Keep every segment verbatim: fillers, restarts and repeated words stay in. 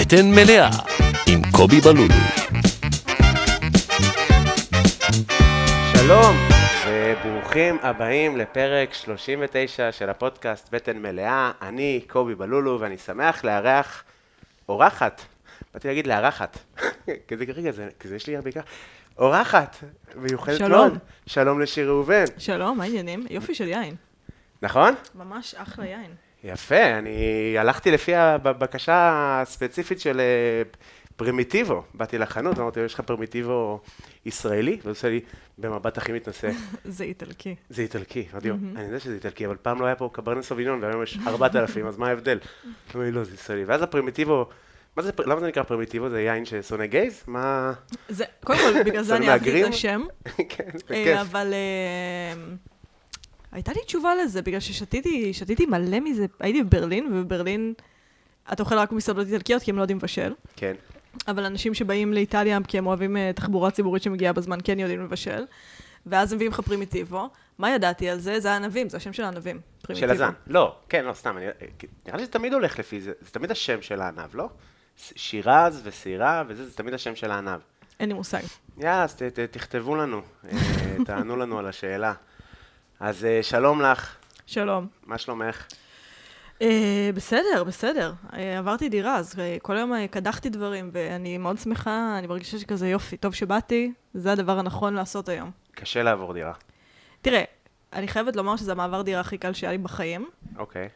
בטן מלאה עם קובי בלולו. שלום וברוכים הבאים לפרק שלושים ותשע של הפודקאסט בטן מלאה. אני קובי בלולו ואני שמח לארח אורחת. באתי להגיד לארחת. כזה כרגע, כזה יש לי הרבה כך. אורחת מיוחדת מאוד. שלום. שלום לשיר ראובן. שלום, מה העניינים? יופי של יין. נכון? ממש אחלה יין. יפה, אני הלכתי לפי הבקשה הספציפית של פרימיטיבו. באתי לחנות ואמרתי, יש לך פרימיטיבו ישראלי? והוא עושה לי במבט הכי מתנשא. זה איטלקי. זה איטלקי, אמרתי לו, אני יודע שזה איטלקי, אבל פעם לא היה פה קברנה סוביניון, והיום יש ארבעת אלפים, אז מה ההבדל? אמרו לי, לא, זה ישראלי. ואז הפרימיטיבו, מה זה, למה זה נקרא פרימיטיבו? זה יין ששונא גייז? מה? זה, קודם כל, בגלל זה אני אהבתי את השם. כן, זה כיף. אבל הייתה לי תשובה לזה, בגלל ששתיתי, שתיתי מלא מזה. הייתי בברלין, ובברלין אתה אוכל רק מסעדות איטלקיות, כי הם לא יודעים לבשל. כן. אבל אנשים שבאים לאיטליה, כי הם אוהבים תחבורה ציבורית שמגיעה בזמן, כן יודעים לבשל. ואז הם מביאים לך פרימיטיבו. מה ידעתי על זה? זה הענבים, זה השם של הענבים. של הזן. לא, כן, לא, סתם. נראה לי שזה תמיד הולך לפי זה. זה תמיד השם של הענב, לא? שירז וסירה, וזה זה תמיד השם של הענב. אין לי מושג. יאס, תכתבו לנו, תענו לנו על השאלה. אז שלום לך. שלום. מה שלומך? בסדר, בסדר. עברתי דירה, אז כל היום קדחתי דברים, ואני מאוד שמחה, אני מרגישה שכזה יופי, טוב שבאתי, זה הדבר הנכון לעשות היום. קשה לעבור דירה. תראה, אני חייבת לומר שזה המעבר דירה הכי קל שהיה לי בחיים. אוקיי.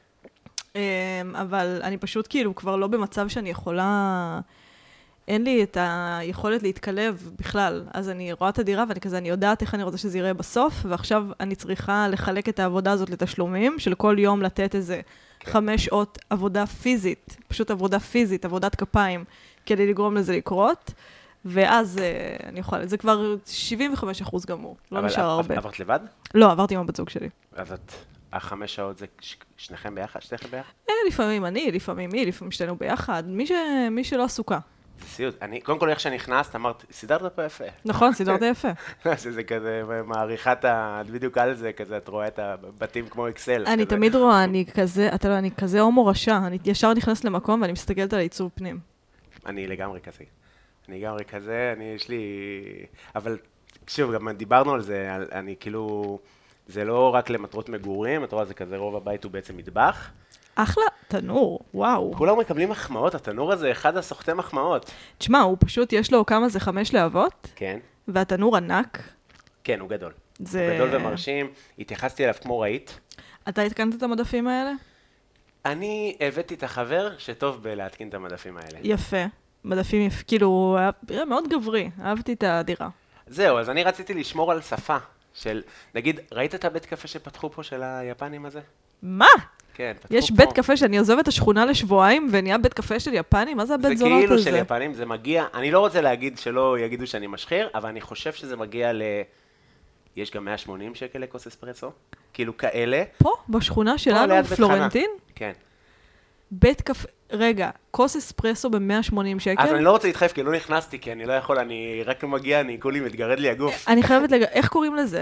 אבל אני פשוט כאילו כבר לא במצב שאני יכולה, אין לי את היכולת להתקלב בכלל. אז אני רואה את הדירה ואני כזה, אני יודעת איך אני רוצה שזה יראה בסוף, ועכשיו אני צריכה לחלק את העבודה הזאת לתשלומים, של כל יום לתת איזה חמש שעות עבודה פיזית, פשוט עבודה פיזית, עבודת כפיים, כדי לגרום לזה לקרות. ואז אני יכולה, זה כבר שבעים וחמישה אחוז גמור, לא נשאר הרבה. אבל עברת לבד? לא, עברתי עם הבת זוג שלי. אז את, החמש שעות זה שניכם ביחד, שתיכם ביחד? לפעמים אני, לפעמים היא, לפעמים שתינו ביחד, מי, ש... מי שלא עסוקה. זה סיוט. אני, קודם כל איך שנכנסת, אמרת, סידרת פה יפה. נכון, סידרת יפה. שזה כזה, מעריכת ה... בדיוק על זה, כזה, את רואה את הבתים כמו אקסל. אני כזה. תמיד רואה, אני כזה, אתה לא, אני כזה הומו רשע, אני ישר נכנס למקום ואני מסתכלת על עיצוב פנים. אני לגמרי כזה. אני לגמרי כזה, אני, יש לי... אבל, שוב, גם דיברנו על זה, אני כאילו... זה לא רק למטרות מגורים, את רואה, זה כזה, רוב הבית הוא בעצם מטבח. אחלה, תנור, וואו. כולם מקבלים מחמאות, התנור הזה אחד הסוחטי מחמאות. תשמע, הוא פשוט, יש לו כמה זה חמש להבות. כן. והתנור ענק. כן, הוא גדול. זה... הוא גדול ומרשים, התייחסתי אליו כמו ראית. אתה התקנת את המדפים האלה? אני הבאתי את החבר שטוב בלהתקין את המדפים האלה. יפה. מדפים, יפ... כאילו, היה מאוד גברי, אהבתי את הדירה. זהו, אז אני רציתי לשמור על שפה של, נגיד, ראית את הבית קפה שפתחו פה של היפנים הזה? מה? כן, פתחו יש פה. בית קפה שאני עוזבת את השכונה לשבועיים, ונהיה בית קפה של יפנים? מה זה הבית זונות הזה? זה כאילו של יפנים, זה מגיע, אני לא רוצה להגיד שלא יגידו שאני משחיר, אבל אני חושב שזה מגיע ל... יש גם מאה ושמונים שקל לכוס אספרסו, כאילו כאלה. פה, בשכונה שלנו, פלורנטין? כן. בית קפה, רגע, כוס אספרסו ב-מאה ושמונים שקל? אז אני לא רוצה להתחייב, כי לא נכנסתי, כי אני לא יכול, אני רק מגיע, אני כולי מתגרד לי הגוף. אני חייבת לג... איך קוראים לזה?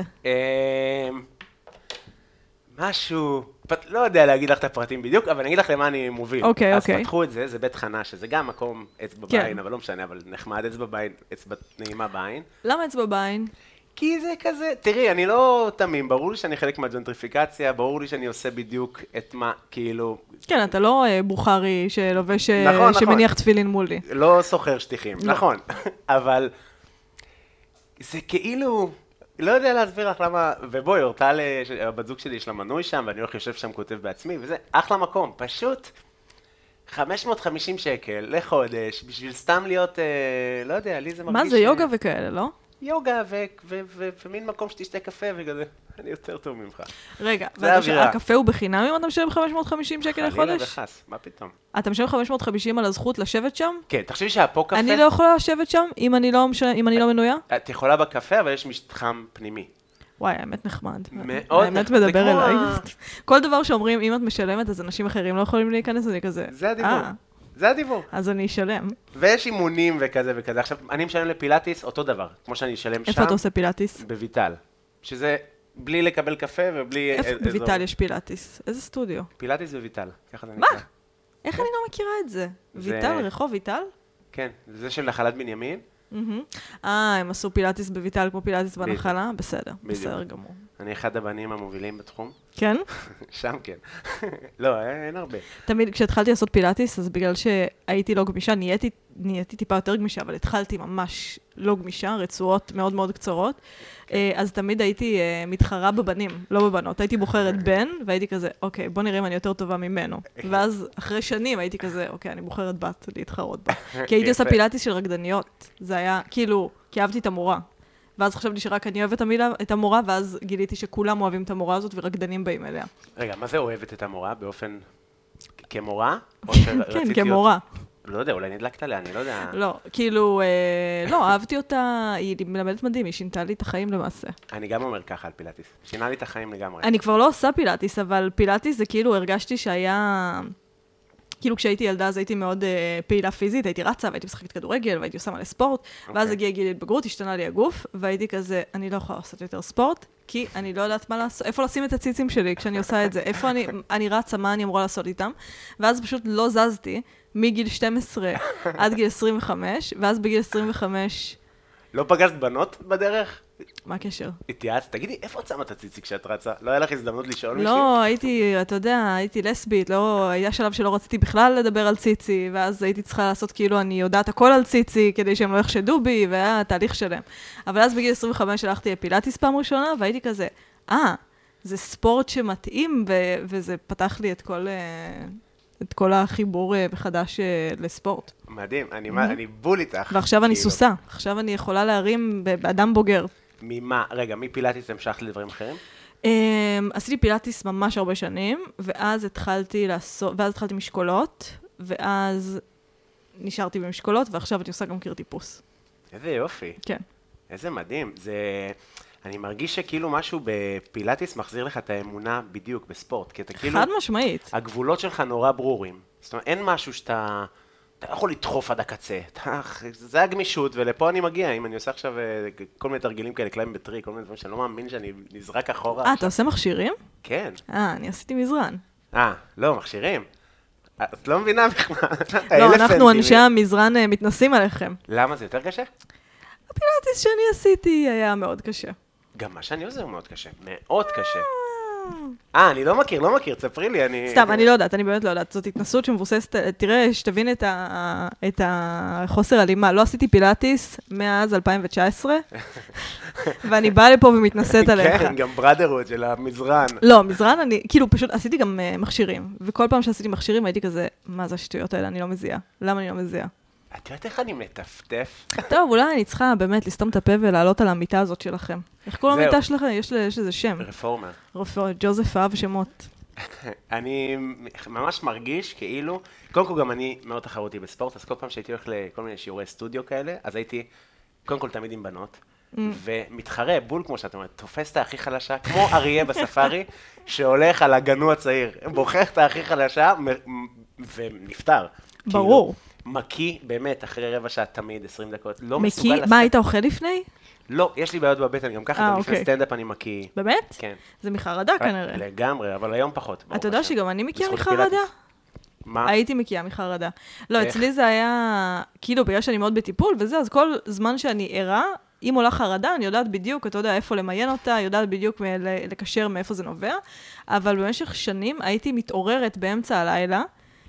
משהו, לא יודע להגיד לך את הפרטים בדיוק, אבל אני אגיד לך למה אני מוביל. אוקיי, אז אוקיי. פתחו את זה, זה בית חנה, שזה גם מקום אצבע בעין, אבל לא משנה, אבל נחמד, אצבע בעין, אצבע נעימה בעין. למה אצבע בעין? כי זה כזה, תראי, אני לא תמים, ברור לי שאני חלק מהג'נטריפיקציה, ברור לי שאני עושה בדיוק את מה, כאילו... כן, אתה לא בוכרי שלובש, נכון, שמניח נכון. תפילין מולי. לא סוחר שטיחים, לא. נכון, אבל זה כאילו, לא יודע להסביר לך למה, ובואי, אורטל, הבת זוג שלי יש לה מנוי שם, ואני הולך יושב שם כותב בעצמי, וזה אחלה מקום, פשוט חמש מאות וחמישים שקל לחודש, בשביל סתם להיות, לא יודע, לי זה מרגיש... מה זה, יוגה וכאלה, לא? יוגה ומין מקום שתשתה קפה וכזה, אני יותר טוב ממך. רגע, הקפה הוא בחינם אם אתה משלם חמש מאות וחמישים שקל לחודש? חלילה וחס, מה פתאום? אתה משלם חמש מאות וחמישים על הזכות לשבת שם? כן, תחשבי שהפה קפה... אני לא יכולה לשבת שם אם אני לא מנויה? את יכולה בקפה, אבל יש מתחם פנימי. וואי, האמת נחמד. מאוד האמת נחמד. מדבר אליי. כל דבר שאומרים, אם את משלמת, אז אנשים אחרים לא יכולים להיכנס, אני כזה. זה הדיבור. זה הדיבור. אז אני אשלם. ויש אימונים וכזה וכזה. עכשיו, אני משלם לפילאטיס אותו דבר, כמו שאני אשלם שם. איפה אתה עושה פילאטיס? בויטל. שזה בלי לקבל קפה ובלי... איפה בויטל יש פילאטיס? איזה סטודיו? פילאטיס וויטל, ככה זה מה? נקרא. איך אני לא מכירה את זה? זה- ויטל, רחוב ויטל? כן, זה של נחלת בנימין. מהמם. אה, הם עשו פילאטיס בויטל כמו פילאטיס בדיוק. בנחלה? בסדר, בדיוק. בסדר גמור. אני אחד הבנים המובילים בתחום. כן? שם כן. לא, אין הרבה. תמיד כשהתחלתי לעשות פילאטיס, אז בגלל שהייתי לא גמישה, נהייתי, נהייתי טיפה יותר גמישה, אבל התחלתי ממש לא גמישה, רצועות מאוד מאוד קצרות, אה, אז תמיד הייתי אה, מתחרה בבנים, לא בבנות. הייתי בוחרת בן, והייתי כזה, אוקיי, בוא נראה אם אני יותר טובה ממנו. ואז אחרי שנים הייתי כזה, אוקיי, אני בוחרת בת להתחרות בה. כי הייתי עושה יפה. פילאטיס של רקדניות. זה היה, כאילו, כי אהבתי את המורה. ואז חשבתי שרק אני אוהבת את המילה- את המורה, ואז גיליתי שכולם אוהבים את המורה הזאת ורקדנים באים אליה. רגע, מה זה אוהבת את המורה? באופן... כמורה? או שרצית כן, להיות- כמורה. לא יודע, אולי נדלקת עליה, אני לא יודע. לא, כאילו, אה, לא, אהבתי אותה, היא מלמדת מדהים, היא שינתה לי את החיים למעשה. אני גם אומר ככה על פילאטיס. שינה לי את החיים לגמרי. אני כבר לא עושה פילאטיס, אבל פילאטיס זה כאילו, הרגשתי שהיה... כאילו כשהייתי ילדה אז הייתי מאוד אה, פעילה פיזית, הייתי רצה והייתי משחקת כדורגל והייתי עושה מלא ספורט, ואז אוקיי. הגיע גיל התבגרות, השתנה לי הגוף, והייתי כזה, אני לא יכולה לעשות יותר ספורט, כי אני לא יודעת מה לעשות, איפה לשים את הציצים שלי כשאני עושה את זה, איפה אני, אני רצה, מה אני אמורה לעשות איתם, ואז פשוט לא זזתי מגיל שתים עשרה עד גיל עשרים וחמש, ואז בגיל עשרים וחמש, לא פגשת בנות בדרך? מה הקשר? התייעצת, תגידי, איפה את שמה את הציצי כשאת רצה? לא היה לך הזדמנות לשאול מישהי? לא, הייתי, אתה יודע, הייתי לסבית, לא, היה שלב שלא רציתי בכלל לדבר על ציצי, ואז הייתי צריכה לעשות כאילו אני יודעת הכל על ציצי, כדי שהם לא יחשדו בי, והיה תהליך שלם. אבל אז בגיל עשרים וחמש הלכתי לפילאטיס פעם ראשונה, והייתי כזה, אה, זה ספורט שמתאים, ו- וזה פתח לי את כל, אה, את כל החיבור אה, מחדש אה, לספורט. מדהים, אני מה- אני בול איתך. ועכשיו אני כאילו, סוסה, עכשיו אני יכולה להרים ב- באדם בוגר. ממה? רגע, מפילאטיס המשכת לדברים אחרים? Um, עשיתי פילאטיס ממש הרבה שנים, ואז התחלתי לעשות, ואז התחלתי משקולות, ואז נשארתי במשקולות, ועכשיו אני עושה גם קיר טיפוס. איזה יופי. כן. איזה מדהים. זה... אני מרגיש שכאילו משהו בפילאטיס מחזיר לך את האמונה בדיוק בספורט, כי אתה כאילו... חד משמעית. הגבולות שלך נורא ברורים. זאת אומרת, אין משהו שאתה... אתה לא יכול לדחוף עד הקצה. אתה... זה הגמישות, ולפה אני מגיע. אם אני עושה עכשיו אה, כל מיני תרגילים כאלה, קליים בטרי, כל מיני דברים שאני לא מאמין שאני נזרק אחורה. אה, אתה עושה מכשירים? כן. אה, אני עשיתי מזרן. אה, לא, מכשירים. את לא מבינה בכלל. לא, אנחנו אלפנטים. אנשי המזרן אה, מתנסים עליכם. למה זה יותר קשה? הפילאטיס שאני עשיתי היה מאוד קשה. גם מה שאני עוזר מאוד קשה. מאוד קשה. אה, אני לא מכיר, לא מכיר, תספרי לי, אני... סתם, אני לא יודעת, אני באמת לא יודעת. זאת התנסות שמבוססת, תראה, שתבין את ה- את החוסר הלימה. לא עשיתי פילאטיס מאז אלפיים תשע עשרה, ואני באה לפה ומתנסית עליך. כן, גם בראדרהוד של המזרן. לא, מזרן אני, כאילו פשוט עשיתי גם uh, מכשירים, וכל פעם שעשיתי מכשירים הייתי כזה, מה זה השטויות האלה, אני לא מזיעה. למה אני לא מזיעה? את יודעת איך אני מטפטף? טוב, אולי אני צריכה באמת לסתום את הפה ולעלות על המיטה הזאת שלכם. איך קוראים זהו. למיטה שלכם? יש לה- יש לזה שם. רפורמה. רפואה, ג'וזף אהב שמות. אני ממש מרגיש כאילו, קודם כל גם אני מאוד תחרותי בספורט, אז כל פעם שהייתי הולך לכל מיני שיעורי סטודיו כאלה, אז הייתי קודם כל תמיד עם בנות, ומתחרה, בול כמו שאת אומרת, תופס את הכי חלשה, כמו אריה בספארי, שהולך על הגנו הצעיר, בוחך את הכי חלשה מ- ונפטר. ברור. כאילו, מקיא, באמת, אחרי רבע שעה תמיד, עשרים דקות, לא מסוגל מקיא, לעשות. מה, היית אוכל לפני? לא, יש לי בעיות בבטן, גם ככה, אה, גם לפני אוקיי. סטנדאפ אני מקיא. באמת? כן. זה מחרדה כנראה. לגמרי, אבל היום פחות. ברוך אתה יודע השם. שגם אני מקיאה בזכות מחרדה? הפילאטיס. מה? הייתי מקיאה מחרדה. לא, איך? אצלי זה היה, כאילו, בגלל שאני מאוד בטיפול וזה, אז כל זמן שאני ערה, אם עולה חרדה, אני יודעת בדיוק, אתה יודע, איפה למיין אותה, יודעת בדיוק מ- לקשר מאיפה זה נובע, אבל במשך שנים הייתי מתעוררת באמצע הלילה,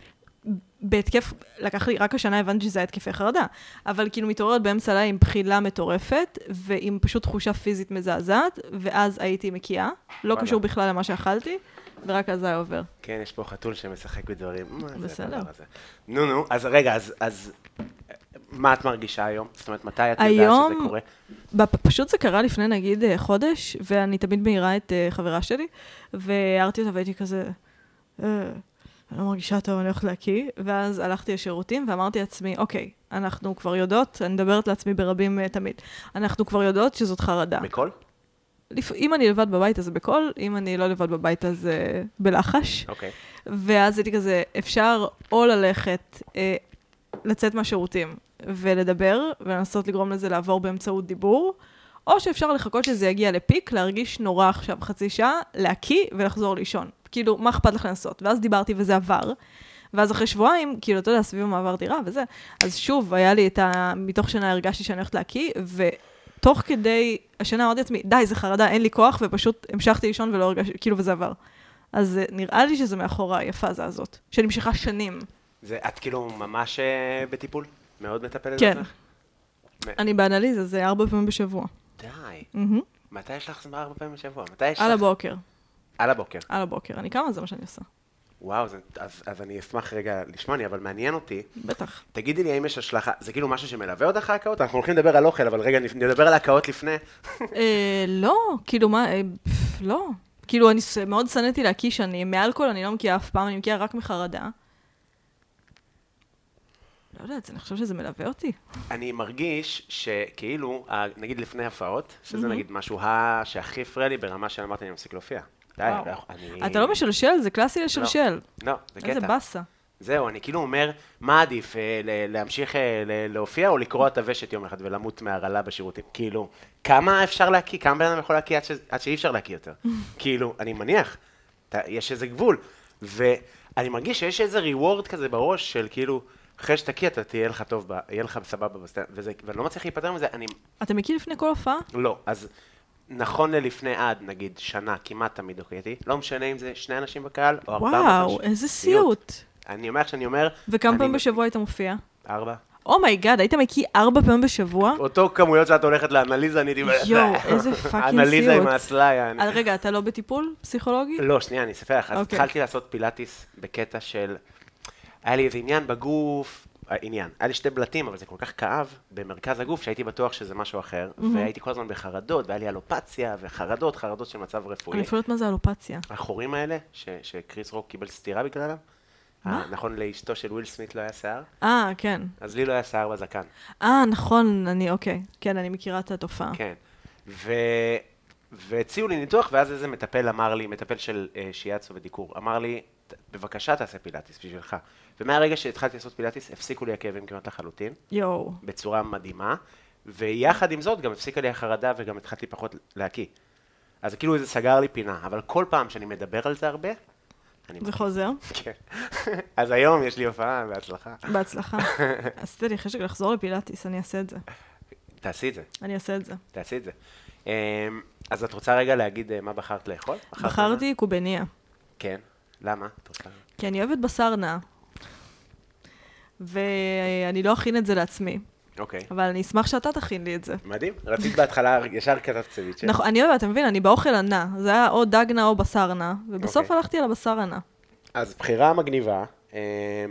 בהתקף, לקח לי, רק השנה הבנתי שזה היה התקפי חרדה, אבל כאילו מתעוררת באמצע הלילה עם בחילה מטורפת, ועם פשוט תחושה פיזית מזעזעת, ואז הייתי מקיאה, לא וואלה. קשור בכלל למה שאכלתי, ורק אז זה היה עובר. כן, יש פה חתול שמשחק בדברים. מה זה בסדר. הדבר הזה? נו, נו, אז רגע, אז, אז מה את מרגישה היום? זאת אומרת, מתי את יודעת היום- שזה קורה? בפ- פשוט זה קרה לפני נגיד אה, חודש, ואני תמיד מעירה את אה, חברה שלי, והערתי אותה והייתי כזה, אה, אני לא מרגישה טוב, אני הולכת להקיא, ואז הלכתי לשירותים ואמרתי לעצמי, אוקיי, אנחנו כבר יודעות, אני מדברת לעצמי ברבים אה, תמיד, אנחנו כבר יודעות שזאת חרדה. בקול? לפ... אם אני לבד בבית אז זה בקול, אם אני לא לבד בבית אז אה, בלחש. אוקיי. ואז הייתי כזה, אפשר או ללכת, אה, לצאת מהשירותים ולדבר, ולנסות לגרום לזה לעבור באמצעות דיבור, או שאפשר לחכות שזה יגיע לפיק, להרגיש נורא עכשיו חצי שעה, להקיא ולחזור לישון. כאילו, מה אכפת לך לנסות? ואז דיברתי וזה עבר, ואז אחרי שבועיים, כאילו, אתה יודע, סביב המעבר דירה וזה, אז שוב, היה לי את ה... מתוך שנה הרגשתי שאני הולכת להקיא, ותוך כדי השנה אמרתי לעצמי, די, זה חרדה, אין לי כוח, ופשוט המשכתי לישון ולא הרגשתי, כאילו, וזה עבר. אז נראה לי שזה מאחורי הפאזה הזאת, שנמשכה שנים. זה, את כאילו ממש אה, בטיפול? מאוד מטפלת כן. בעצמך? אני באנליזה, זה ארבע פעמים בשבוע. די. מהמם. מתי יש לך זמן ארבע פעמים בשבוע? מתי יש על לך? הבוקר, על הבוקר. על הבוקר. אני קמה, זה מה שאני עושה. וואו, זה, אז, אז אני אשמח רגע לשמוע לי, אבל מעניין אותי. בטח. תגידי לי, האם יש השלכה, זה כאילו משהו שמלווה אותך ההקאות? אנחנו הולכים לדבר על אוכל, אבל רגע, נדבר על ההקאות לפני. אה, לא, כאילו מה, אה, פף, לא. כאילו, אני ס- מאוד שנאתי להקיא שאני מאלכוהול, אני לא מקיאה אף פעם, אני מקיאה רק מחרדה. לא יודעת, אני חושבת שזה מלווה אותי. אני מרגיש שכאילו, ה- נגיד לפני הפעות, שזה נגיד משהו ה- שהכי הפריע לי ברמה שאמרתי, אני מפסיק להופיע. די, וואו. לא יכול- אני... אתה לא משלשל, זה קלאסי לשלשל. לא, זה איזה קטע. באסה. זהו, אני כאילו אומר, מה עדיף, אה, ל- להמשיך אה, ל- להופיע או לקרוע את הוושת יום אחד ולמות מהרעלה בשירותים? כאילו, כמה אפשר להקיא? כמה בן אדם יכול להקיא עד ש- עד שאי אפשר להקיא יותר? כאילו, אני מניח, אתה- יש איזה גבול. ואני מרגיש שיש איזה ריוורד כזה בראש של כאילו, אחרי שתקיא אתה תהיה לך טוב, ב- יהיה לך סבבה בסטנד, וזה, ואני לא מצליח להיפטר מזה, אני, אתה מכיר לפני כל הופעה? לא, אז נכון ללפני עד, נגיד, שנה, כמעט תמיד הוקייתי, לא משנה אם זה שני אנשים בקהל, או ארבע וואו, אנשים. איזה סיוט. אני אומר שאני אומר, וכמה אני- פעמים בשבוע היית מופיע? ארבע. אומייגאד, היית מקיא ארבע פעמים בשבוע? אותו כמויות שאת הולכת לאנליזה, אני הייתי... יואו, איזה פאקינג אנליזה עם סיוט. האסלאי. אז רגע, אתה לא בטיפול פסיכולוגי? לא, שנייה, אני אספר לך. אז אוקיי. התחלתי לעשות פילאטיס בקטע של... היה לי איזה עניין בגוף, אה, עניין. היה לי שתי בלטים, אבל זה כל כך כאב במרכז הגוף, שהייתי בטוח שזה משהו אחר, והייתי כל הזמן בחרדות, והיה לי אלופציה, וחרדות, חרדות של מצב רפואי. אני אפילו יודעת מה זה אלופציה. החורים האלה, ש- שקריס רוק קיבל סטירה בגללם. מה? אה, נכון, לאשתו של וויל סמית לא היה שיער, אה, כן. אז לי לא היה שיער בזקן. אה, נכון, אני, אוקיי. כן, אני מכירה את התופעה. כן. ו... והציעו לי ניתוח, ואז איזה מטפל אמר לי, מטפל של אה, שיאצו ודיקור, אמר לי, "ת- בבקשה תעשה פילאטיס בשבילך. ומהרגע שהתחלתי לעשות פילאטיס, הפסיקו לי הכאבים כמעט לחלוטין, יואו. בצורה מדהימה, ויחד עם זאת גם הפסיקה לי החרדה וגם התחלתי פחות להקיא. אז כאילו זה סגר לי פינה, אבל כל פעם שאני מדבר על זה הרבה, אני... זה חוזר? כן. אז היום יש לי הופעה, בהצלחה. בהצלחה. עשיתי לי חשק לחזור לפילאטיס, אני אעשה את זה. תעשי את זה, אני אעשה את זה. תעשי את זה. אמ, אז את רוצה רגע להגיד אה, מה בחרת לאכול? בחרת מה? בחרתי קובניה, כן. למה? את רוצה? כי אני אוהבת בשר נע. ואני לא אכין את זה לעצמי, אוקיי. אבל אני אשמח שאתה תכין לי את זה. מדהים. רצית בהתחלה, ישר כתבת צוויצ'ה. נכון, אני אוהבת, אתה מבין, אני באוכל הנע. זה היה או דג נע או בשר נע, ובסוף אוקיי. הלכתי על הבשר הנע. אז בחירה מגניבה. אמ,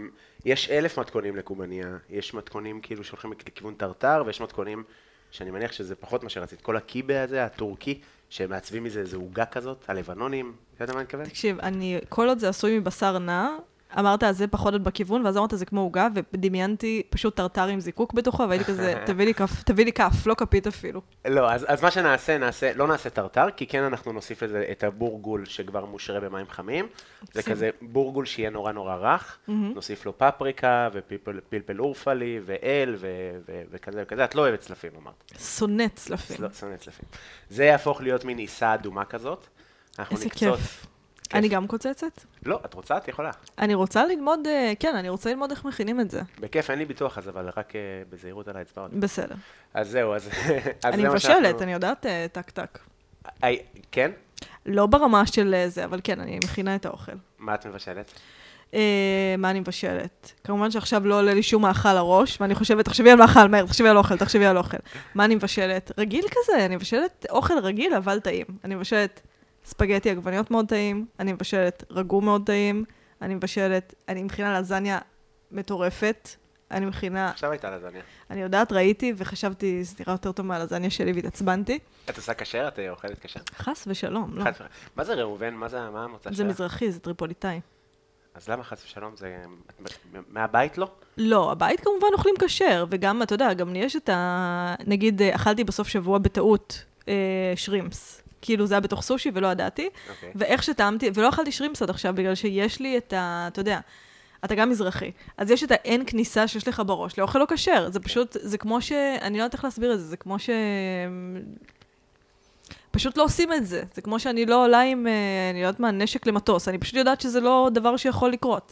יש אלף מתכונים לקומניה. יש מתכונים כאילו שהולכים לכיוון טרטר, ויש מתכונים שאני מניח שזה פחות מה שרצית. כל הקיבה הזה, הטורקי, שמעצבים מזה איזו עוגה כזאת, הלבנונים. אתה יודע מה אני מתכוון? תקשיב, אני, כל עוד זה עשוי מבשר נע, אמרת, אז זה פחות עוד בכיוון, ואז אמרת, זה כמו עוגה, ודמיינתי פשוט טרטר עם זיקוק בתוכו, והייתי כזה, תביא לי כף, תביא לי כף, לא כפית אפילו. לא, אז, אז מה שנעשה, נעשה, לא נעשה טרטר, כי כן אנחנו נוסיף לזה את הבורגול שכבר מושרה במים חמים. זה שים. כזה בורגול שיהיה נורא נורא רך, נוסיף לו פפריקה ופלפל אורפלי ואל ו- ו- וכזה וכזה. את לא אוהבת צלפים, אמרת. שונאת צלפים. לא, שונא צלפים. זה יהפוך להיות מין עיסה אדומה כזאת. אנחנו איזה נקצוץ. כיף. אני גם קוצצת? לא, את רוצה? את יכולה. אני רוצה ללמוד, אה, כן, אני רוצה ללמוד איך מכינים את זה. בכיף, אין לי ביטוח אז, אבל רק אה, בזהירות על האצבעות. בסדר. אז זהו, אז... אז אני זה מה מבשלת, שאנחנו- אני יודעת אה, טק-טק. היי, כן? לא ברמה של אה, זה, אבל כן, אני מכינה את האוכל. מה את מבשלת? אה, מה אני מבשלת? כמובן שעכשיו לא עולה לי שום מאכל לראש, ואני חושבת, תחשבי על מאכל, מהר, תחשבי על אוכל, תחשבי על אוכל. מה אני מבשלת? רגיל כזה, אני מבשלת אוכל רגיל, אבל טעים. אני מבשלת ספגטי עגבניות מאוד טעים, אני מבשלת רגו מאוד טעים, אני מבשלת, אני מכינה לזניה מטורפת, אני מכינה, עכשיו הייתה לזניה. אני יודעת, ראיתי וחשבתי, זה נראה יותר טוב מהלזניה שלי והתעצבנתי. את עושה כשר? את אוכלת כשר? חס ושלום, לא. חס ושלום. מה זה ראובן? מה זה, מה המוצא זה שלך? מזרחי, זה טריפוליטאי. אז למה חס ושלום? זה... את- מהבית לא? לא, הבית כמובן אוכלים כשר, וגם, אתה יודע, גם לי יש את ה... נגיד, אה, אכלתי בסוף שבוע בטעות אה, שרימפס. כאילו זה היה בתוך סושי ולא ידעתי, אוקיי. ואיך שטעמתי, ולא אכלתי שרימפס עד עכשיו, בגלל שיש לי את ה... אתה יודע, אתה גם מזרחי, אז יש את האין כניסה שיש לך בראש, לאוכל לא כשר, זה פשוט, זה כמו ש... אני לא יודעת איך להסביר את זה, זה כמו ש... פשוט לא עושים את זה. זה כמו שאני לא עולה עם, אני יודעת מה, נשק למטוס. אני פשוט יודעת שזה לא דבר שיכול לקרות.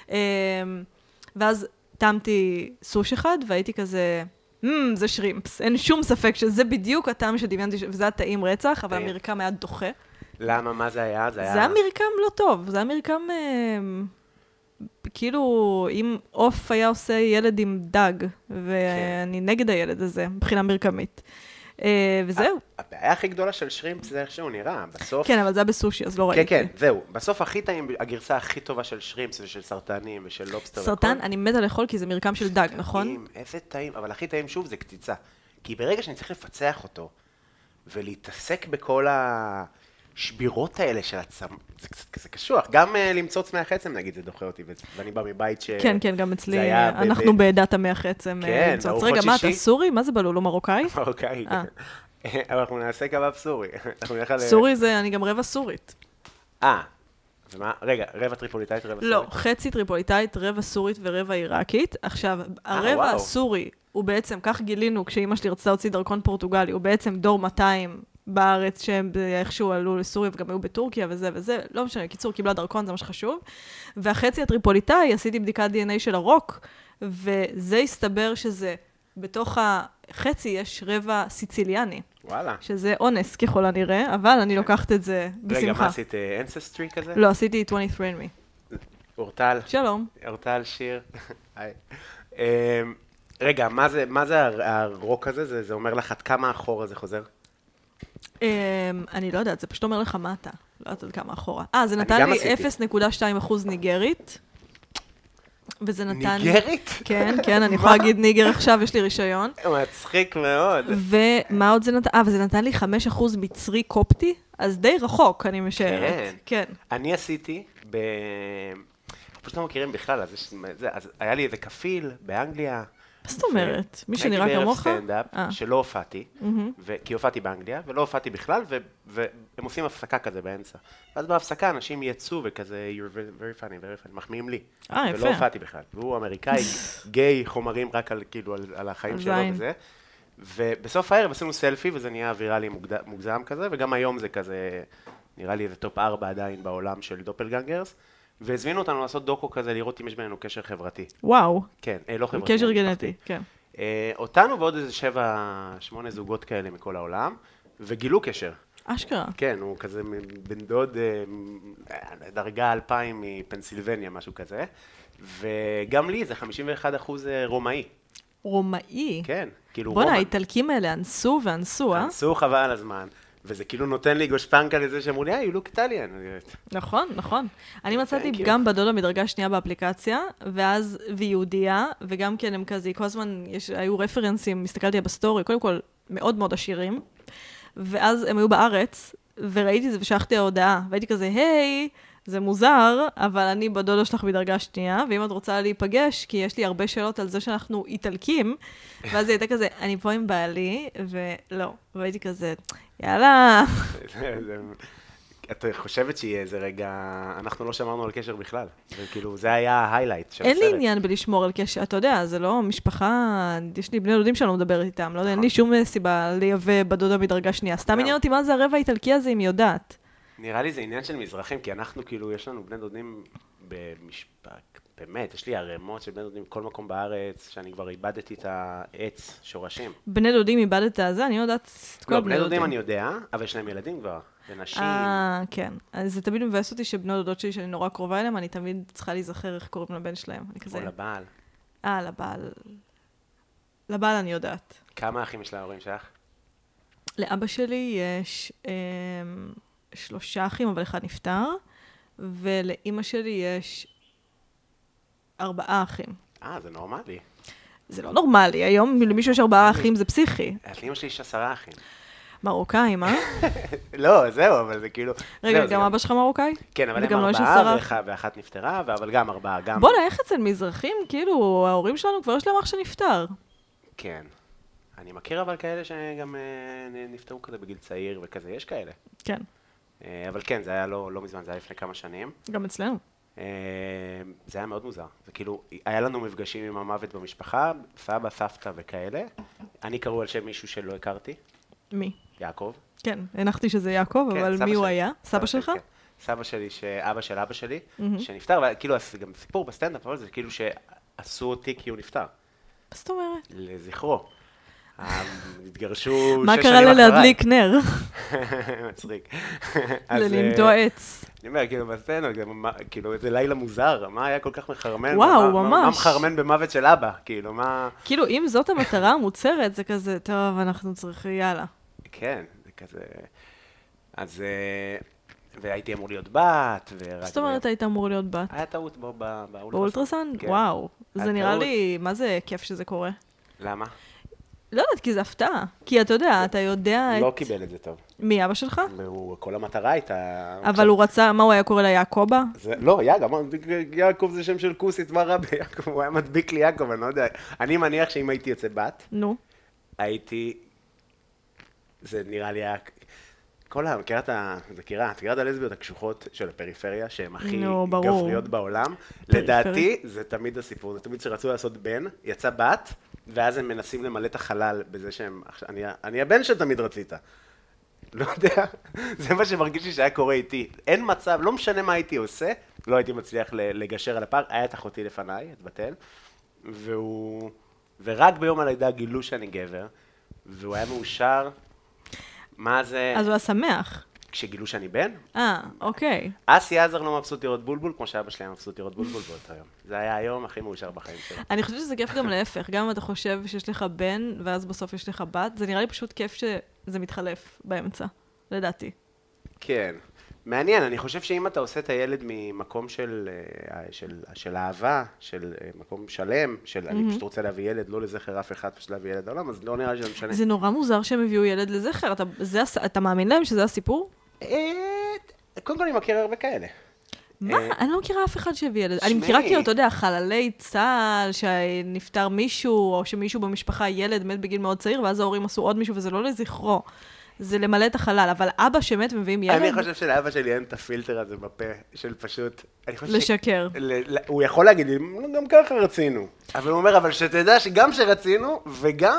ואז טעמתי סוש אחד, והייתי כזה, "מ, זה שרימפס." אין שום ספק שזה בדיוק הטעם שדמיינתי, וזה היה טעים רצח, אבל המרקם היה דוחה. למה? מה זה היה? זה היה... זה היה מרקם לא טוב. זה היה מרקם... כאילו, אם אוף היה עושה ילד עם דג, ואני נגד הילד הזה, מבחינה מרקמית. וזהו. הבעיה הכי גדולה של שרימפ זה איך שהוא נראה, בסוף... כן, אבל זה היה בסושי, אז לא ראיתי. כן, כן, זהו. בסוף הכי טעים, הגרסה הכי טובה של שרימפס ושל סרטנים ושל לובסטר. סרטן, אני מתה לאכול כי זה מרקם של דג, נכון? איזה טעים, אבל הכי טעים שוב זה קציצה. כי ברגע שאני צריך לפצח אותו, ולהתעסק בכל השבירות האלה של הצמ... זה קצת כזה קשוח. גם למצוץ מהחצם, נגיד, זה דוחה אותי, ואני בא מבית ש... כן, כן, גם אצלי, אנחנו בעדת המהחצם. כן, בארוחות שישי. רגע, מה, אתה סורי? מה זה בלול? לא מרוקאי? מרוקאי, אבל אנחנו נעשה קבב סורי. סורי זה, אני גם רבע סורית. אה, ומה? רגע, רבע טריפוליטאית, רבע סורית? לא, חצי טריפוליטאית, רבע סורית ורבע עיראקית. עכשיו, הרבע הסורי הוא בעצם, כך גילינו כשאמא שלי רצתה להוציא דרכון פורטוגלי, הוא בעצם דור מאתיים בארץ שהם איכשהו עלו לסוריה וגם היו בטורקיה וזה וזה, לא משנה, קיצור, קיבלה דרכון, זה מה שחשוב. והחצי הטריפוליטאי, עשיתי בדיקת די אן איי של הרוק, וזה הסתבר שזה, בתוך החצי יש רבע סיציליאני. וואלה. שזה אונס ככל הנראה, אבל אני לוקחת את זה בשמחה. רגע, מה עשית? אנססטרי כזה? לא, עשיתי עשרים ושלוש אנד מי. אורטל. שלום. אורטל, שיר. היי. רגע, מה זה, מה זה הרוק הזה? זה, זה אומר לך עד כמה אחורה זה חוזר? אני לא יודעת, זה פשוט אומר לך מה אתה. לא יודעת עד כמה אחורה. אה, זה נתן לי אפס נקודה שתיים אחוז ניגרית. וזה נתן... ניגרית? כן, כן, אני יכולה להגיד ניגר עכשיו, יש לי רישיון. מצחיק מאוד. ומה עוד זה נתן? אה, וזה נתן לי חמישה אחוז מצרי קופטי, אז די רחוק, אני משערת. כן. כן. אני עשיתי ב... פשוט לא מכירים בכלל, אז, יש... אז היה לי איזה כפיל באנגליה. מה זאת אומרת? מי שנראה כמוך? הייתי בערב סטנדאפ, שלא הופעתי, כי הופעתי באנגליה, ולא הופעתי בכלל, והם עושים הפסקה כזה באמצע. ואז בהפסקה אנשים יצאו וכזה, you're very funny, very funny, מחמיאים לי. אה, יפה. ולא הופעתי בכלל. והוא אמריקאי, גיי, חומרים רק על, כאילו, על החיים שלו וזה. ובסוף הערב עשינו סלפי, וזה נהיה ויראלי מוגזם כזה, וגם היום זה כזה, נראה לי איזה טופ ארבע עדיין בעולם של דופלגנגרס. והזמינו אותנו לעשות דוקו כזה, לראות אם יש בינינו קשר חברתי. וואו. כן, לא חברתי. קשר גנטי, כן. אותנו ועוד איזה שבע, שמונה זוגות כאלה מכל העולם, וגילו קשר. אשכרה. כן, הוא כזה בן דוד, דרגה אלפיים מפנסילבניה, משהו כזה. וגם לי זה חמישים ואחד אחוז רומאי. רומאי? כן, כאילו רומן. בוא'נה, האיטלקים האלה אנסו ואנסו, אה? אנסו חבל על הזמן. וזה כאילו נותן לי גושפנקה לזה שאמרו לי, אה, you look Italian. נכון, נכון. אני מצאתי גם בדודה מדרגה שנייה באפליקציה, ואז ויהודיה, וגם כן הם כזה, כל הזמן היו רפרנסים, הסתכלתי בסטורי, קודם כל מאוד מאוד עשירים, ואז הם היו בארץ, וראיתי זה ושלחתי ההודעה, והייתי כזה, היי, זה מוזר, אבל אני בדודה שלך בדרגה שנייה, ואם את רוצה להיפגש, כי יש לי הרבה שאלות על זה שאנחנו איטלקים, ואז היא הייתה כזה, אני פה עם בעלי, ולא, והייתי כזה, יאללה. את חושבת שיהיה איזה רגע, אנחנו לא שמרנו על קשר בכלל, וכאילו זה היה ההיילייט של הסרט. אין לי עניין בלשמור על קשר, אתה יודע, זה לא משפחה, יש לי בני דודים שאני לא מדברת איתם, לא יודע, אין לי שום סיבה לייבא בדודה מדרגה שנייה, סתם עניין אותי מה זה הרבע האיטלקי הזה, אם היא יודעת. נראה לי זה עניין של מזרחים, כי אנחנו כאילו, יש לנו בני דודים במשפק, באמת, יש לי ערימות של בני דודים בכל מקום בארץ, שאני כבר איבדתי את העץ, שורשים. בני דודים איבדת את זה? אני יודעת את כל לא, בני בני דודים. דודים אני יודע, אבל יש להם ילדים כבר, ונשים. אה, כן. אז זה תמיד מבאס אותי שבני דודות שלי, שאני נורא קרובה אליהם, אני תמיד צריכה להיזכר איך קוראים לבן שלהם. אני כזה... או לבעל. אה, לבעל. לבעל אני יודעת. כמה אחים יש להורים שלך? לאבא שלי יש אה, שלושה אחים, אבל אחד נפטר, ולאמא שלי יש ארבעה אחים. אה, זה נורמלי. זה לא נורמלי, היום למישהו יש ארבעה אחים זה פסיכי. לאמא שלי יש עשרה אחים. מרוקאים, אה? לא, זהו, אבל זה כאילו... רגע, גם אבא שלך מרוקאי? כן, אבל הם ארבעה ואחת נפטרה, אבל גם ארבעה, גם... בוא נלך אצל מזרחים, כאילו, ההורים שלנו כבר יש להם אח שנפטר. כן. אני מכיר אבל כאלה שגם נפטרו כזה בגיל צעיר וכזה, יש כאלה. כן. אבל כן, זה היה לא מזמן, זה היה לפני כמה שנים. גם אצלנו. זה היה מאוד מוזר. זה כאילו, היה לנו מפגשים עם המוות במשפחה, סבא, סבתא וכאלה. אני קראו על שם מישהו שלא הכרתי. מי? יעקב. כן, הנחתי שזה יעקב, כן, אבל סבא מי הוא שלי. היה? סבא שלך? כן. סבא שלי, שאבא של אבא שלי, שנפטר, וכאילו, גם סיפור בסטנדאפ, אבל זה כאילו שעשו אותי כי הוא נפטר. מה זאת אומרת? לזכרו. התגרשו מה שש קרה שנים אחריי. ללהדליק נר? מצחיק. ללמדוע עץ. אני אומר, כאילו, בסצנות, כאילו, איזה לילה מוזר, מה היה כל כך מחרמן? וואו, מה- ממש. מה מחרמן במוות של אבא? כאילו, מה... כאילו, אם זאת המטרה המוצהרת, זה כזה, טוב, אנחנו צריכים, יאללה. כן, זה כזה... אז... אה, והייתי אמור להיות בת, ורק... זאת אומרת, היית אמור להיות בת. היה טעות בו ב- באולטרסאונד. באולטרסאונד? כן. וואו. זה היה נראה טעות. לי, מה זה כיף שזה קורה? למה? לא יודעת, כי זה הפתעה. כי אתה יודע, אתה יודע לא את... קיבל את זה טוב. מי, אבא שלך? והוא, כל המטרה הייתה... אבל הוא רצה, מה הוא היה קורא לה יעקובה? זה, לא, יאגה, מה, יעקב זה שם של כוסית, מה רע ביעקב? הוא היה מדביק לי יעקב, אני לא יודע. אני מניח שאם הייתי יוצא בת, נו. הייתי... זה נראה לי היה... כל העם, מכירה את ה... מכירה, את מכירה את הלסביות הקשוחות של הפריפריה, שהן הכי נו, ברור. גבריות בעולם? פריפריה. לדעתי, זה תמיד הסיפור, זה תמיד שרצו לעשות בן, יצא בת, ואז הם מנסים למלא את החלל בזה שהם... עכשיו, אני, אני הבן שתמיד רצית. לא יודע, זה מה שמרגיש לי שהיה קורה איתי. אין מצב, לא משנה מה הייתי עושה, לא הייתי מצליח לגשר על הפער. היה את אחותי לפניי, את בתל, והוא... ורק ביום הלידה גילו שאני גבר, והוא היה מאושר. מה זה... אז הוא היה שמח. כשגילו שאני בן? אה, אוקיי. אסי עזר לא מבסוט לראות בולבול, כמו שאבא שלי היה מבסוט לראות בולבול באותו יום. זה היה היום הכי מאושר בחיים שלו. אני חושבת שזה כיף גם להפך. גם אם אתה חושב שיש לך בן, ואז בסוף יש לך בת, זה נראה לי פשוט כיף שזה מתחלף באמצע, לדעתי. כן. מעניין, אני חושב שאם אתה עושה את הילד ממקום של, של, של אהבה, של מקום שלם, של אני פשוט רוצה להביא ילד, לא לזכר אף אחד, פשוט להביא ילד לעולם, אז לא נראה לי שזה משנה. זה נורא מוזר שהם הביאו ילד לזכר. אתה, זה, הס- אתה מאמין להם שזה הסיפור? קודם כל אני מכיר הרבה כאלה. מה? אני לא מכירה אף אחד שהביא ילד. אני מכירה שמעי. כאילו, אתה יודע, חללי צה"ל, שנפטר מישהו, או שמישהו במשפחה, ילד מת בגיל מאוד צעיר, ואז ההורים עשו עוד מישהו, וזה לא לזכרו. זה למלא את החלל. אבל אבא שמת ומביאים ילד, אני חושב שלאבא שלי אין את הפילטר הזה בפה, של פשוט... אני חושב ש- לשקר. ל- ל- הוא יכול להגיד לי, "לא, גם ככה רצינו. אבל הוא אומר, אבל שתדע שגם שרצינו, וגם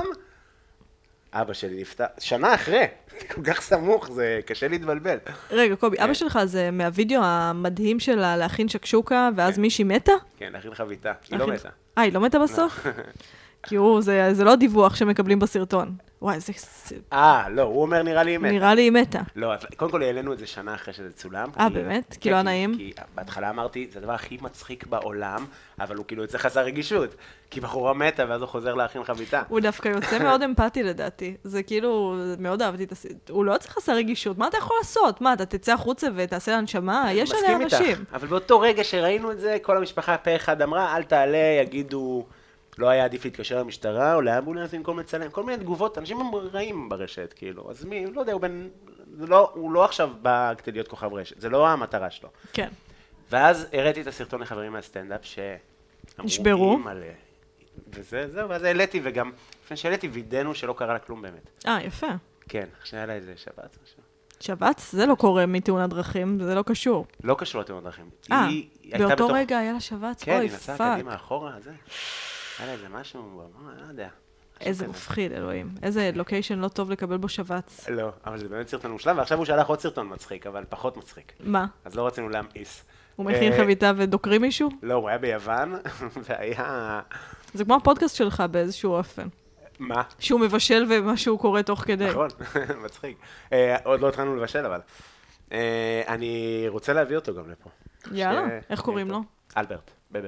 אבא שלי נפטר, שנה אחרי, כל כך סמוך, זה קשה להתבלבל. רגע, קובי, כן. אבא שלך זה מהווידאו המדהים שלה להכין שקשוקה, ואז מישהי מתה? כן, להכין חביתה, היא לא להכין- מתה. אה, היא לא מתה בסוף? כי הוא, זה זה לא דיווח שמקבלים בסרטון. וואי, זה... זה- אה, לא, הוא אומר נראה לי היא מתה. נראה לי היא מתה. לא, אז קודם כל העלינו את זה שנה אחרי שזה צולם. אה, כי- באמת? כן, כאילו, כי- נעים? כי בהתחלה אמרתי, זה הדבר הכי מצחיק בעולם, אבל הוא כאילו יוצא חסר רגישות. כי בחורה מתה, ואז הוא חוזר להכין חביתה. הוא דווקא יוצא מאוד אמפתי לדעתי. זה כאילו, מאוד אהבתי את הסרט. הוא לא צריך חסר רגישות. מה אתה יכול לעשות? מה, אתה תצא החוצה ותעשה להנשמה? יש עליה מסכים אנשים. איתך, אבל באותו רגע שראינו את זה, כל המשפחה פה אחד אמרה, אל תעלה, יגידו, לא היה עדיף להתקשר למשטרה או לאמבולנס במקום לצלם, כל מיני תגובות, אנשים הם רעים ברשת, כאילו, אז מי, לא יודע, הוא בן, זה לא, הוא לא עכשיו בא כדי להיות כוכב רשת, זה לא המטרה שלו. כן. ואז הראיתי את הסרטון לחברים מהסטנדאפ, שאמרו, נשברו. "אימא'לה", וזה, זהו, ואז העליתי, וגם, לפני שהעליתי, וידאנו שלא קרה לה כלום באמת. אה, יפה. כן, עכשיו היה לה איזה שבת, משהו. שבץ? זה לא קורה מתאונת דרכים, זה לא קשור. לא קשור לתאונות דרכים. אה, היא הייתה באותו בתוך- רגע היה לה שבץ? כן, אוי, היא נסעה פאק. קדימה אחורה, זה. היה לה איזה משהו, לא יודע. משהו איזה כזה. מפחיד, אלוהים. איזה לוקיישן לא טוב לקבל בו שבץ. לא, אבל זה באמת סרטון מושלם, ועכשיו הוא שלח עוד סרטון מצחיק, אבל פחות מצחיק. מה? אז לא רצינו להמאיס. הוא מכין אה, חביתה ודוקרים מישהו? לא, הוא היה ביוון, והיה... זה כמו הפודקאסט שלך באיזשהו אופן. מה? שהוא מבשל ומשהו קורה תוך כדי. נכון, מצחיק. אה, עוד לא התחלנו לבשל, אבל. אה, אני רוצה להביא אותו גם לפה. יאללה, ש- איך קוראים לו? אלברט, בבר.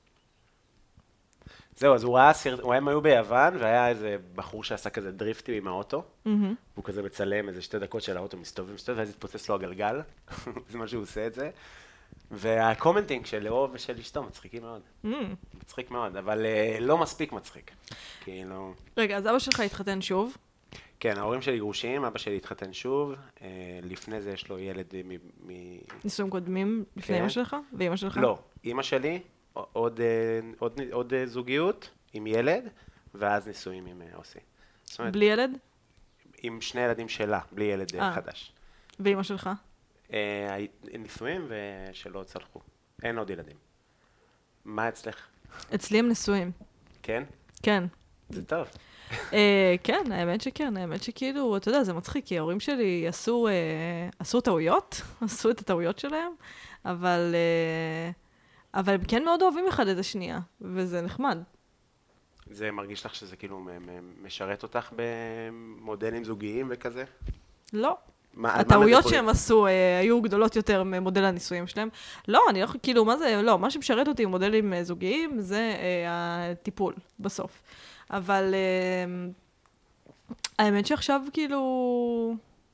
זהו, אז הוא ראה סרט, הוא היה היו ביוון, והיה איזה בחור שעשה כזה דריפטים עם האוטו, מהמם. והוא כזה מצלם איזה שתי דקות של האוטו מסתובב, מסתובב, ואז התפוצץ לו הגלגל, זה מה שהוא עושה את זה. והקומנטינג של לאו ושל אשתו מצחיקים מאוד, מהמם. מצחיק מאוד, אבל אה, לא מספיק מצחיק. כאילו... רגע, אז אבא שלך התחתן שוב? כן, ההורים שלי גרושים, אבא שלי התחתן שוב, אה, לפני זה יש לו ילד מ... מ... נישואים קודמים לפני כן. אמא שלך? ואמא שלך? לא, אימא שלי, עוד, אה, עוד, עוד אה, זוגיות עם ילד, ואז נישואים עם אה, אוסי. זאת אומרת, בלי ילד? עם שני ילדים שלה, בלי ילד אה, אה. חדש. ואמא שלך? אה, הי- נישואים ושלא צלחו. אין עוד ילדים. מה אצלך? אצלי הם נשואים. כן? כן. זה טוב. אה, כן, האמת שכן, האמת שכאילו, אתה יודע, זה מצחיק, כי ההורים שלי עשו, אה, עשו טעויות, עשו את הטעויות שלהם, אבל, אה, אבל הם כן מאוד אוהבים אחד את השנייה, וזה נחמד. זה מרגיש לך שזה כאילו מ- מ- משרת אותך במודלים זוגיים וכזה? לא. מה- על מה הטעויות מדברים? שהם עשו אה, היו גדולות יותר ממודל הניסויים שלהם. לא, אני לא, כאילו, מה זה, לא, מה שמשרת אותי עם מודלים אה, זוגיים זה אה, הטיפול בסוף. אבל אה, האמת שעכשיו כאילו...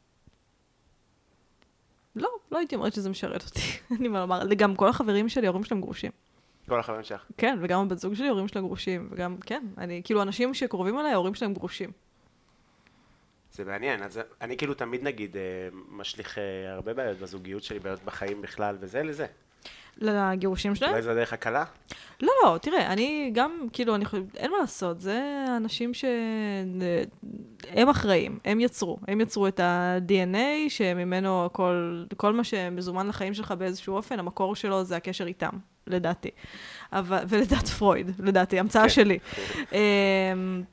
לא, לא הייתי אומרת שזה משרת אותי. אני מה לומר, גם כל החברים שלי, ההורים שלהם גרושים. כל החברים שלך. כן, וגם הבת זוג שלי, ההורים שלהם גרושים. וגם, כן, אני, כאילו, אנשים שקרובים אליי, ההורים שלהם גרושים. זה מעניין, אז אני כאילו תמיד נגיד אה, משליך אה, הרבה בעיות בזוגיות שלי, בעיות בחיים בכלל, וזה לזה. לגירושים שלהם? אולי זה הדרך הקלה? לא, לא, תראה, אני גם, כאילו, אני חושבת, אין מה לעשות, זה אנשים ש... הם אחראים, הם יצרו, הם יצרו את ה-די אן איי, שממנו כל, כל מה שמזומן לחיים שלך באיזשהו אופן, המקור שלו זה הקשר איתם, לדעתי. אבל, ולדעת פרויד, לדעתי, המצאה שלי. אמ,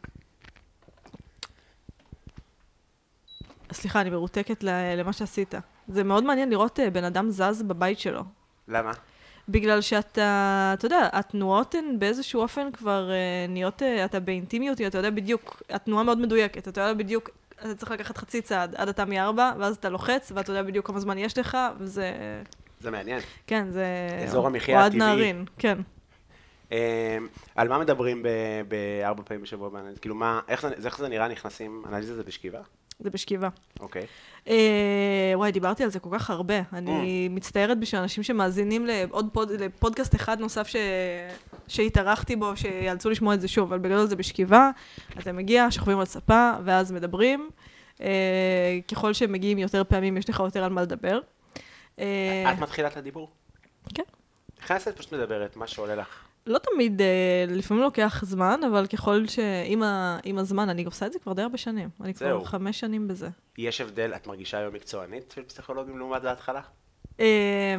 סליחה, אני מרותקת ל- למה שעשית. זה מאוד מעניין לראות אה, בן אדם זז בבית שלו. למה? בגלל שאתה, אתה יודע, התנועות הן באיזשהו אופן כבר אה, נהיות, אה, אתה באינטימיות, אתה יודע בדיוק, התנועה מאוד מדויקת, אתה יודע בדיוק, אתה צריך לקחת חצי צעד עד אתה מארבע, ואז אתה לוחץ, ואתה יודע בדיוק כמה זמן יש לך, וזה, זה מעניין. כן, זה... אזור המחיה אוהד הטבעי. נהרין, כן. אה, על מה מדברים ב- בארבע פעמים בשבוע באנליזה? כאילו מה, איך זה, איך זה נראה נכנסים, אנליזה זה בשכיבה? זה בשכיבה. אוקיי. אה, וואי, דיברתי על זה כל כך הרבה. אני מצטערת בשביל אנשים שמאזינים לעוד פוד, לפודקאסט אחד נוסף ש... שהתארחתי בו, שיאלצו לשמוע את זה שוב, אבל בגלל זה בשכיבה, אתה מגיע, שוכבים על ספה, ואז מדברים. אה, ככל שהם מגיעים יותר פעמים, יש לך יותר על מה לדבר. אה, את מתחילה את הדיבור? כן. נכנסת פשוט מדברת, מה שעולה לך. לא תמיד, אה, לפעמים לוקח זמן, אבל ככל שעם ה... עם הזמן, אני עושה את זה כבר די הרבה שנים. אני כבר זהו. חמש שנים בזה. יש הבדל, את מרגישה היום מקצוענית של פסיכולוגים לעומת בהתחלה? אה,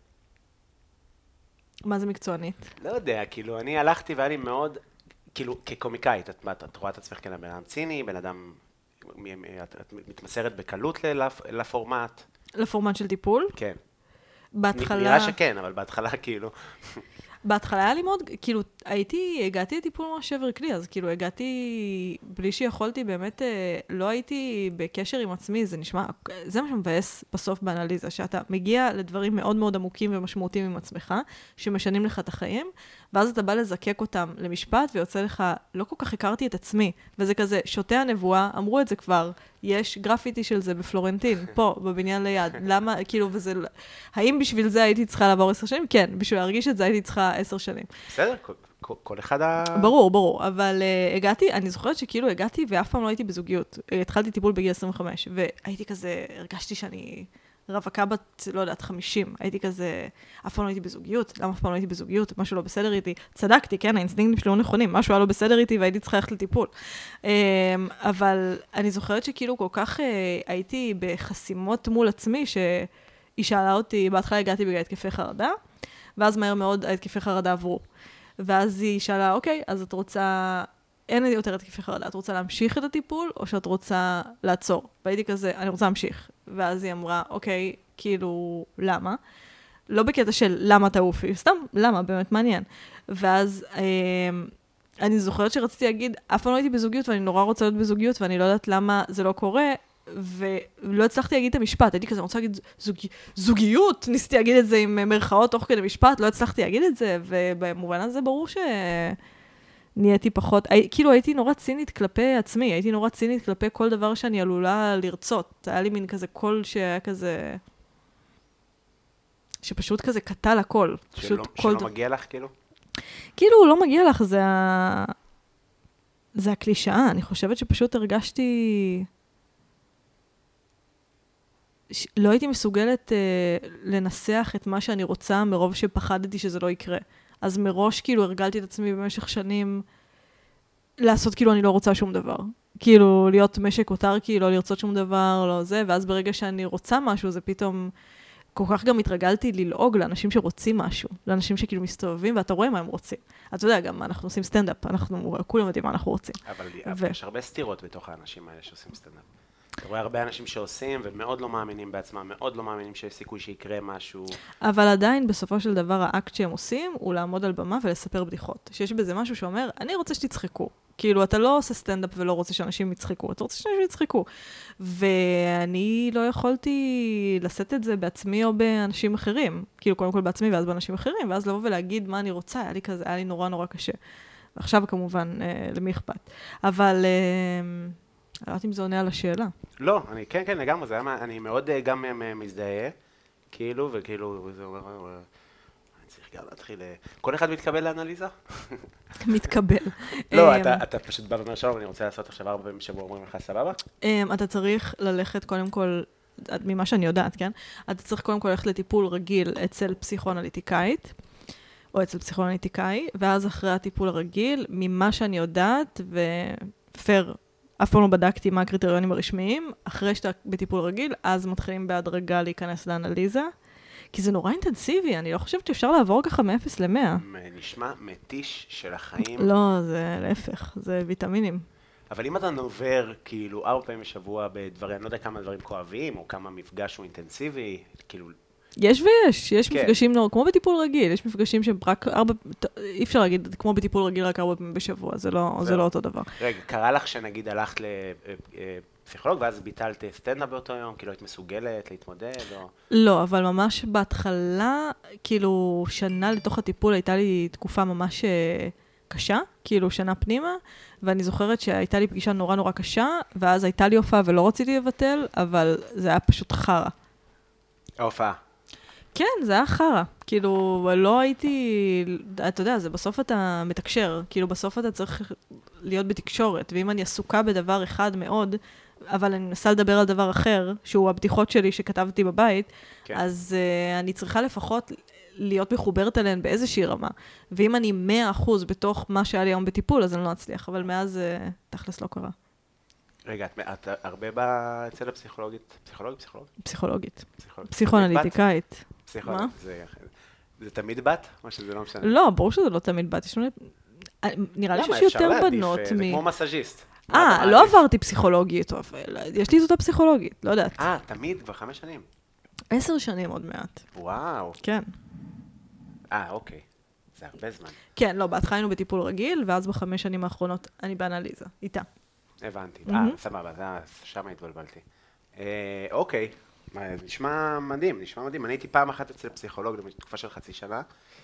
מה זה מקצוענית? לא יודע, כאילו, אני הלכתי והיה לי מאוד, כאילו, כקומיקאית, את, את, את רואה את עצמך כבן אדם ציני, בן אדם, את, את מתמסרת בקלות לפ, לפורמט, לפורמט של טיפול? כן. בהתחלה... נראה שכן, אבל בהתחלה כאילו, בהתחלה היה לי מאוד, כאילו, הייתי, הגעתי לטיפול ממש שבר כלי, אז כאילו, הגעתי בלי שיכולתי, באמת, אה, לא הייתי בקשר עם עצמי, זה נשמע, זה מה שמבאס בסוף באנליזה, שאתה מגיע לדברים מאוד מאוד עמוקים ומשמעותיים עם עצמך, שמשנים לך את החיים, ואז אתה בא לזקק אותם למשפט, ויוצא לך, לא כל כך הכרתי את עצמי, וזה כזה, שוטי הנבואה, אמרו את זה כבר, יש גרפיטי של זה בפלורנטין, פה, בבניין ליד, למה, כאילו, וזה, האם בשביל זה הייתי צריכה לעבור עשר שנים? כן, בשביל להרגיש את זה הייתי צריכה עשר שנים. בסדר, כל, כל, כל אחד ה... ברור, ברור, אבל uh, הגעתי, אני זוכרת שכאילו הגעתי ואף פעם לא הייתי בזוגיות. התחלתי טיפול בגיל עשרים וחמש, והייתי כזה, הרגשתי שאני רווקה בת, לא יודעת, חמישים. הייתי כזה, אף פעם לא הייתי בזוגיות, למה אף פעם לא הייתי בזוגיות? משהו לא בסדר איתי. צדקתי, כן, האינסטינקטים שלי לא נכונים, משהו היה לא בסדר איתי והייתי צריכה ללכת לטיפול. Um, אבל אני זוכרת שכאילו כל כך uh, הייתי בחסימות מול עצמי, שהיא שאלה אותי, בהתחלה הגעתי בגלל התקפי חרדה, ואז מהר מאוד ההתקפי חרדה עברו. ואז היא שאלה, אוקיי, אז את רוצה, אין לי יותר התקפי חרדה, את רוצה להמשיך את הטיפול, או שאת רוצה לעצור? והייתי כזה, אני רוצה להמשיך. ואז היא אמרה, אוקיי, כאילו, למה? לא בקטע של למה תעופי, סתם, למה, באמת מעניין. ואז אה, אני זוכרת שרציתי להגיד, אף פעם לא הייתי בזוגיות, ואני נורא רוצה להיות בזוגיות, ואני לא יודעת למה זה לא קורה, ולא הצלחתי להגיד את המשפט, הייתי כזה, אני רוצה להגיד זוג... זוגיות, ניסיתי להגיד את זה עם מרכאות תוך כדי משפט, לא הצלחתי להגיד את זה, ובמובן הזה ברור שנהייתי פחות, הי... כאילו הייתי נורא צינית כלפי עצמי, הייתי נורא צינית כלפי כל דבר שאני עלולה לרצות, היה לי מין כזה קול שהיה כזה, שפשוט כזה קטל הכל. שלא, שלא מגיע לך, כאילו? כאילו, לא מגיע לך, זה ה... זה הקלישאה, אני חושבת שפשוט הרגשתי... לא הייתי מסוגלת uh, לנסח את מה שאני רוצה מרוב שפחדתי שזה לא יקרה. אז מראש כאילו הרגלתי את עצמי במשך שנים לעשות כאילו אני לא רוצה שום דבר. כאילו להיות משק אוטרקי, לא לרצות שום דבר, לא זה, ואז ברגע שאני רוצה משהו זה פתאום כל כך גם התרגלתי ללעוג לאנשים שרוצים משהו, לאנשים שכאילו מסתובבים, ואתה רואה מה הם רוצים. אתה יודע, גם אנחנו עושים סטנדאפ, אנחנו כולם יודעים מה אנחנו רוצים. אבל ו... יש הרבה סתירות בתוך האנשים האלה שעושים סטנדאפ. אתה רואה הרבה אנשים שעושים, ומאוד לא מאמינים בעצמם, מאוד לא מאמינים שיש סיכוי שיקרה משהו. אבל עדיין, בסופו של דבר, האקט שהם עושים, הוא לעמוד על במה ולספר בדיחות. שיש בזה משהו שאומר, אני רוצה שתצחקו. כאילו, אתה לא עושה סטנדאפ ולא רוצה שאנשים יצחקו, אתה רוצה שאנשים יצחקו. ואני לא יכולתי לשאת את זה בעצמי או באנשים אחרים. כאילו, קודם כל בעצמי ואז באנשים אחרים, ואז לבוא ולהגיד מה אני רוצה, היה לי כזה, היה לי נורא נורא קשה. ועכשיו, כמובן, אה, למי אכפת. אבל... אה, אני לא יודעת אם זה עונה על השאלה. לא, אני, כן, כן, לגמרי, זה היה, אני מאוד גם מזדהה, כאילו, וכאילו, זה אומר, אני צריך גם להתחיל, כל אחד מתקבל לאנליזה? מתקבל. לא, אתה, אתה פשוט בא ואומר שלום, אני רוצה לעשות עכשיו ארבע פעמים שבוע, אומרים לך, סבבה? אתה צריך ללכת קודם כל, ממה שאני יודעת, כן? אתה צריך קודם כל ללכת לטיפול רגיל אצל פסיכואנליטיקאית, או אצל פסיכואנליטיקאי, ואז אחרי הטיפול הרגיל, ממה שאני יודעת, ופר, אף פעם לא בדקתי מה הקריטריונים הרשמיים, אחרי שאתה בטיפול רגיל, אז מתחילים בהדרגה להיכנס לאנליזה, כי זה נורא אינטנסיבי, אני לא חושבת שאפשר לעבור ככה מ-אפס ל-מאה. נשמע מתיש של החיים. לא, זה להפך, זה ויטמינים. אבל אם אתה נובר כאילו ארבע פעמים בשבוע בדברים, אני לא יודע כמה דברים כואבים, או כמה מפגש הוא אינטנסיבי, כאילו... יש ויש, יש כן. מפגשים נורא, כמו בטיפול רגיל, יש מפגשים שרק ארבע, אי אפשר להגיד, כמו בטיפול רגיל רק ארבע פעמים בשבוע, זה לא, זה לא אותו דבר. רגע, קרה לך שנגיד הלכת לפסיכולוג, ואז ביטלת סטנדאפ באותו יום, כאילו היית מסוגלת להתמודד, או... לא, אבל ממש בהתחלה, כאילו שנה לתוך הטיפול, הייתה לי תקופה ממש קשה, כאילו שנה פנימה, ואני זוכרת שהייתה לי פגישה נורא נורא קשה, ואז הייתה לי הופעה ולא רציתי לבטל, אבל זה היה פשוט חרה. ההופעה. כן, זה היה חרה. כאילו, לא הייתי... אתה יודע, זה בסוף אתה מתקשר. כאילו, בסוף אתה צריך להיות בתקשורת. ואם אני עסוקה בדבר אחד מאוד, אבל אני מנסה לדבר על דבר אחר, שהוא הבדיחות שלי שכתבתי בבית, כן. אז uh, אני צריכה לפחות להיות מחוברת אליהן באיזושהי רמה. ואם אני מאה אחוז בתוך מה שהיה לי היום בטיפול, אז אני לא אצליח. אבל מאז uh, תכלס לא קרה. רגע, את, את הרבה באה אצל הפסיכולוגית? פסיכולוגית? פסיכולוגית? פסיכולוגית. פסיכואנליטיקאית. פסיכולוגית. זה, זה תמיד בת? או שזה לא משנה? לא, ברור שזה לא תמיד בת. יש... נראה לי שיש יותר בנות מ... זה כמו מסאז'יסט. אה, לא עברתי פסיכולוגית, יש לי זאת פסיכולוגית, לא יודעת. אה, תמיד כבר חמש שנים. עשר שנים עוד מעט. וואו. כן. אה, אוקיי. זה הרבה זמן. כן, לא, בהתחלה היינו בטיפול רגיל, ואז בחמש שנים האחרונות אני באנליזה, איתה. הבנתי. אה, סבבה, שם התבלבלתי. אוקיי, נשמע מדהים, נשמע מדהים. אני הייתי פעם אחת אצל פסיכולוג בתקופה של חצי שנה,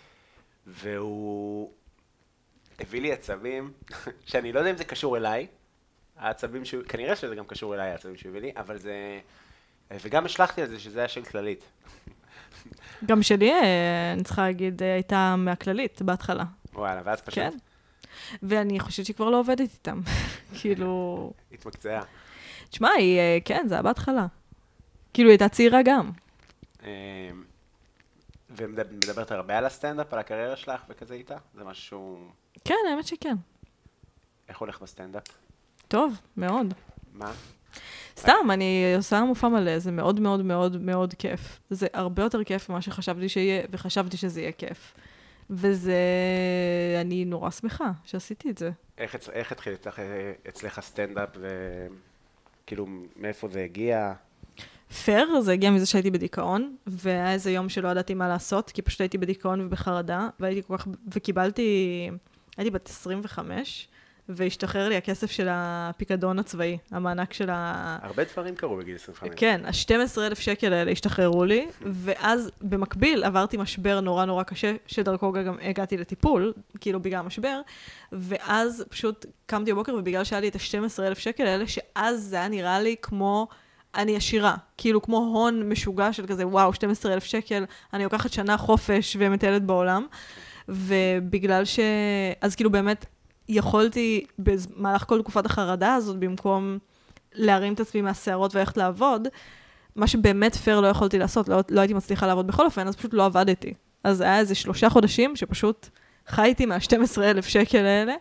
והוא הביא לי עצבים, שאני לא יודע אם זה קשור אליי, העצבים שהוא, כנראה שזה גם קשור אליי, העצבים שהוא הביא לי, אבל זה, וגם השלחתי על זה שזה היה של כללית. גם שלי, אני צריכה להגיד, הייתה מהכללית בהתחלה. וואלה, ואז פשוט. כן. ואני חושבת שהיא כבר לא עובדת איתם. כאילו... התמקצעה. תשמע, היא, כן, זה היה בהתחלה. כאילו, היא הייתה צעירה גם. ומדברת הרבה על הסטנדאפ, על הקריירה שלך וכזה איתה? זה משהו... כן, האמת שכן. איך הולך בסטנדאפ? טוב, מאוד. מה? סתם, אני עושה מופע מלא, זה מאוד מאוד מאוד מאוד כיף. זה הרבה יותר כיף ממה שחשבתי שיהיה, וחשבתי שזה יהיה כיף. וזה... אני נורא שמחה שעשיתי את זה. איך, איך התחיל אצלך סטנדאפ, וכאילו מאיפה זה הגיע? פייר, זה הגיע מזה שהייתי בדיכאון, והיה איזה יום שלא ידעתי מה לעשות, כי פשוט הייתי בדיכאון ובחרדה, והייתי כל כך... וקיבלתי... הייתי בת עשרים וחמש, והשתחרר לי הכסף של הפיקדון הצבאי, המענק של ה... הרבה דברים קרו בגיל עשרים וחמש. כן, ה-שנים עשר אלף שקל האלה השתחררו לי, ואז במקביל עברתי משבר נורא נורא קשה, שדרכו גם הגעתי לטיפול, כאילו בגלל המשבר, ואז פשוט קמתי בבוקר, ובגלל שהיה לי את ה-שנים עשר אלף שקל האלה, שאז זה היה נראה לי כמו... אני עשירה, כאילו כמו הון משוגע של כזה, וואו, שנים עשר אלף שקל, אני לוקחת שנה חופש ומטלת בעולם, ובגלל ש... אז כאילו באמת יכולתי במהלך כל תקופת החרדה הזאת, במקום להרים את עצמי מהשערות ולכת לעבוד, מה שבאמת פייר לא יכולתי לעשות, לא, לא הייתי מצליחה לעבוד בכל אופן, אז פשוט לא עבדתי. אז היה איזה שלושה חודשים שפשוט חייתי מה-שנים עשר אלף שקל האלה,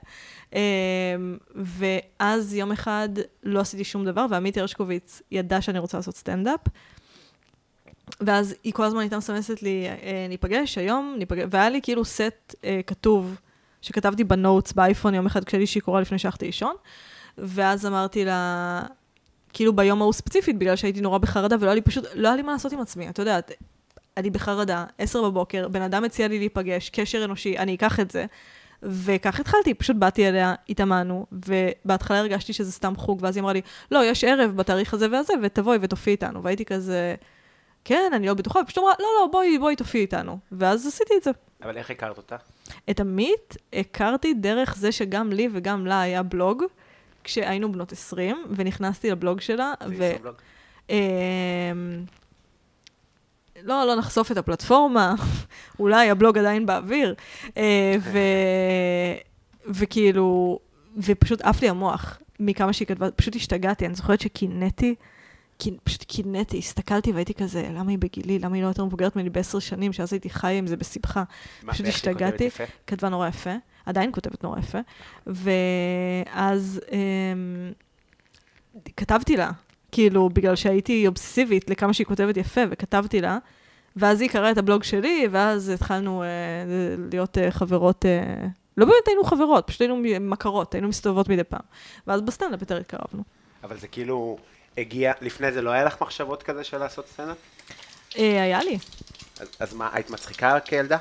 ואז יום אחד לא עשיתי שום דבר, ועמית הרשקוביץ ידע שאני רוצה לעשות סטנדאפ, ואז היא כל הזמן הייתה מסמסת לי, אה, ניפגש היום, ניפגש, והיה לי כאילו סט אה, כתוב, שכתבתי בנוטס באייפון יום אחד כשלי שיכורה לפני שהלכתי לישון, ואז אמרתי לה, כאילו ביום ההוא ספציפית, בגלל שהייתי נורא בחרדה, ולא היה לי פשוט, לא היה לי מה לעשות עם עצמי, אתה יודע, אני בחרדה, עשר בבוקר, בן אדם הציע לי להיפגש, קשר אנושי, אני אקח את זה, וכך התחלתי, פשוט באתי אליה, התאמנו, ובהתחלה הרגשתי שזה סתם חוג, ואז היא אמרה לי, לא, יש ערב בתאריך הזה והזה, ותבואי ותופיעי איתנו, והייתי כזה, כן, אני לא בטוחה, ופשוט אמרה, לא, לא, בואי, בואי תופיעי איתנו, ואז עשיתי את זה. אבל איך הכרת אותה? את עמית הכרתי דרך זה שגם לי וגם לה היה בלוג, כשהיינו בנות עשרים, ונכנסתי לבלוג שלה, ו... בלוג? לא, לא נחשוף את הפלטפורמה, אולי הבלוג עדיין באוויר, ו... וכאילו, ופשוט עף לי המוח מכמה שהיא כתבה, פשוט השתגעתי, אני זוכרת שקינאתי, פשוט קינאתי, הסתכלתי והייתי כזה, למה היא בגילי, למה היא לא יותר מבוגרת ממני בעשר שנים, שאז הייתי חיה עם זה בשמחה. פשוט השתגעתי, כתבה נורא יפה, עדיין כותבת נורא יפה, ואז כתבתי לה, כאילו, בגלל שהייתי אובססיבית לכמה שהיא כותבת יפה, וכתבתי לה, ואז היא קראה את הבלוג שלי, ואז התחלנו להיות חברות, לא באמת היינו חברות, פשוט היינו מכרות, היינו מסתובבות מדי פעם, ואז בסטנדאפ יותר התקרבנו. אבל זה כאילו... הגיע, לפני זה לא היה לך מחשבות כזה של לעשות סצנה? היה לי. אז מה, היית מצחיקה כילדה?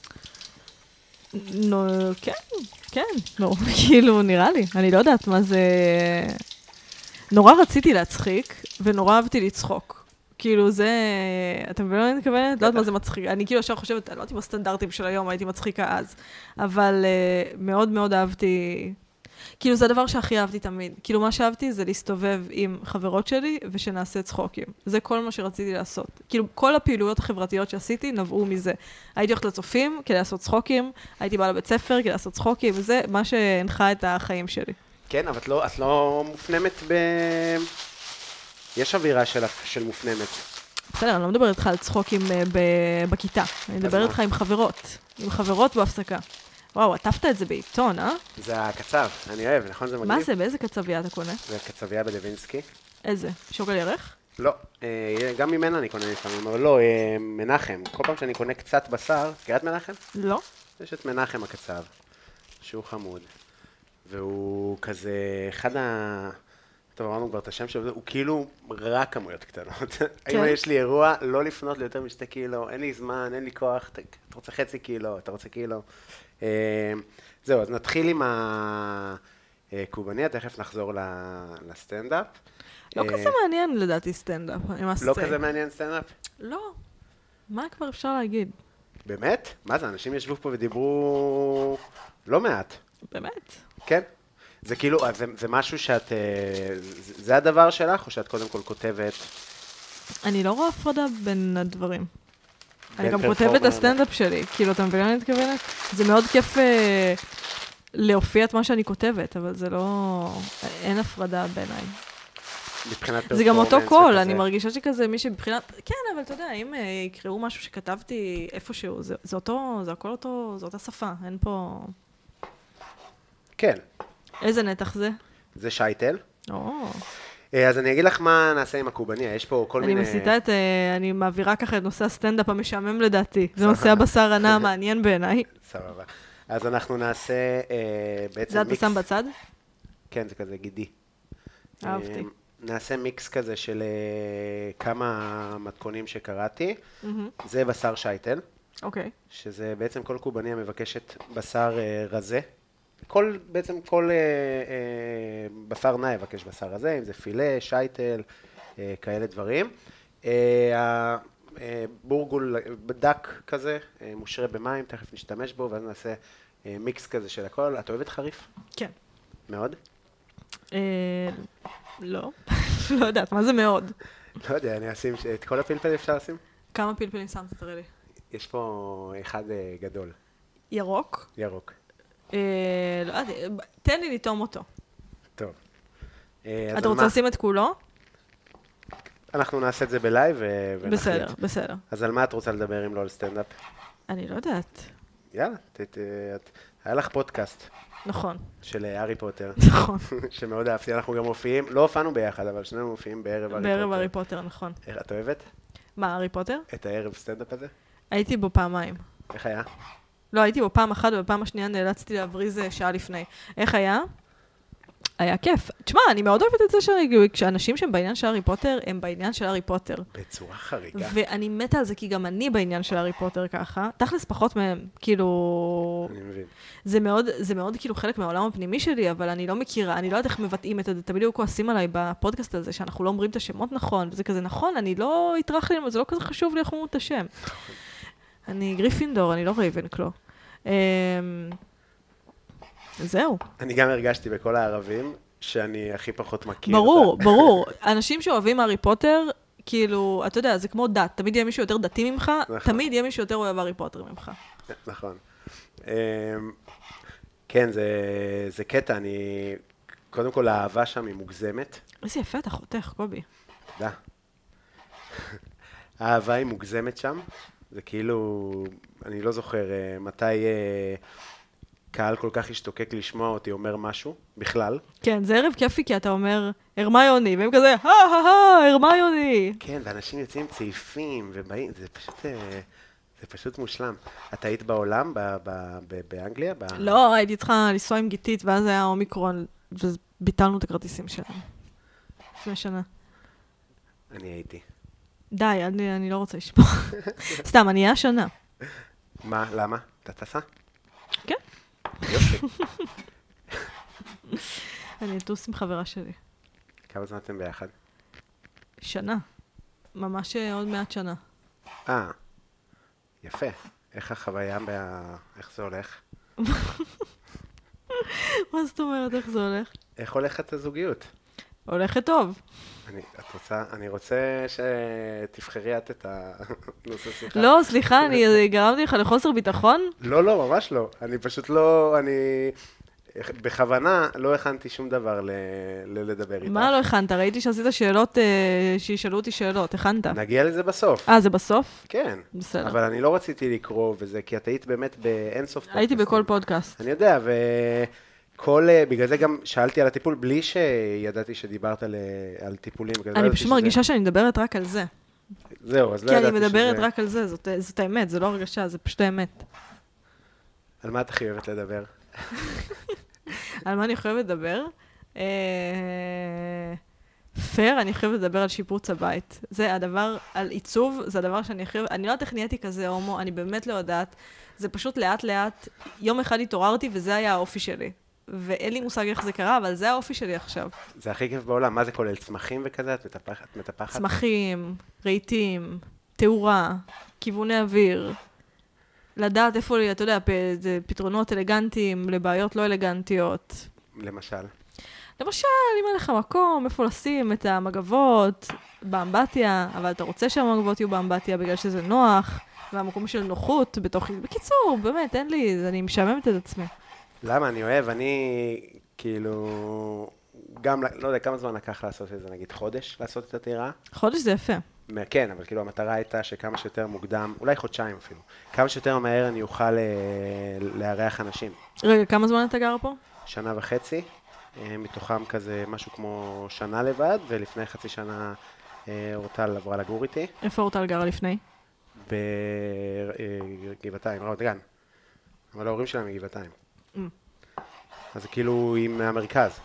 נו, כן, כן, נו, כאילו, נראה לי, אני לא יודעת מה זה... נורא רציתי להצחיק, ונורא אהבתי לצחוק. כאילו, זה... אתם מבינים מה אני מתכוונת? לא יודעת מה זה מצחיק. אני כאילו עכשיו חושבת, אני לא יודעת אם הסטנדרטים של היום, הייתי מצחיקה אז, אבל מאוד מאוד אהבתי... כאילו, זה הדבר שהכי אהבתי תמיד. כאילו, מה שאהבתי זה להסתובב עם חברות שלי ושנעשה צחוקים. זה כל מה שרציתי לעשות. כאילו, כל הפעילויות החברתיות שעשיתי נבעו מזה. הייתי הולכת לצופים כדי לעשות צחוקים, הייתי באה לבית ספר כדי לעשות צחוקים, וזה מה שהנחה את החיים שלי. כן, אבל את לא, את לא מופנמת ב... יש אווירה של, של מופנמת. בסדר, אני לא מדברת איתך על צחוקים ב- בכיתה. אני מדברת איתך עם חברות. עם חברות בהפסקה. וואו, עטפת את זה בעיתון, אה? זה הקצב, אני אוהב, נכון? זה מגניב? מה זה? באיזה קצבייה אתה קונה? זה קצבייה בלווינסקי. איזה? שוקל ירך? לא, גם ממנה אני קונה לפעמים, אבל לא, מנחם. כל פעם שאני קונה קצת בשר, קראת מנחם? לא. יש את מנחם הקצב, שהוא חמוד, והוא כזה, אחד ה... טוב, אמרנו כבר את השם שלו, הוא כאילו רק כמויות קטנות. אם יש לי אירוע, לא לפנות ליותר משתי קילו, אין לי זמן, אין לי כוח, אתה רוצה חצי קילו, אתה רוצה קילו. זהו, אז נתחיל עם הקובניה, תכף נחזור לסטנדאפ. לא כזה מעניין לדעתי סטנדאפ. לא כזה מעניין סטנדאפ? לא. מה כבר אפשר להגיד? באמת? מה זה, אנשים ישבו פה ודיברו לא מעט. באמת? כן. זה כאילו, זה, זה משהו שאת, זה, זה הדבר שלך, או שאת קודם כל כותבת? אני לא רואה הפרדה בין הדברים. אני גם כותבת את הסטנדאפ שלי, כאילו, אתה מבין מה אני מתכוונת? זה מאוד כיף אה, להופיע את מה שאני כותבת, אבל זה לא... אין הפרדה בעיניי. זה גם אותו קול, אני מרגישה שכזה מי שבבחינת... כן, אבל אתה יודע, אם אה, יקראו משהו שכתבתי איפשהו, זה, זה אותו, זה הכל אותו, זה אותה שפה, אין פה... כן. איזה נתח זה? זה שייטל. או... אז אני אגיד לך מה נעשה עם הקובניה, יש פה כל מיני... אני מסיתה את, אני מעבירה ככה את נושא הסטנדאפ המשעמם לדעתי. זה נושא הבשר ענה מעניין בעיניי. סבבה. אז אנחנו נעשה בעצם זה אתה שם בצד? כן, זה כזה גידי. אהבתי. נעשה מיקס כזה של כמה מתכונים שקראתי. זה בשר שייטל. אוקיי. שזה בעצם כל קובניה מבקשת בשר רזה. כל, בעצם כל אה, אה, בשר נע יבקש בשר הזה, אם זה פילה, שייטל, אה, כאלה דברים. אה, אה, בורגול דק כזה, אה, מושרה במים, תכף נשתמש בו, ואז נעשה אה, מיקס כזה של הכל. את אוהבת חריף? כן. מאוד? אה, לא. לא יודעת, מה זה מאוד? לא יודע, אני אשים, את כל הפלפלים אפשר לשים? כמה פלפלים שמת, תראה לי. יש פה אחד אה, גדול. ירוק? ירוק. לא יודעת, תן לי לטעום אותו. טוב. אתה רוצה לשים את כולו? אנחנו נעשה את זה בלייב ונחליט. בסדר, בסדר. אז על מה את רוצה לדבר אם לא על סטנדאפ? אני לא יודעת. יאללה, היה לך פודקאסט. נכון. של הארי פוטר. נכון. שמאוד אהבתי, אנחנו גם מופיעים, לא הופענו ביחד, אבל שנינו מופיעים בערב הארי פוטר. בערב הארי פוטר, נכון. את אוהבת? מה, הארי פוטר? את הערב סטנדאפ הזה? הייתי בו פעמיים. איך היה? לא, הייתי בו פעם אחת, ובפעם השנייה נאלצתי להבריז שעה לפני. איך היה? היה כיף. תשמע, אני מאוד אוהבת את זה שאנשים שהם בעניין של הארי פוטר, הם בעניין של הארי פוטר. בצורה חריגה. ואני מתה על זה, כי גם אני בעניין של הארי פוטר ככה. תכלס פחות מהם, כאילו... אני מבין. זה מאוד, זה מאוד כאילו חלק מהעולם הפנימי שלי, אבל אני לא מכירה, אני לא יודעת איך מבטאים את זה. תמיד היו כועסים עליי בפודקאסט הזה, שאנחנו לא אומרים את השמות נכון, וזה כזה נכון, אני לא אטרח לי, זה לא כזה חשוב לי איך אומרים את השם. אני גריפינדור, אני לא רייבנקלו. זהו. אני גם הרגשתי בכל הערבים שאני הכי פחות מכיר. ברור, ברור. אנשים שאוהבים הארי פוטר, כאילו, אתה יודע, זה כמו דת. תמיד יהיה מישהו יותר דתי ממך, תמיד יהיה מישהו יותר אוהב הארי פוטר ממך. נכון. כן, זה קטע. אני... קודם כל, האהבה שם היא מוגזמת. איזה יפה, אתה חותך, קובי. תודה. האהבה היא מוגזמת שם. זה כאילו, אני לא זוכר מתי קהל כל כך השתוקק לשמוע אותי אומר משהו, בכלל. כן, זה ערב כיפי, כי אתה אומר, הרמיוני, והם כזה, הא, הא, הא, הרמיוני. כן, ואנשים יוצאים צעיפים ובאים, זה פשוט, זה פשוט מושלם. אתה היית בעולם, באנגליה? לא, הייתי צריכה לנסוע עם גיטית, ואז היה אומיקרון, וביטלנו את הכרטיסים שלנו. לפני שנה. אני הייתי. די, אני, אני לא רוצה לשמוע. סתם, אני אהיה השנה. מה? למה? אתה טסה? כן. יופי. אני אטוס עם חברה שלי. כמה זמן אתם ביחד? שנה. ממש עוד מעט שנה. אה, יפה. איך החוויה, בה... איך זה הולך? מה זאת אומרת, איך זה הולך? איך הולכת הזוגיות? הולכת טוב. אני, את רוצה, אני רוצה שתבחרי את את הנושא שיחה. לא, סליחה, אני גרמתי לך לחוסר ביטחון? לא, לא, ממש לא. אני פשוט לא, אני בכוונה לא הכנתי שום דבר ל, ל, לדבר איתך. מה לא הכנת? ראיתי שעשית שאלות, שישאלו אותי שאלות. הכנת? נגיע לזה בסוף. אה, זה בסוף? כן. בסדר. אבל אני לא רציתי לקרוא וזה, כי את היית באמת באינסוף פודקאסט. הייתי בכל פודקאסט. אני יודע, ו... כל, בגלל זה גם שאלתי על הטיפול, בלי שידעתי שדיברת על, על טיפולים. אני פשוט מרגישה שאני מדברת רק על זה. זהו, אז לא ידעתי שזה... כי אני מדברת רק על זה, זאת, זאת האמת, זה לא הרגשה, זה פשוט האמת. על מה את הכי אוהבת לדבר? על מה אני חייבת לדבר? פייר, אני חייבת לדבר על שיפוץ הבית. זה הדבר, על עיצוב, זה הדבר שאני חייבת... אני לא יודעת איך נהייתי כזה הומו, אני באמת לא יודעת. זה פשוט לאט לאט, יום אחד התעוררתי וזה היה האופי שלי. ואין לי מושג איך זה קרה, אבל זה האופי שלי עכשיו. זה הכי כיף בעולם. מה זה כולל? צמחים וכזה? את מטפחת? את מטפחת? צמחים, רהיטים, תאורה, כיווני אוויר. לדעת איפה לי, אתה יודע, פתרונות אלגנטיים לבעיות לא אלגנטיות. למשל? למשל, אם אין לך מקום, איפה לשים את המגבות באמבטיה, אבל אתה רוצה שהמגבות יהיו באמבטיה בגלל שזה נוח, והמקום של נוחות בתוך... בקיצור, באמת, אין לי, אני משעממת את עצמי. למה? אני אוהב, אני כאילו, גם, לא יודע, כמה זמן לקח לעשות את זה, נגיד חודש לעשות את הטירה? חודש זה יפה. כן, אבל כאילו המטרה הייתה שכמה שיותר מוקדם, אולי חודשיים אפילו, כמה שיותר מהר אני אוכל לארח אנשים. רגע, כמה זמן אתה גר פה? שנה וחצי, מתוכם כזה משהו כמו שנה לבד, ולפני חצי שנה אורטל עברה לגור איתי. איפה אורטל גרה לפני? בגבעתיים, רמת גן. אבל ההורים שלהם מגבעתיים. אז זה כאילו היא מהמרכז.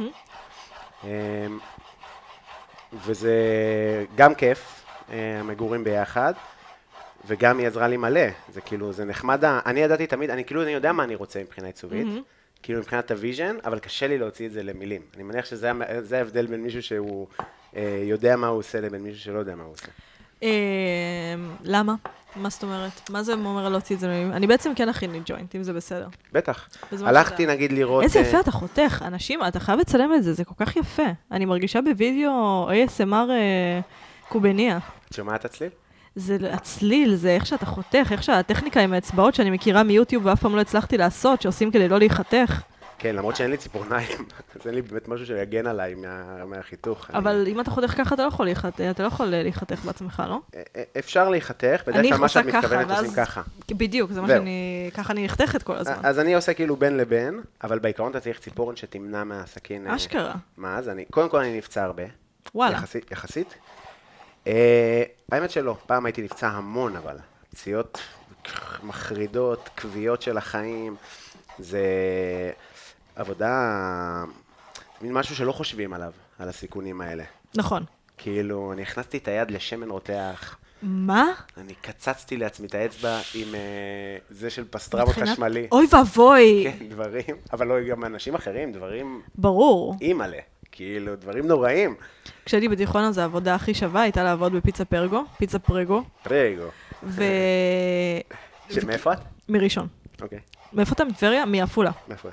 וזה גם כיף, המגורים ביחד, וגם היא עזרה לי מלא. זה כאילו, זה נחמד. אני ידעתי תמיד, אני כאילו, אני יודע מה אני רוצה מבחינה עיצובית, כאילו מבחינת הוויז'ן, אבל קשה לי להוציא את זה למילים. אני מניח שזה ההבדל בין מישהו שהוא יודע מה הוא עושה לבין מישהו שלא יודע מה הוא עושה. למה? מה זאת אומרת? מה זה אומר להוציא את זה למילים? אני בעצם כן הכין לי ג'וינט, אם זה בסדר. בטח. הלכתי נגיד לראות... איזה יפה אתה חותך. אנשים, אתה חייב לצלם את זה, זה כל כך יפה. אני מרגישה בווידאו איי אס אם אר קובניה. את שומעת הצליל? זה הצליל, זה איך שאתה חותך, איך שהטכניקה עם האצבעות שאני מכירה מיוטיוב ואף פעם לא הצלחתי לעשות, שעושים כדי לא להיחתך. כן, למרות שאין לי ציפורניים, אז אין לי באמת משהו שיגן עליי מהחיתוך. אבל אם אתה חותך ככה, אתה לא יכול להיחתך, אתה לא יכול להיחתך בעצמך, לא? אפשר להיחתך, בדרך כלל מה שאת מתכוונת עושים ככה. בדיוק, זה מה שאני, ככה אני נחתכת כל הזמן. אז אני עושה כאילו בין לבין, אבל בעיקרון אתה צריך ציפורן שתמנע מהסכין. אשכרה. מה, אז אני, קודם כל אני נפצע הרבה. וואלה. יחסית. אה, האמת שלא, פעם הייתי נפצע המון, אבל פציעות מחרידות, קביעות של החיים, זה עבודה, מין משהו שלא חושבים עליו, על הסיכונים האלה. נכון. כאילו, אני הכנסתי את היד לשמן רותח. מה? אני קצצתי לעצמי את האצבע עם uh, זה של פסטרמות חשמלי. אוי ואבוי. כן, דברים, אבל לא גם אנשים אחרים, דברים... ברור. אימאלה, כאילו, דברים נוראים. כשהייתי בתיכון, אז העבודה הכי שווה הייתה לעבוד בפיצה פרגו, פיצה פרגו. פרגו. ו... מאיפה את? מראשון. אוקיי. מאיפה אתה? מטבריה? מעפולה. מאיפה את?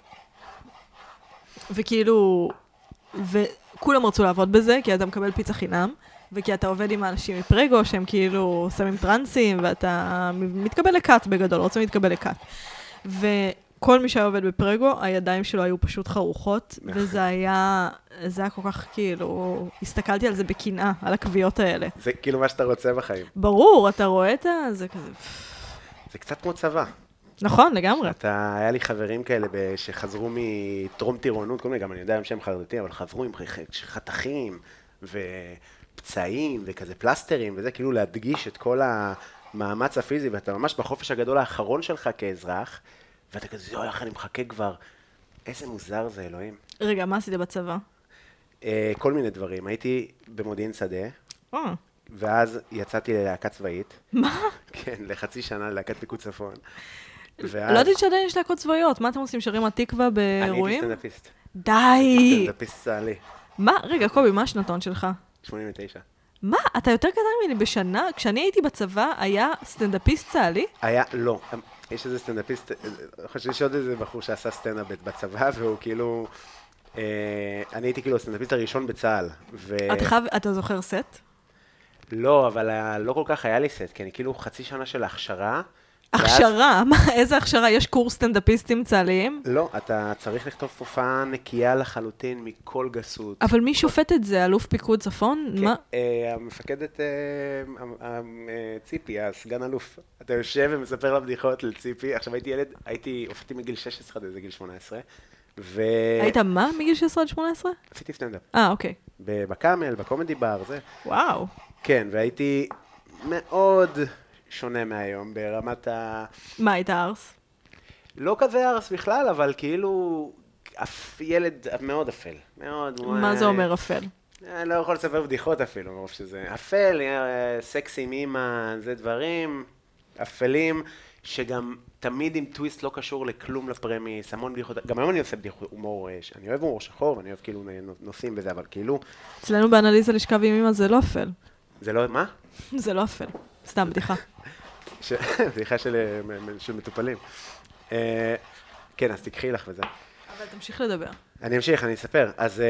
וכאילו, וכולם רצו לעבוד בזה, כי אתה מקבל פיצה חינם, וכי אתה עובד עם האנשים מפרגו, שהם כאילו שמים טרנסים, ואתה מתקבל לקאט בגדול, רוצים להתקבל לקאט. וכל מי שהיה עובד בפרגו, הידיים שלו היו פשוט חרוכות, וזה היה, זה היה כל כך כאילו, הסתכלתי על זה בקנאה, על הקביעות האלה. זה כאילו מה שאתה רוצה בחיים. ברור, אתה רואה את זה כזה... זה קצת כמו צבא. נכון, לגמרי. אתה, היה לי חברים כאלה שחזרו מטרום טירונות, כל מיני, גם אני יודע שהם חרדתים, אבל חזרו עם חתכים ופצעים וכזה פלסטרים וזה, כאילו להדגיש את כל המאמץ הפיזי, ואתה ממש בחופש הגדול האחרון שלך כאזרח, ואתה כזה, יואי, איך אני מחכה כבר. איזה מוזר זה, אלוהים. רגע, מה עשית בצבא? כל מיני דברים. הייתי במודיעין שדה, אה. ואז יצאתי ללהקה צבאית. מה? כן, לחצי שנה ללהקת פיקוד צפון. לא יודעת שעדיין יש להקות צבאיות, מה אתם עושים? שרים התקווה באירועים? אני הייתי סטנדאפיסט. די! סטנדאפיסט צה"לי. מה? רגע, קובי, מה השנתון שלך? שמונים ותשע. מה? אתה יותר קטן ממני בשנה? כשאני הייתי בצבא, היה סטנדאפיסט צה"לי? היה, לא. יש איזה סטנדאפיסט, אני חושב שיש עוד איזה בחור שעשה סטנדאפ בצבא, והוא כאילו... אני הייתי כאילו הסטנדאפיסט הראשון בצה"ל. אתה חייב, אתה זוכר סט? לא, אבל לא כל כך היה לי סט, כי אני כאילו חצי שנה של הכשרה. הכשרה? מה? איזה הכשרה? יש קורס סטנדאפיסטים צה"ליים? לא, אתה צריך לכתוב הופעה נקייה לחלוטין מכל גסות. אבל מי שופט את זה? אלוף פיקוד צפון? מה? המפקדת ציפי, הסגן אלוף. אתה יושב ומספר לה בדיחות לציפי. עכשיו הייתי ילד, הייתי, הופעתי מגיל שש עשרה עד גיל שמונה עשרה. היית מה? מגיל שש עשרה עד שמונה עשרה? עשיתי סטנדאפ. אה, אוקיי. בקאמל, בקומדי בר, זה. וואו. כן, והייתי מאוד שונה מהיום ברמת ה... מה, היית ארס? לא כזה ארס בכלל, אבל כאילו ילד מאוד אפל. מאוד... מה זה אומר אפל? אני לא יכול לספר בדיחות אפילו, מרוב שזה אפל, סקסי מימה, זה דברים אפלים, שגם תמיד עם טוויסט לא קשור לכלום לפרמיס, המון בדיחות, גם היום אני עושה בדיחות הומור, אני אוהב הומור שחור, ואני אוהב כאילו נושאים וזה, אבל כאילו... אצלנו באנליזה לשכב עם אמא זה לא אפל. זה לא, מה? זה לא אפל, סתם בדיחה. בדיחה של מטופלים. כן, אז תקחי לך וזה. אבל תמשיך לדבר. אני אמשיך, אני אספר. אז...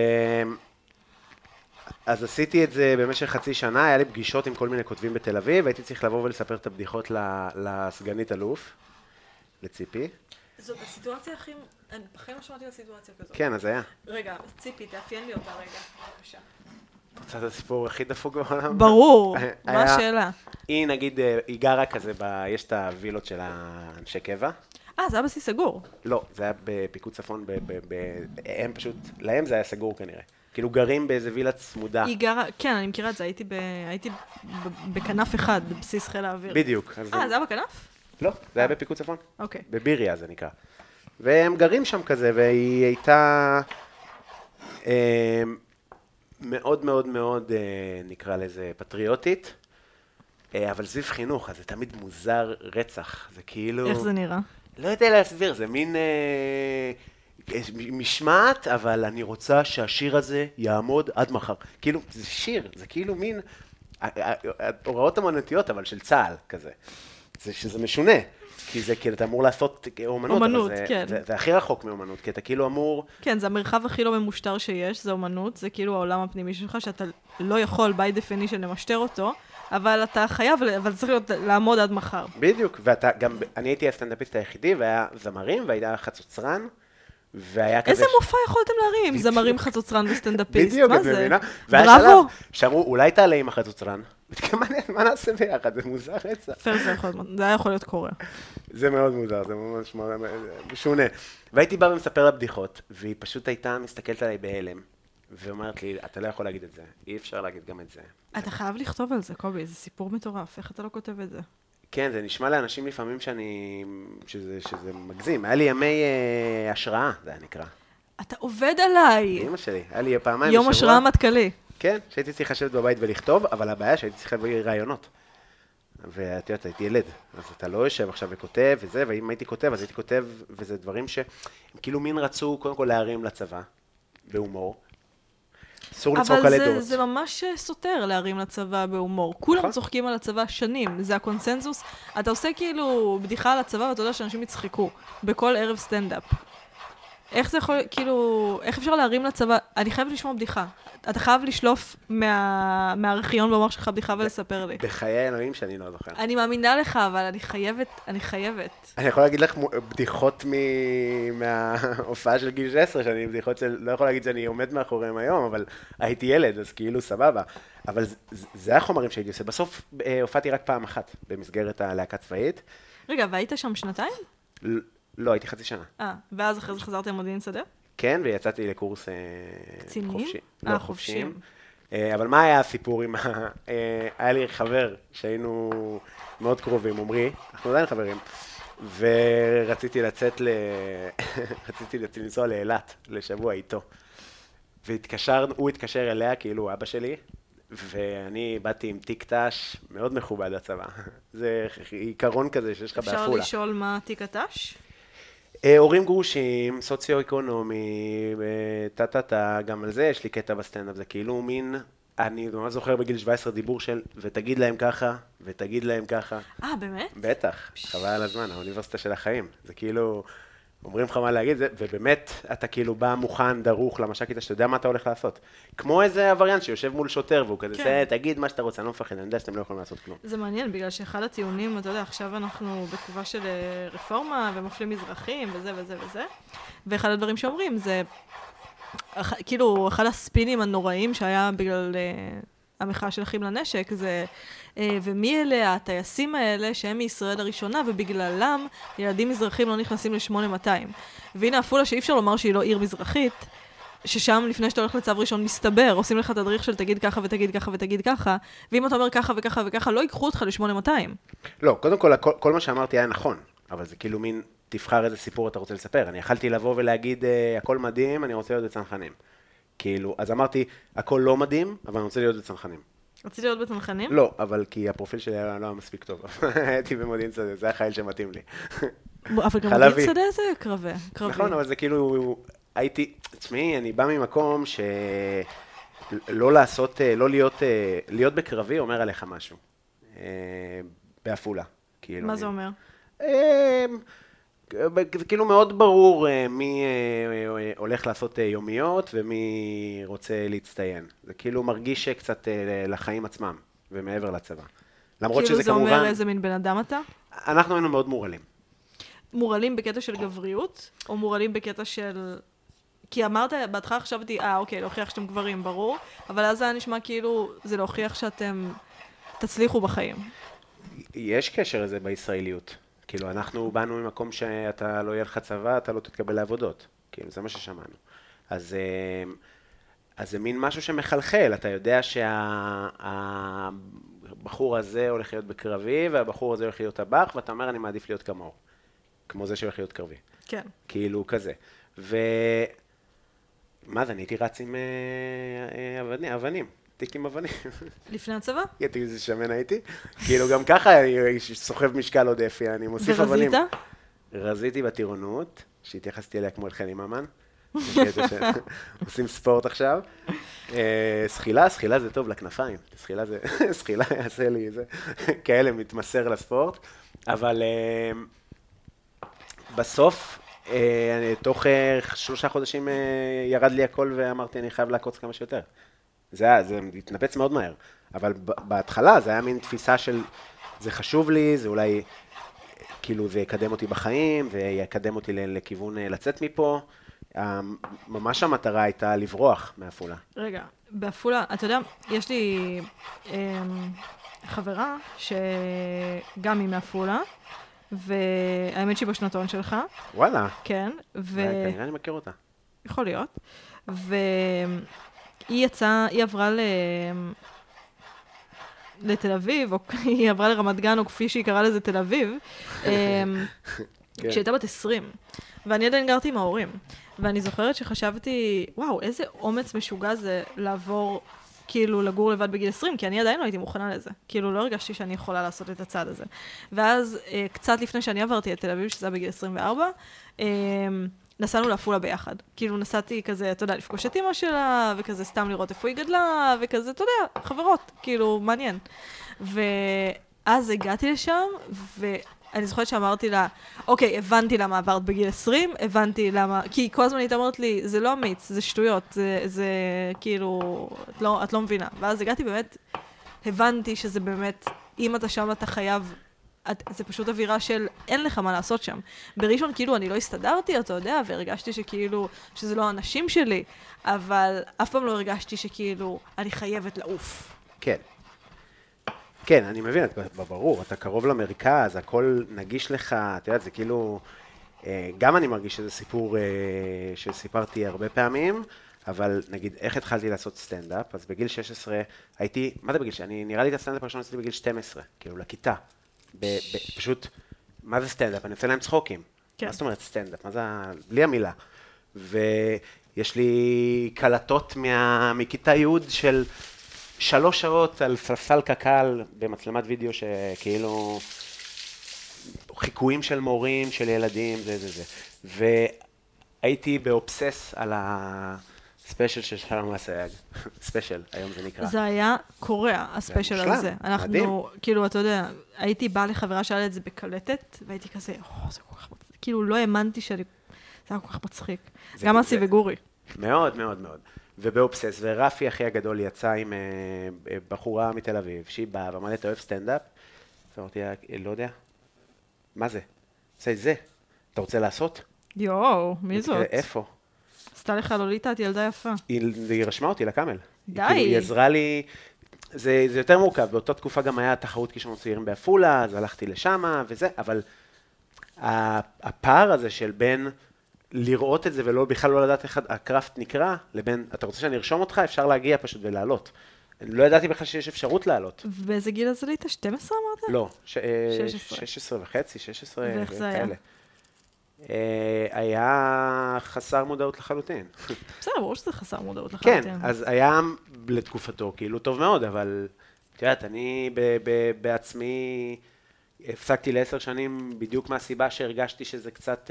אז עשיתי את זה במשך חצי שנה, היה לי פגישות עם כל מיני כותבים בתל אביב, והייתי צריך לבוא ולספר את הבדיחות לסגנית אלוף, לציפי. זאת הסיטואציה הכי... אני בחיים לא שמעתי על סיטואציה כזאת. כן, אז היה. רגע, ציפי, תאפיין לי אותה רגע, בבקשה. את רוצה את הסיפור הכי דפוק בעולם? ברור, מה השאלה? היא נגיד, היא גרה כזה, יש את הווילות של האנשי קבע. אה, זה היה בסיס סגור. לא, זה היה בפיקוד צפון, הם פשוט, להם זה היה סגור כנראה. כאילו גרים באיזה וילה צמודה. היא גרה, כן, אני מכירה את זה, הייתי, ב, הייתי ב, בכנף אחד, בבסיס חיל האוויר. בדיוק. אה, זה היה בכנף? לא, זה היה בפיקוד צפון. אוקיי. בביריה זה נקרא. והם גרים שם כזה, והיא הייתה אה, מאוד מאוד מאוד, אה, נקרא לזה, פטריוטית, אה, אבל סביב חינוך, אז זה תמיד מוזר רצח. זה כאילו... איך זה נראה? לא יודע להסביר, זה מין... אה, משמעת, אבל אני רוצה שהשיר הזה יעמוד עד מחר. כאילו, זה שיר, זה כאילו מין, הוראות אמנותיות, אבל של צה"ל, כזה. זה שזה משונה, כי זה כאילו, אתה אמור לעשות אומנות, אומנות, אבל זה, כן. זה, זה הכי רחוק מאומנות, כי אתה כאילו אמור... כן, זה המרחב הכי לא ממושטר שיש, זה אומנות, זה כאילו העולם הפנימי שלך, שאתה לא יכול, by definition, למשטר אותו, אבל אתה חייב, אבל צריך להיות, לעמוד עד מחר. בדיוק, ואתה גם, אני הייתי הסטנדאפיסט היחידי, והיה זמרים, והייתה חצוצרן, והיה כזה... איזה מופע יכולתם להרים? זמרים חצוצרן וסטנדאפיסט, בדיוק, מה זה? בראבו! שאמרו, אולי תעלה עם החצוצרן. מה נעשה ביחד? זה מוזר רצח. פייר, זה היה יכול להיות קורה. זה מאוד מוזר, זה ממש משונה. והייתי בא ומספר לה בדיחות, והיא פשוט הייתה מסתכלת עליי בהלם. ואומרת לי, אתה לא יכול להגיד את זה, אי אפשר להגיד גם את זה. אתה חייב לכתוב על זה, קובי, זה סיפור מטורף, איך אתה לא כותב את זה? כן, זה נשמע לאנשים לפעמים שאני, שזה, שזה מגזים. היה לי ימי אה, השראה, זה היה נקרא. אתה עובד עליי! אמא שלי, היה לי פעמיים יום השראה מטכלי. כן, שהייתי צריך לשבת בבית ולכתוב, אבל הבעיה שהייתי צריך להביא רעיונות. ואת יודעת, הייתי ילד, אז אתה לא יושב עכשיו וכותב וזה, ואם הייתי כותב, אז הייתי כותב, וזה דברים שהם כאילו מין רצו קודם כל להרים לצבא, בהומור. אסור לצחוק על עדות. אבל זה ממש סותר להרים לצבא בהומור. כולם צוחקים על הצבא שנים, זה הקונסנזוס. אתה עושה כאילו בדיחה על הצבא, ואתה יודע שאנשים יצחקו בכל ערב סטנדאפ. איך זה יכול, כאילו, איך אפשר להרים לצבא? אני חייבת לשמוע בדיחה. אתה חייב לשלוף מה, מהארכיון במוח שלך בדיחה ולספר לי. בחיי אלוהים שאני לא זוכר. אני מאמינה לך, אבל אני חייבת, אני חייבת. אני יכול להגיד לך בדיחות מההופעה של גיל שש עשרה, שאני בדיחות של, לא יכול להגיד שאני עומד מאחוריהם היום, אבל הייתי ילד, אז כאילו סבבה. אבל זה, זה החומרים שהייתי עושה. בסוף הופעתי רק פעם אחת במסגרת הלהקה צבאית. רגע, והיית שם שנתיים? לא, הייתי חצי שנה. אה, ואז אחרי זה חזרתי למודיעין שדה? כן, ויצאתי לקורס קצינים? חופשי. אה, לא, חופשים. אבל מה היה הסיפור עם ה... היה לי חבר שהיינו מאוד קרובים, עומרי, אנחנו עדיין חברים, ורציתי לצאת ל... רציתי לנסוע לאילת, לשבוע איתו. והתקשר, הוא התקשר אליה, כאילו אבא שלי, ואני באתי עם תיק תש מאוד מכובד הצבא. זה עיקרון כזה שיש לך באפולה. אפשר לשאול מה תיק התש? הורים גרושים, סוציו-אקונומי, טה-טה-טה, גם על זה יש לי קטע בסטנדאפ, זה כאילו מין, אני ממש זוכר בגיל שבע עשרה דיבור של, ותגיד להם ככה, ותגיד להם ככה. אה, באמת? בטח, חבל על הזמן, האוניברסיטה של החיים. זה כאילו, אומרים לך מה להגיד, ובאמת אתה כאילו בא מוכן, דרוך למש"קית, שאתה יודע מה אתה הולך לעשות. כמו איזה עבריין שיושב מול שוטר, והוא כזה, כן. תגיד מה שאתה רוצה, אני לא מפחד, אני יודע שאתם לא יכולים לעשות כלום. זה מעניין, בגלל שאחד הטיעונים, אתה יודע, עכשיו אנחנו בתקופה של רפורמה, ומפלים מזרחים, וזה וזה וזה, ואחד הדברים שאומרים זה, כאילו, אחד הספינים הנוראים שהיה בגלל המחאה של אחים לנשק, זה, ומי אלה הטייסים האלה שהם מישראל הראשונה, ובגללם ילדים מזרחים לא נכנסים ל-שמונה מאתיים. והנה עפולה שאי אפשר לומר שהיא לא עיר מזרחית, ששם לפני שאתה הולך לצו ראשון מסתבר, עושים לך תדריך של תגיד ככה ותגיד ככה ותגיד ככה, ואם אתה אומר ככה וככה וככה, לא ייקחו אותך ל-שמונה מאתיים. לא, קודם כל, כל, כל מה שאמרתי היה נכון, אבל זה כאילו מין, תבחר איזה סיפור אתה רוצה לספר. אני יכלתי לבוא ולהגיד, הכל מדהים, אני רוצה להיות בצנחנים. כאילו, אז אמרתי, הכל לא מדהים, אבל אני רוצה להיות בצנחנים. רציתי להיות בצנחנים? לא, אבל כי הפרופיל שלי היה לא מספיק טוב. הייתי במודיעין שדה, זה החייל שמתאים לי. אבל גם מודיעין שדה זה קרבי. נכון, אבל זה כאילו, הייתי, תשמעי, אני בא ממקום שלא לעשות, לא להיות, להיות בקרבי אומר עליך משהו. בעפולה. מה זה אומר? זה כאילו מאוד ברור מי הולך לעשות יומיות ומי רוצה להצטיין. זה כאילו מרגיש קצת לחיים עצמם ומעבר לצבא. למרות שזה כמובן... כאילו זה אומר איזה מין בן אדם אתה? אנחנו היינו מאוד מורלים. מורלים בקטע של גבריות? או מורלים בקטע של... כי אמרת, בהתחלה חשבתי, אה, אוקיי, להוכיח שאתם גברים, ברור, אבל אז זה נשמע כאילו, זה להוכיח שאתם תצליחו בחיים. יש קשר לזה בישראליות. כאילו, אנחנו באנו ממקום שאתה לא יהיה לך צבא, אתה לא תתקבל לעבודות. כאילו, זה מה ששמענו. אז, אז זה מין משהו שמחלחל. אתה יודע שהבחור הזה הולך להיות בקרבי, והבחור הזה הולך להיות טבח, ואתה אומר, אני מעדיף להיות כמוהו. כמו זה שהולך להיות קרבי. כן. כאילו, כזה. ו... מה זה, אני הייתי רץ עם אבנים. תיק עם אבנים. לפני הצבא? הייתי איזה שמן הייתי. כאילו גם ככה סוחב משקל עודף, אני מוסיף אבנים. ורזית? רזיתי בטירונות, שהתייחסתי אליה כמו אל חני ממן. עושים ספורט עכשיו. שחילה, שחילה זה טוב לכנפיים. שחילה זה, שחילה יעשה לי איזה, כאלה מתמסר לספורט. אבל בסוף, תוך שלושה חודשים ירד לי הכל ואמרתי, אני חייב לעקוץ כמה שיותר. זה היה, זה התנפץ מאוד מהר, אבל בהתחלה זה היה מין תפיסה של, זה חשוב לי, זה אולי, כאילו זה יקדם אותי בחיים, ויקדם אותי לכיוון לצאת מפה, ממש המטרה הייתה לברוח מעפולה. רגע, בעפולה, אתה יודע, יש לי חברה שגם היא מעפולה, והאמת שהיא בשנתון שלך. וואלה. כן. כנראה אני מכיר אותה. יכול להיות. ו... היא יצאה, היא עברה ל... לתל אביב, או היא עברה לרמת גן, או כפי שהיא קראה לזה תל אביב, כשהייתה בת עשרים. ואני עדיין גרתי עם ההורים. ואני זוכרת שחשבתי, וואו, איזה אומץ משוגע זה לעבור, כאילו, לגור לבד בגיל עשרים, כי אני עדיין לא הייתי מוכנה לזה. כאילו, לא הרגשתי שאני יכולה לעשות את הצעד הזה. ואז, קצת לפני שאני עברתי את תל אביב, שזה היה בגיל עשרים וארבע, נסענו לעפולה ביחד. כאילו, נסעתי כזה, אתה יודע, לפגוש את אמא שלה, וכזה סתם לראות איפה היא גדלה, וכזה, אתה יודע, חברות, כאילו, מעניין. ואז הגעתי לשם, ואני זוכרת שאמרתי לה, אוקיי, הבנתי למה עברת בגיל עשרים, הבנתי למה, כי כל הזמן היית אומרת לי, זה לא אמיץ, זה שטויות, זה, זה כאילו, את לא, את לא מבינה. ואז הגעתי באמת, הבנתי שזה באמת, אם אתה שם אתה חייב, את, זה פשוט אווירה של אין לך מה לעשות שם. בראשון כאילו אני לא הסתדרתי, אתה יודע, והרגשתי שכאילו, שזה לא האנשים שלי, אבל אף פעם לא הרגשתי שכאילו אני חייבת לעוף. כן. כן, אני מבין, ברור, אתה קרוב למרכז, הכל נגיש לך, אתה יודע, זה כאילו, גם אני מרגיש שזה סיפור שסיפרתי הרבה פעמים, אבל נגיד, איך התחלתי לעשות סטנדאפ, אז בגיל שש עשרה הייתי, מה זה בגיל שש עשרה? אני נראה לי את הסטנדאפ הראשון עשיתי בגיל שתים עשרה, כאילו לכיתה. ב, ב, פשוט, מה זה סטנדאפ? אני עושה להם צחוקים. כן. מה זאת אומרת סטנדאפ? מה זה, בלי המילה. ויש לי קלטות מה, מכיתה י' של שלוש שעות על ספסל קק"ל במצלמת וידאו שכאילו חיקויים של מורים, של ילדים, זה זה זה. והייתי באובסס על הספיישל של שלום אסייג. ספיישל, היום זה נקרא. זה היה קורע, הספיישל הזה. אנחנו, כאילו, אתה יודע, הייתי באה לחברה שאלה את זה בקלטת, והייתי כזה, או, זה כל כך מצחיק. כאילו, לא האמנתי שאני, זה היה כל כך מצחיק. גם אסי וגורי. מאוד, מאוד, מאוד. ובאובסס, ורפי אחי הגדול יצא עם בחורה מתל אביב, שהיא באה ואמרה לי, אתה אוהב סטנדאפ? ואמרתי, לא יודע. מה זה? זה זה. אתה רוצה לעשות? יואו, מי זאת? איפה? עשתה לך לוליטה, את ילדה יפה. היא רשמה אותי לקאמל. די. היא עזרה לי, זה, זה יותר מורכב, באותה תקופה גם היה תחרות כישרונות צעירים בעפולה, אז הלכתי לשם וזה, אבל הפער הזה של בין לראות את זה ולא בכלל לא לדעת איך הקראפט נקרא, לבין, אתה רוצה שאני ארשום אותך, אפשר להגיע פשוט ולעלות. לא ידעתי בכלל שיש אפשרות לעלות. ובאיזה גיל אז עלית? שתים עשרה אמרת? לא, שש עשרה וחצי, שש עשרה כאלה. ואיך זה היה? היה חסר מודעות לחלוטין. בסדר, ברור שזה חסר מודעות לחלוטין. כן, אז היה לתקופתו כאילו טוב מאוד, אבל את יודעת, אני בעצמי הפסקתי לעשר שנים בדיוק מהסיבה שהרגשתי שזה קצת,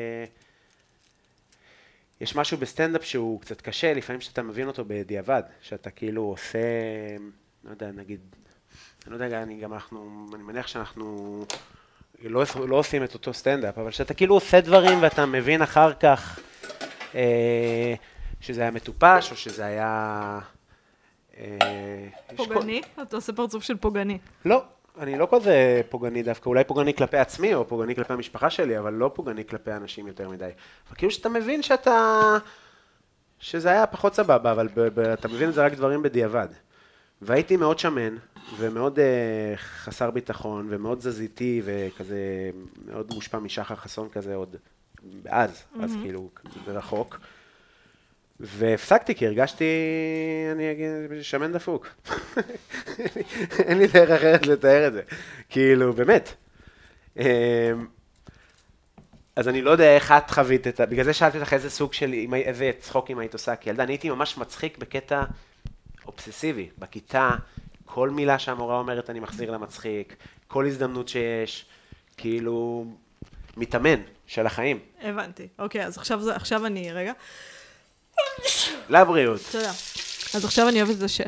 יש משהו בסטנדאפ שהוא קצת קשה, לפעמים שאתה מבין אותו בדיעבד, שאתה כאילו עושה, לא יודע, נגיד, אני לא יודע, אני גם אנחנו, אני מניח שאנחנו לא, לא עושים את אותו סטנדאפ, אבל שאתה כאילו עושה דברים ואתה מבין אחר כך אה, שזה היה מטופש או שזה היה... אה, פוגעני? כל... אתה עושה פרצוף של פוגעני. לא, אני לא כזה פוגעני דווקא, אולי פוגעני כלפי עצמי או פוגעני כלפי המשפחה שלי, אבל לא פוגעני כלפי אנשים יותר מדי. אבל כאילו שאתה מבין שאתה... שזה היה פחות סבבה, אבל ב- ב- אתה מבין את זה רק דברים בדיעבד. והייתי מאוד שמן, ומאוד uh, חסר ביטחון, ומאוד זזיתי, וכזה מאוד מושפע משחר חסון כזה עוד אז, mm-hmm. אז כאילו זה רחוק. והפסקתי כי הרגשתי, אני אגיד, שמן דפוק. אין לי דרך אחרת לתאר את זה. כאילו, באמת. אז אני לא יודע איך את חווית את זה, בגלל זה שאלתי לך איזה סוג של, איזה צחוק אם היית עושה, כי ילדה, אני הייתי ממש מצחיק בקטע אובססיבי, בכיתה, כל מילה שהמורה אומרת אני מחזיר למצחיק, כל הזדמנות שיש, כאילו, מתאמן של החיים. הבנתי, אוקיי, אז עכשיו, זה, עכשיו אני, רגע. לבריאות. תודה. אז עכשיו אני אוהבת את השאלה.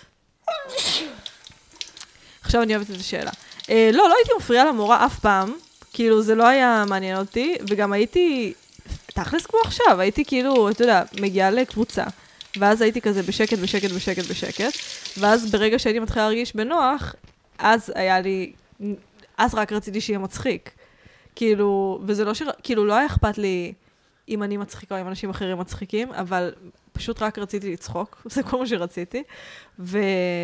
עכשיו אני אוהבת את השאלה. אה, לא, לא הייתי מפריעה למורה אף פעם, כאילו זה לא היה מעניין אותי, וגם הייתי, תכלס כמו עכשיו, הייתי כאילו, אתה יודע, מגיעה לקבוצה, ואז הייתי כזה בשקט, בשקט, בשקט, בשקט, ואז ברגע שהייתי מתחילה להרגיש בנוח, אז היה לי, אז רק רציתי שיהיה מצחיק. כאילו, וזה לא ש... כאילו, לא היה אכפת לי אם אני מצחיקה או אם אנשים אחרים מצחיקים, אבל פשוט רק רציתי לצחוק, זה כל מה שרציתי. ו...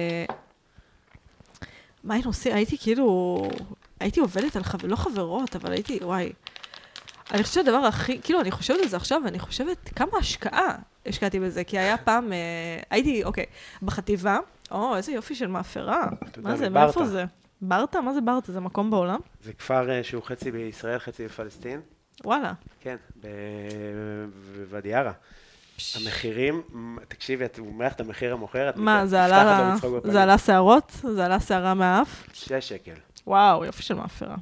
מה היינו עושים? הייתי כאילו... הייתי עובדת על חבר... לא חברות, אבל הייתי, וואי... אני חושבת שהדבר הכי, כאילו, אני חושבת על זה עכשיו, ואני חושבת כמה השקעה השקעתי בזה, כי היה פעם, הייתי, אוקיי, בחטיבה, או, איזה יופי של מאפרה. מה זה, מאיפה זה? ברטה? מה זה ברטה? זה מקום בעולם? זה כפר שהוא חצי בישראל, חצי בפלסטין. וואלה. כן, בוואדי ערה. המחירים, תקשיבי, את אומרת את המחיר המוכר, מה, זה עלה, זה עלה שערות? זה עלה שערה מהאף? שש שקל. וואו, יופי של מאפרה.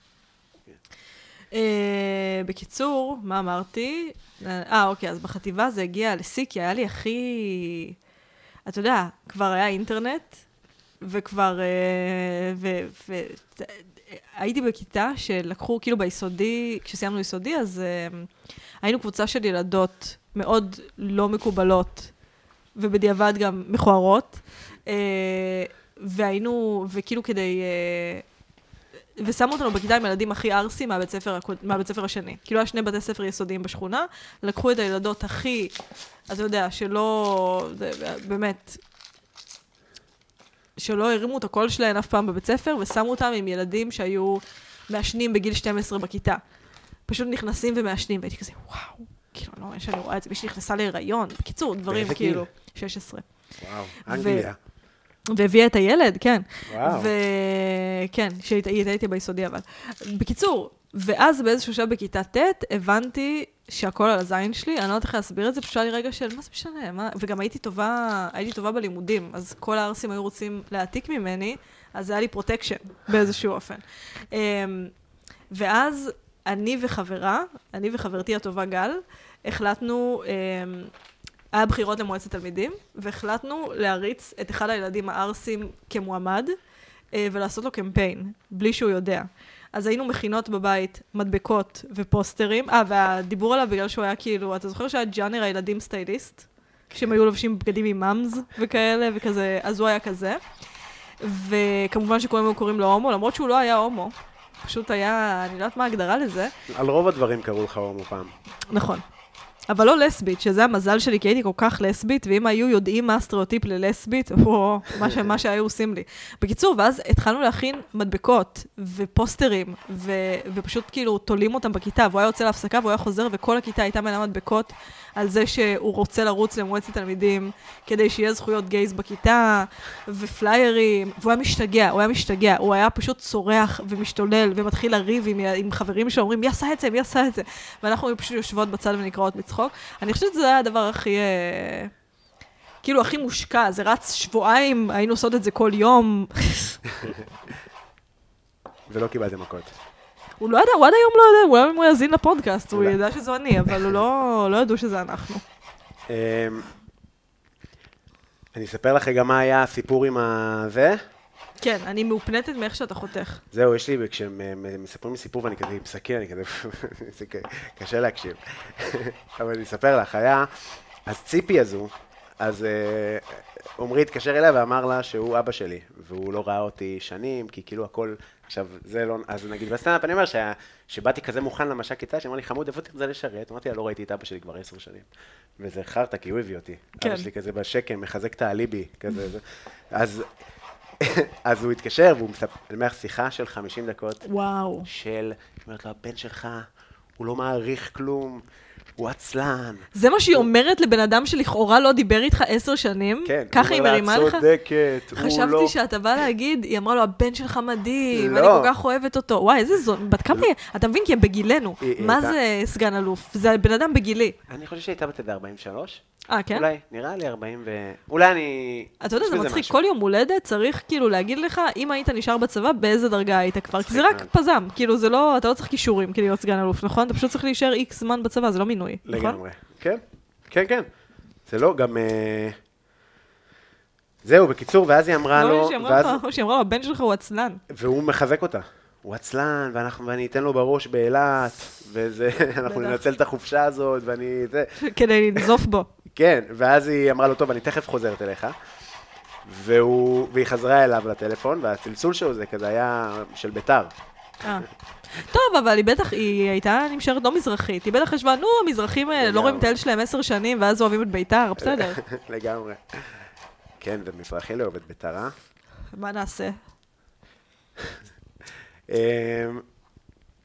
בקיצור, מה אמרתי? אה, אוקיי, אז בחטיבה זה הגיע לשיא, כי היה לי הכי... אתה יודע, כבר היה אינטרנט, וכבר... הייתי בכיתה שלקחו, כאילו ביסודי, כשסיימנו יסודי, אז היינו קבוצה של ילדות מאוד לא מקובלות, ובדיעבד גם מכוערות, והיינו, וכאילו כדי... ושמו אותנו בכיתה עם ילדים הכי ארסי מהבית ספר, מהבית ספר השני. כאילו היה שני בתי ספר יסודיים בשכונה, לקחו את הילדות הכי, אתה יודע, שלא, באמת, שלא הרימו את הקול שלהן אף פעם בבית ספר, ושמו אותם עם ילדים שהיו מעשנים בגיל שתים עשרה בכיתה. פשוט נכנסים ומעשנים, והייתי כזה, וואו, כאילו, לא, אין שאני רואה את זה, מישהי נכנסה להיריון, בקיצור, דברים כאילו, שש עשרה. וואו, אנגליה. והביאה את הילד, כן. וואו. וכן, שהייתי ביסודי אבל. בקיצור, ואז באיזשהו שעה בכיתה ט' הבנתי שהכל על הזין שלי, אני לא יודעת איך להסביר את זה, פשוט היה לי רגע של מה זה משנה, מה? וגם הייתי טובה, הייתי טובה בלימודים, אז כל הארסים היו רוצים להעתיק ממני, אז זה היה לי פרוטקשן באיזשהו אופן. ואז אני וחברה, אני וחברתי הטובה גל, החלטנו... היה בחירות למועצת תלמידים, והחלטנו להריץ את אחד הילדים הארסים כמועמד, ולעשות לו קמפיין, בלי שהוא יודע. אז היינו מכינות בבית מדבקות ופוסטרים, אה, והדיבור עליו בגלל שהוא היה כאילו, אתה זוכר שהיה ג'אנר הילדים סטייליסט? שהם היו לובשים בגדים עם ממז וכאלה, וכזה, אז הוא היה כזה. וכמובן שכולם היו קוראים לו הומו, למרות שהוא לא היה הומו. פשוט היה, אני לא יודעת מה ההגדרה לזה. על רוב הדברים קראו לך הומו פעם. נכון. אבל לא לסבית, שזה המזל שלי, כי הייתי כל כך לסבית, ואם היו יודעים מה הסטריאוטיפ ללסבית, או מה, ש... מה שהיו עושים לי. בקיצור, ואז התחלנו להכין מדבקות ופוסטרים, ו... ופשוט כאילו תולים אותם בכיתה, והוא היה יוצא להפסקה, והוא היה חוזר, וכל הכיתה הייתה מלא מדבקות על זה שהוא רוצה לרוץ למועצת תלמידים, כדי שיהיה זכויות גייז בכיתה, ופליירים, והוא היה משתגע, הוא היה משתגע, הוא היה פשוט צורח ומשתולל, ומתחיל לריב עם, עם חברים שאומרים, מי עשה את זה, מי עשה את זה? ואנחנו פשוט יושבות בצד ונקראות מצחוק. אני חושבת שזה היה הדבר הכי, כאילו הכי מושקע, זה רץ שבועיים, היינו עושות את זה כל יום. ולא קיבלתם מכות. הוא לא ידע, הוא עד היום לא יודע, הוא היה אם הוא יזין לפודקאסט, הוא ידע שזו אני, אבל הוא לא, לא ידעו שזה אנחנו. אני אספר לך גם מה היה הסיפור עם הזה. כן, אני מאופנתת מאיך שאתה חותך. זהו, יש לי, כשהם מספרים לי סיפור ואני כזה מסכן, אני כזה, זה קשה להקשיב. אבל אני אספר לך, היה, אז ציפי הזו, אז עומרי התקשר אליה ואמר לה שהוא אבא שלי, והוא לא ראה אותי שנים, כי כאילו הכל, עכשיו זה לא, אז נגיד בסטנדאפ אני אומר שבאתי כזה מוכן למשק איתה, שאמר לי חמוד, איפה תרצה לשרת? אמרתי לה, לא ראיתי את אבא שלי כבר עשר שנים. וזה חרטה, כי הוא הביא אותי. אבא שלי כזה בשקם, מחזק את האליבי, כזה. אז אז הוא התקשר, והוא מספר, אני אומר, שיחה של חמישים דקות. וואו. של, אומרת לו, הבן שלך, הוא לא מעריך כלום, הוא עצלן. זה מה שהיא אומרת לבן אדם שלכאורה לא דיבר איתך עשר שנים? כן. ככה היא מרימה לך? צודקת, הוא לא... חשבתי שאתה בא להגיד, היא אמרה לו, הבן שלך מדהים, אני כל כך אוהבת אותו. וואי, איזה זו, בת כמה היא? אתה מבין? כי הם בגילנו. מה זה סגן אלוף? זה בן אדם בגילי. אני חושב שהייתה בת ארבעים ושלוש. אה, כן? אולי, נראה לי ארבעים ו... אולי אני... אתה יודע, זה מצחיק, כל יום הולדת צריך כאילו להגיד לך, אם היית נשאר בצבא, באיזה דרגה היית כבר, כי זה רק פזם, כאילו זה לא, אתה לא צריך כישורים כאילו להיות סגן אלוף, נכון? אתה פשוט צריך להישאר איקס זמן בצבא, זה לא מינוי, נכון? לגמרי, כן, כן, כן. זה לא, גם... זהו, בקיצור, ואז היא אמרה לו... לא, שהיא אמרה לו, הבן שלך הוא עצלן. והוא מחזק אותה. הוא עצלן, ואני אתן לו בראש באילת, וזה, אנחנו ננצל את החופשה הזאת, ואני... כדי לנזוף בו. כן, ואז היא אמרה לו, טוב, אני תכף חוזרת אליך, והוא, והיא חזרה אליו לטלפון, והצלצול שלו זה כזה היה של ביתר. אה. טוב, אבל היא בטח, היא הייתה נמשרת לא מזרחית, היא בטח חשבה, נו, המזרחים האלה לא רואים את האל שלהם עשר שנים, ואז אוהבים את ביתר, בסדר. לגמרי. כן, זה מזרחי לאהוב את ביתר, אה? מה נעשה?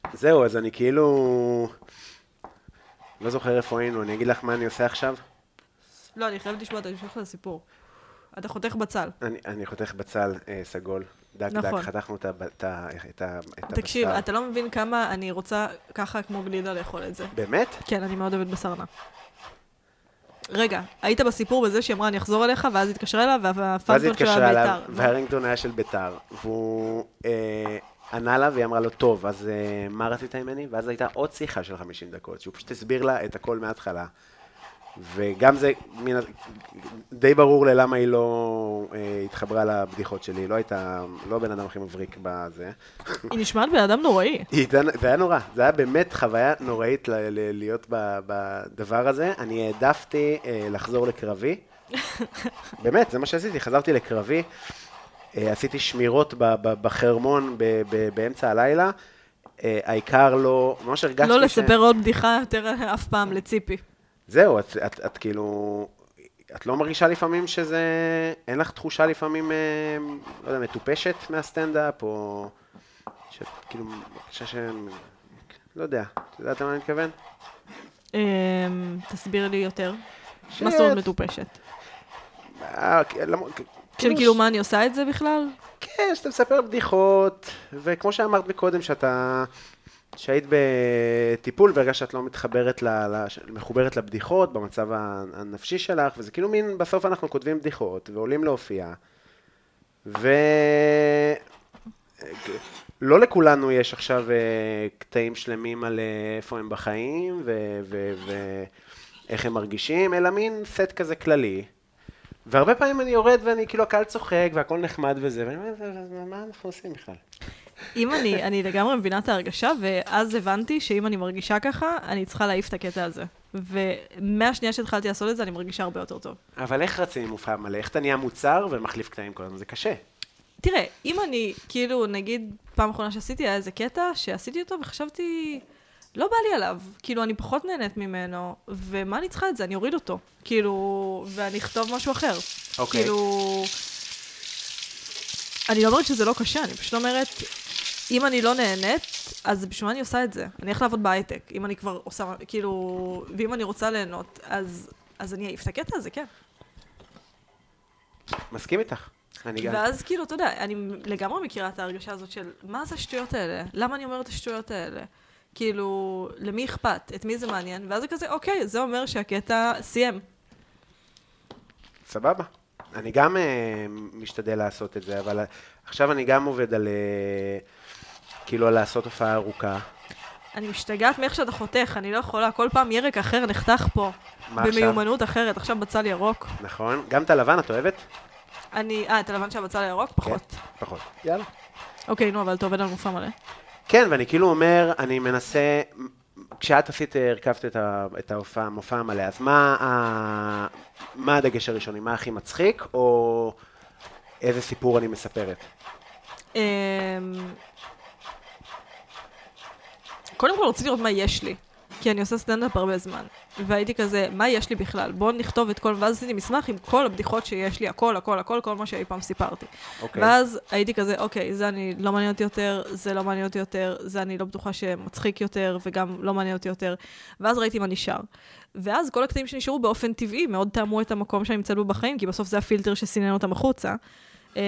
זהו, אז אני כאילו... לא זוכר איפה היינו, אני אגיד לך מה אני עושה עכשיו? לא, אני חייבת לשמוע, אתה נשמע לך לסיפור. אתה חותך בצל. אני, אני חותך בצל אה, סגול, דק נכון. דק, חתכנו את ה- את ה- את ה- את הבשר. תקשיב, אתה לא מבין כמה אני רוצה ככה כמו גלידה לאכול את זה. באמת? כן, אני מאוד אוהבת בשר נע. רגע, היית בסיפור בזה שהיא אמרה, אני אחזור אליך, ואז התקשרה אליו, ואז והפנטון התקשרה שלה אליו, ביתר. והרינגטון היה של ביתר, והוא אה, ענה לה והיא אמרה לו, טוב, אז אה, מה רצית ממני? ואז הייתה עוד שיחה של חמישים דקות, שהוא פשוט הסביר לה את הכל מההתחלה. וגם זה מן, די ברור ללמה היא לא אה, התחברה לבדיחות שלי, היא לא הייתה, לא בן אדם הכי מבריק בזה. היא נשמעת בן אדם נוראי. היא, זה היה נורא, זה היה באמת חוויה נוראית ל, ל, להיות ב, בדבר הזה. אני העדפתי אה, לחזור לקרבי, באמת, זה מה שעשיתי, חזרתי לקרבי, אה, עשיתי שמירות ב, ב, בחרמון ב, ב, באמצע הלילה, אה, העיקר לא, ממש הרגשתי לא ש... לספר עוד בדיחה יותר אף פעם לציפי. זהו, את, את, את כאילו, את לא מרגישה לפעמים שזה, אין לך תחושה לפעמים, אה, לא יודע, מטופשת מהסטנדאפ, או שאת כאילו, מרגישה ש... לא יודע, את יודעת מה אני מתכוון? אמ, תסביר לי יותר. ש- מה זאת אומרת מטופשת? אה, למה- של כאילו כאילו ש- מה אני עושה את זה בכלל? כן, שאתה מספר בדיחות, וכמו שאמרת מקודם, שאתה, שהיית בטיפול והרגשת שאת לא מתחברת, ל, ל, מחוברת לבדיחות במצב הנפשי שלך, וזה כאילו מין, בסוף אנחנו כותבים בדיחות ועולים להופיע, ולא לכולנו יש עכשיו אה, קטעים שלמים על אה, איפה הם בחיים, ו- ו- ואיך הם מרגישים, אלא מין סט כזה כללי. והרבה פעמים אני יורד ואני כאילו הקהל צוחק והכל נחמד וזה, ואני אומר, מה אנחנו עושים בכלל? אם אני, אני לגמרי מבינה את ההרגשה, ואז הבנתי שאם אני מרגישה ככה, אני צריכה להעיף את הקטע הזה. ומהשנייה שהתחלתי לעשות את זה, אני מרגישה הרבה יותר טוב. אבל איך רצים מופע מלא? איך אתה נהיה מוצר ומחליף קטעים כל הזמן? זה קשה. תראה, אם אני, כאילו, נגיד, פעם אחרונה שעשיתי, היה איזה קטע שעשיתי אותו וחשבתי, לא בא לי עליו. כאילו, אני פחות נהנית ממנו, ומה אני צריכה את זה? אני אוריד אותו. כאילו, ואני אכתוב משהו אחר. אוקיי. כאילו, אני לא אומרת שזה לא קשה, אני פשוט אומרת, אם אני לא נהנית, אז בשביל מה אני עושה את זה? אני הולכת לעבוד בהייטק. אם אני כבר עושה, כאילו, ואם אני רוצה ליהנות, אז, אז אני אעיף את הקטע הזה, כן. מסכים איתך. אני גם... ואז כאילו, אתה יודע, אני לגמרי מכירה את ההרגשה הזאת של, מה זה השטויות האלה? למה אני אומרת את השטויות האלה? כאילו, למי אכפת? את מי זה מעניין? ואז זה כזה, אוקיי, זה אומר שהקטע סיים. סבבה. אני גם אה, משתדל לעשות את זה, אבל עכשיו אני גם עובד על, אה, כאילו, על לעשות הופעה ארוכה. אני משתגעת מאיך שאתה חותך, אני לא יכולה, כל פעם ירק אחר נחתך פה. מה עכשיו? במיומנות אחרת, עכשיו בצל ירוק. נכון? גם את הלבן את אוהבת? אני, אה, את הלבן שהבצל הירוק? פחות. כן, פחות. יאללה. אוקיי, נו, אבל אתה עובד על מופע מלא. כן, ואני כאילו אומר, אני מנסה, כשאת עשית, הרכבת את, ה, את ההופעה, המופע המלא, אז מה, ה, מה הדגש הראשוני? מה הכי מצחיק, או איזה סיפור אני מספרת? אמ, קודם כל רציתי לראות מה יש לי, כי אני עושה סטנדאפ הרבה זמן, והייתי כזה, מה יש לי בכלל? בואו נכתוב את כל, ואז עשיתי מסמך עם כל הבדיחות שיש לי, הכל, הכל, הכל, כל מה שאי פעם סיפרתי. אוקיי. ואז הייתי כזה, אוקיי, זה אני לא מעניין אותי יותר, זה לא מעניין אותי יותר, זה אני לא בטוחה שמצחיק יותר, וגם לא מעניין אותי יותר. ואז ראיתי מה נשאר. ואז כל הקטעים שנשארו באופן טבעי, מאוד טעמו את המקום שהם ימצאו בחיים, כי בסוף זה הפילטר שסינן אותם החוצה. אמ,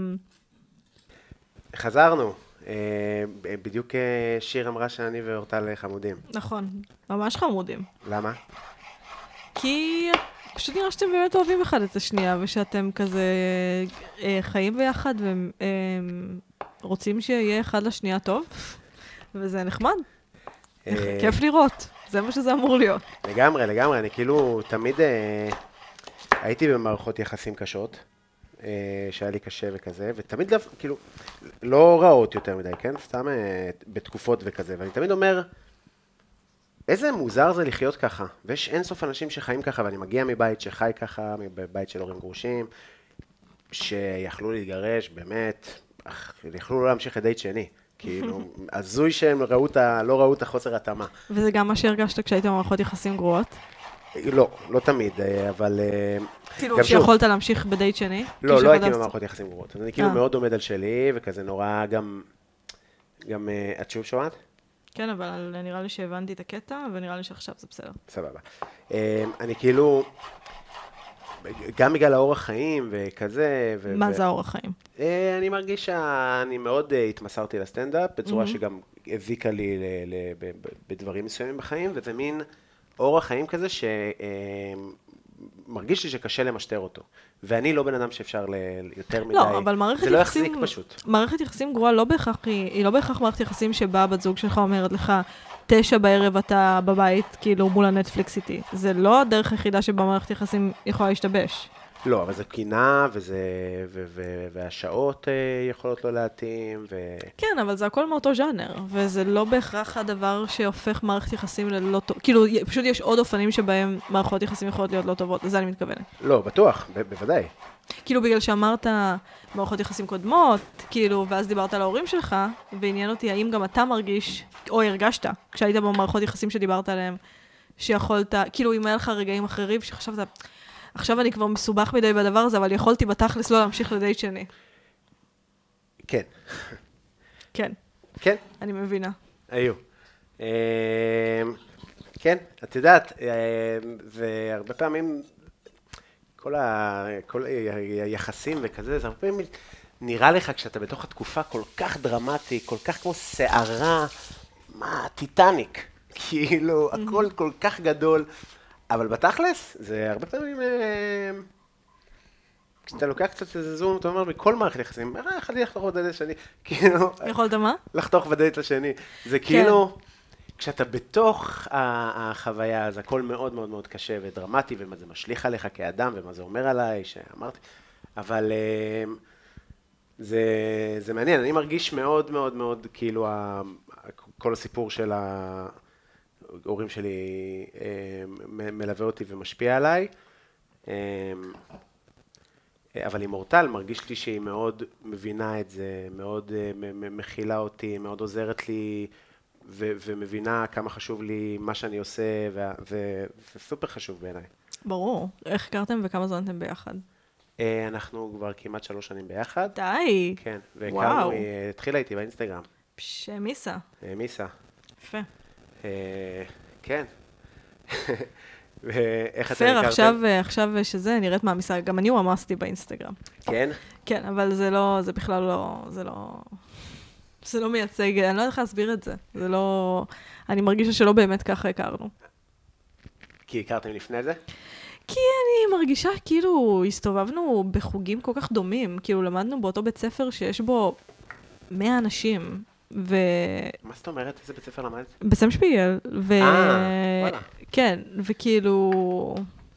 חזרנו. בדיוק שיר אמרה שאני ואורטל חמודים. נכון, ממש חמודים. למה? כי פשוט נראה שאתם באמת אוהבים אחד את השנייה, ושאתם כזה אה, חיים ביחד, ורוצים שיהיה אחד לשנייה טוב, וזה נחמד. כיף לראות, זה מה שזה אמור להיות. לגמרי, לגמרי, אני כאילו תמיד אה, הייתי במערכות יחסים קשות, אה, שהיה לי קשה וכזה, ותמיד דו, כאילו, לא רעות יותר מדי, כן? סתם אה, בתקופות וכזה, ואני תמיד אומר, איזה מוזר זה לחיות ככה, ויש אינסוף אנשים שחיים ככה, ואני מגיע מבית שחי ככה, מבית של הורים גרושים, שיכלו להתגרש, באמת, אך, יכלו לא להמשיך לדייט שני. כאילו, הזוי שהם ראו את ה... לא ראו את החוסר התאמה. וזה גם מה שהרגשת כשהיית במערכות יחסים גרועות? לא, לא תמיד, אבל... כאילו, שיכולת להמשיך בדייט שני? לא, לא הייתי במערכות יחסים גרועות. אז אני כאילו אה. מאוד עומד על שלי, וכזה נורא גם... גם... את שוב שומעת? כן, אבל נראה לי שהבנתי את הקטע, ונראה לי שעכשיו זה בסדר. סבבה. אני כאילו, גם בגלל האורח חיים וכזה... מה זה האורח חיים? אני מרגיש שאני מאוד התמסרתי לסטנדאפ, בצורה שגם הזיקה לי בדברים מסוימים בחיים, וזה מין אורח חיים כזה שמרגיש לי שקשה למשטר אותו. ואני לא בן אדם שאפשר יותר מדי, לא, אבל מערכת זה לא יחסים, יחזיק פשוט. מערכת יחסים גרועה לא בהכרח, היא, היא לא בהכרח מערכת יחסים שבה בת זוג שלך אומרת לך, תשע בערב אתה בבית, כאילו מול הנטפליקס איתי. זה לא הדרך היחידה שבה מערכת יחסים יכולה להשתבש. לא, אבל זה קינה, וזה, ו- ו- והשעות יכולות לא להתאים, ו... כן, אבל זה הכל מאותו ז'אנר, וזה לא בהכרח הדבר שהופך מערכת יחסים ללא טוב. כאילו, פשוט יש עוד אופנים שבהם מערכות יחסים יכולות להיות לא טובות, לזה אני מתכוונת. לא, בטוח, ב- בוודאי. כאילו, בגלל שאמרת מערכות יחסים קודמות, כאילו, ואז דיברת על ההורים שלך, ועניין אותי, האם גם אתה מרגיש, או הרגשת, כשהיית במערכות יחסים שדיברת עליהם, שיכולת, כאילו, אם היה לך רגעים אחרים, שחשבת, עכשיו אני כבר מסובך מדי בדבר הזה, אבל יכולתי בתכלס לא להמשיך לדייט שני. כן. כן. כן? אני מבינה. היו. כן, את יודעת, והרבה פעמים, כל היחסים וכזה, זה הרבה פעמים נראה לך כשאתה בתוך התקופה כל כך דרמטי, כל כך כמו שערה, מה, טיטניק. כאילו, הכל כל כך גדול. אבל בתכלס, זה הרבה פעמים, כשאתה לוקח קצת איזה זום, אתה אומר, מכל מערכת יחסים, אה, יכולתי לחתוך בדייט השני, כאילו... יכולת מה? לחתוך בדייט השני. זה כאילו, כשאתה בתוך החוויה, אז הכל מאוד מאוד מאוד קשה ודרמטי, ומה זה משליך עליך כאדם, ומה זה אומר עליי, שאמרתי, אבל זה מעניין, אני מרגיש מאוד מאוד מאוד, כאילו, כל הסיפור של ה... ההורים שלי מלווה אותי ומשפיע עליי, אבל עם אורטל מרגיש לי שהיא מאוד מבינה את זה, מאוד מכילה אותי, מאוד עוזרת לי, ומבינה כמה חשוב לי מה שאני עושה, וזה סופר חשוב בעיניי. ברור. איך הכרתם וכמה זמן אתם ביחד? אנחנו כבר כמעט שלוש שנים ביחד. די. כן, והכרנו, התחילה איתי באינסטגרם. פש, מיסה. מיסה. יפה. כן. ואיך אתם פייר, הכרתם? עכשיו שזה, נראית מהמיסה, גם אני ממסתי באינסטגרם. כן? כן, אבל זה לא, זה בכלל לא, זה לא, זה לא מייצג, אני לא יודעת איך להסביר את זה. זה לא, אני מרגישה שלא באמת ככה הכרנו. כי הכרתם לפני זה? כי אני מרגישה כאילו הסתובבנו בחוגים כל כך דומים, כאילו למדנו באותו בית ספר שיש בו מאה אנשים. ו... מה זאת אומרת? איזה בית ספר למדת? בסם שפיגל. ו... אה, וואלה. כן, וכאילו...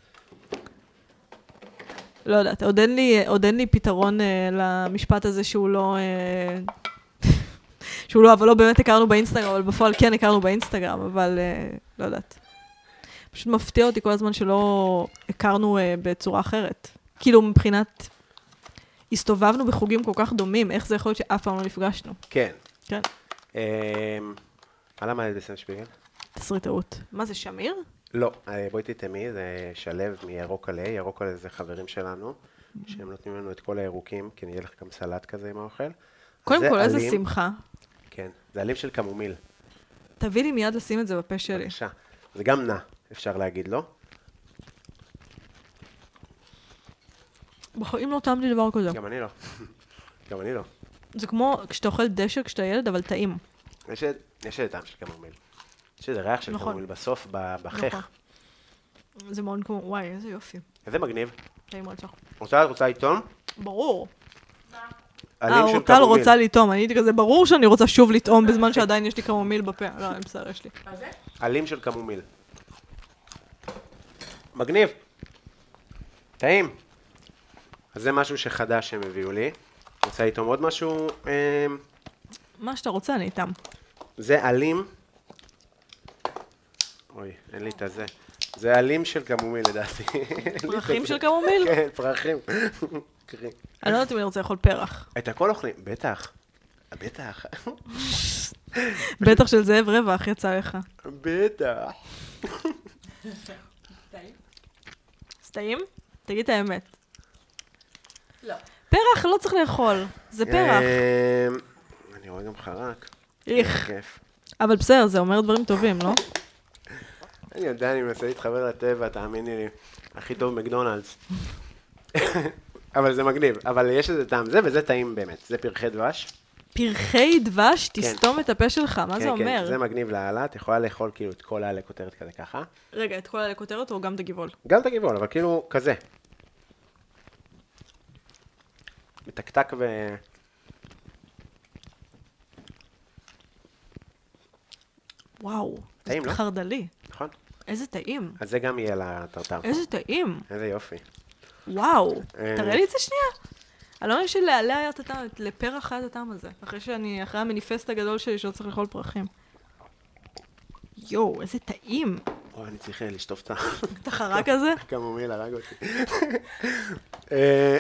לא יודעת, עוד אין לי, עוד אין לי פתרון uh, למשפט הזה שהוא לא... Uh, שהוא לא, אבל לא באמת הכרנו באינסטגרם, אבל בפועל כן הכרנו באינסטגרם, אבל uh, לא יודעת. פשוט מפתיע אותי כל הזמן שלא הכרנו uh, בצורה אחרת. כאילו מבחינת... הסתובבנו בחוגים כל כך דומים, איך זה יכול להיות שאף פעם לא נפגשנו? כן. כן. מה למדת בסם שפיגל? תסריטאות. מה זה, שמיר? לא, בואי תתמי, זה שלב מירוק עלי, ירוק עלי זה חברים שלנו, שהם נותנים לנו את כל הירוקים, כי נהיה לך גם סלט כזה עם האוכל. קודם כל, איזה שמחה. כן, זה עלים של קמומיל. תביא לי מיד לשים את זה בפה שלי. בבקשה. זה גם נע, אפשר להגיד, לא? בחיים לא טעמתי דבר כזה. גם אני לא. גם אני לא. זה כמו כשאתה אוכל דשא כשאתה ילד, אבל טעים. יש איזה טעם של קמומיל. יש איזה ריח של קמומיל בסוף, בחך. זה מאוד כמו, וואי, איזה יופי. איזה מגניב. טעים מאוד צח. רוצה, את רוצה לטעום? ברור. עלים של אורטל רוצה לטעום, אני הייתי כזה, ברור שאני רוצה שוב לטעום בזמן שעדיין יש לי קמומיל בפה. לא, אני בסדר, יש לי. עלים של קמומיל. מגניב. טעים. אז זה משהו שחדש שהם הביאו לי. רוצה לטעום עוד משהו? מה שאתה רוצה, אני איתם. זה עלים. אוי, אין לי את הזה. זה עלים של קמומיל, לדעתי. פרחים של קמומיל? כן, פרחים. אני לא יודעת אם אני רוצה לאכול פרח. את הכל אוכלים, בטח. בטח. בטח של זאב רווח יצא לך. בטח. סטעים? תגיד את האמת. לא. פרח לא צריך לאכול, זה פרח. אני רואה גם חרק. איך. אבל בסדר, זה אומר דברים טובים, לא? אני יודע, אני מנסה להתחבר לטבע, תאמיני לי, הכי טוב מקדונלדס. אבל זה מגניב, אבל יש איזה טעם זה, וזה טעים באמת, זה פרחי דבש. פרחי דבש, תסתום את הפה שלך, מה זה אומר? כן, כן, זה מגניב לאללה, את יכולה לאכול כאילו את כל העלה כותרת כזה ככה. רגע, את כל העלה כותרת או גם את הגבעול? גם את הגבעול, אבל כאילו כזה. מתקתק ו... וואו, טעים, זה לא? חרדלי. נכון? איזה טעים. אז זה גם יהיה לטרטר. איזה טעים. איזה יופי. וואו, אה. תראה לי את זה שנייה. אני לא יודעת שלעלה היה את הטעם, לפרח היה את הטעם הזה. אחרי שאני, אחרי המניפסט הגדול שלי שלא צריך לאכול פרחים. יואו, איזה טעים. או, אני צריך לשטוף את ה... את החרק הזה? כמומיל הרג אותי. אה,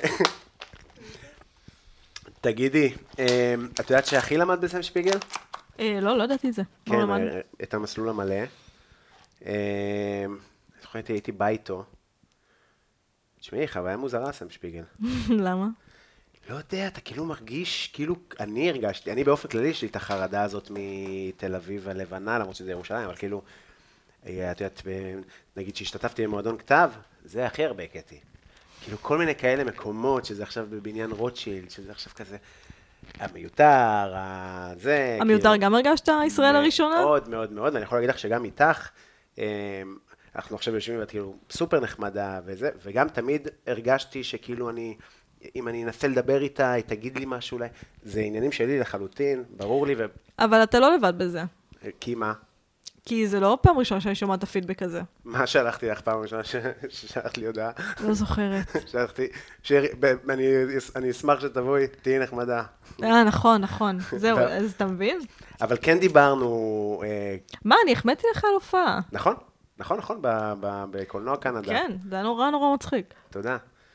תגידי, אה, את יודעת שאחי למד בסם שפיגל? אה, לא, לא ידעתי את זה. מה הוא כן, למד? אה, את המסלול המלא. אה, אני זוכרת, הייתי בא איתו. תשמעי, חוויה מוזרה סם שפיגל. למה? לא יודע, אתה כאילו מרגיש, כאילו אני הרגשתי, אני באופן כללי יש לי את החרדה הזאת מתל אביב הלבנה, למרות שזה ירושלים, אבל כאילו, את יודעת, נגיד שהשתתפתי במועדון כתב, זה הכי הרבה קטי. כאילו כל מיני כאלה מקומות, שזה עכשיו בבניין רוטשילד, שזה עכשיו כזה, המיותר, זה... המיותר גם הרגשת ישראל הראשונה? מאוד מאוד מאוד, ואני יכול להגיד לך שגם איתך, אנחנו עכשיו יושבים ואת כאילו סופר נחמדה וזה, וגם תמיד הרגשתי שכאילו אני... אם אני אנסה לדבר איתה, היא תגיד לי משהו אולי, זה עניינים שלי לחלוטין, ברור לי ו... אבל אתה לא לבד בזה. כי מה? כי זה לא פעם ראשונה שאני שומעת את הפידבק הזה. מה שלחתי לך פעם ראשונה ששלחת לי הודעה? לא זוכרת. שלחתי, אני אשמח שתבואי, תהיי נחמדה. אה, נכון, נכון. זהו, אז אתה מבין? אבל כן דיברנו... מה, אני החמאתי לך על הופעה. נכון, נכון, נכון, בקולנוע קנדה. כן, זה היה נורא נורא מצחיק. תודה.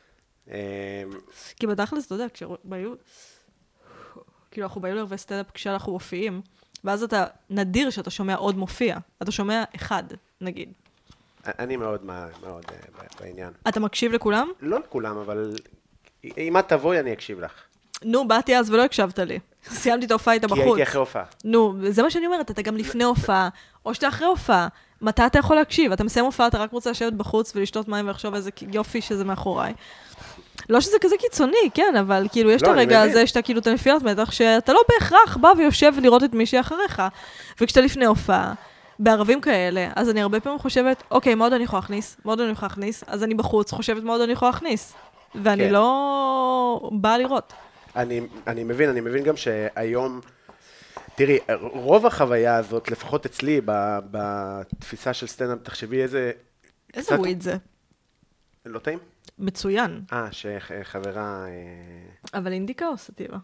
כי בתכלס, אתה יודע, כשבאיו, כאילו אנחנו באיו לערבי סטנדאפ כשאנחנו מופיעים, ואז אתה נדיר שאתה שומע עוד מופיע. אתה שומע אחד, נגיד. אני מאוד, מאוד בעניין. אתה מקשיב לכולם? לא לכולם, אבל אם את תבואי, אני אקשיב לך. נו, באתי אז ולא הקשבת לי. סיימתי את ההופעה איתה בחוץ. כי הייתי אחרי הופעה. נו, זה מה שאני אומרת, אתה גם לפני הופעה, או שאתה אחרי הופעה. מתי אתה יכול להקשיב? אתה מסיים הופעה, אתה רק רוצה לשבת בחוץ ולשתות מים ולחשוב איזה יופי שזה מאחוריי. לא שזה כזה קיצוני, כן, אבל כאילו יש את הרגע הזה שאתה כאילו, אתה נפילות מתח, שאתה לא בהכרח בא ויושב ולראות את מישהי אחריך. וכשאתה לפני הופעה, בערבים כאלה, אז אני הרבה פעמים חושבת, אוקיי, מה עוד אני יכולה להכניס? מה עוד אני יכולה להכניס? אז אני בחוץ חושבת מה עוד אני יכולה להכניס. ואני לא באה לראות. אני, אני מבין, אני מבין גם שהיום, תראי, רוב החוויה הזאת, לפחות אצלי, בתפיסה של סטנדאפ, תחשבי איזה... איזה וויד זה? לא טעים? מצוין. אה, שחברה... אבל אינדיקה או סטיבה?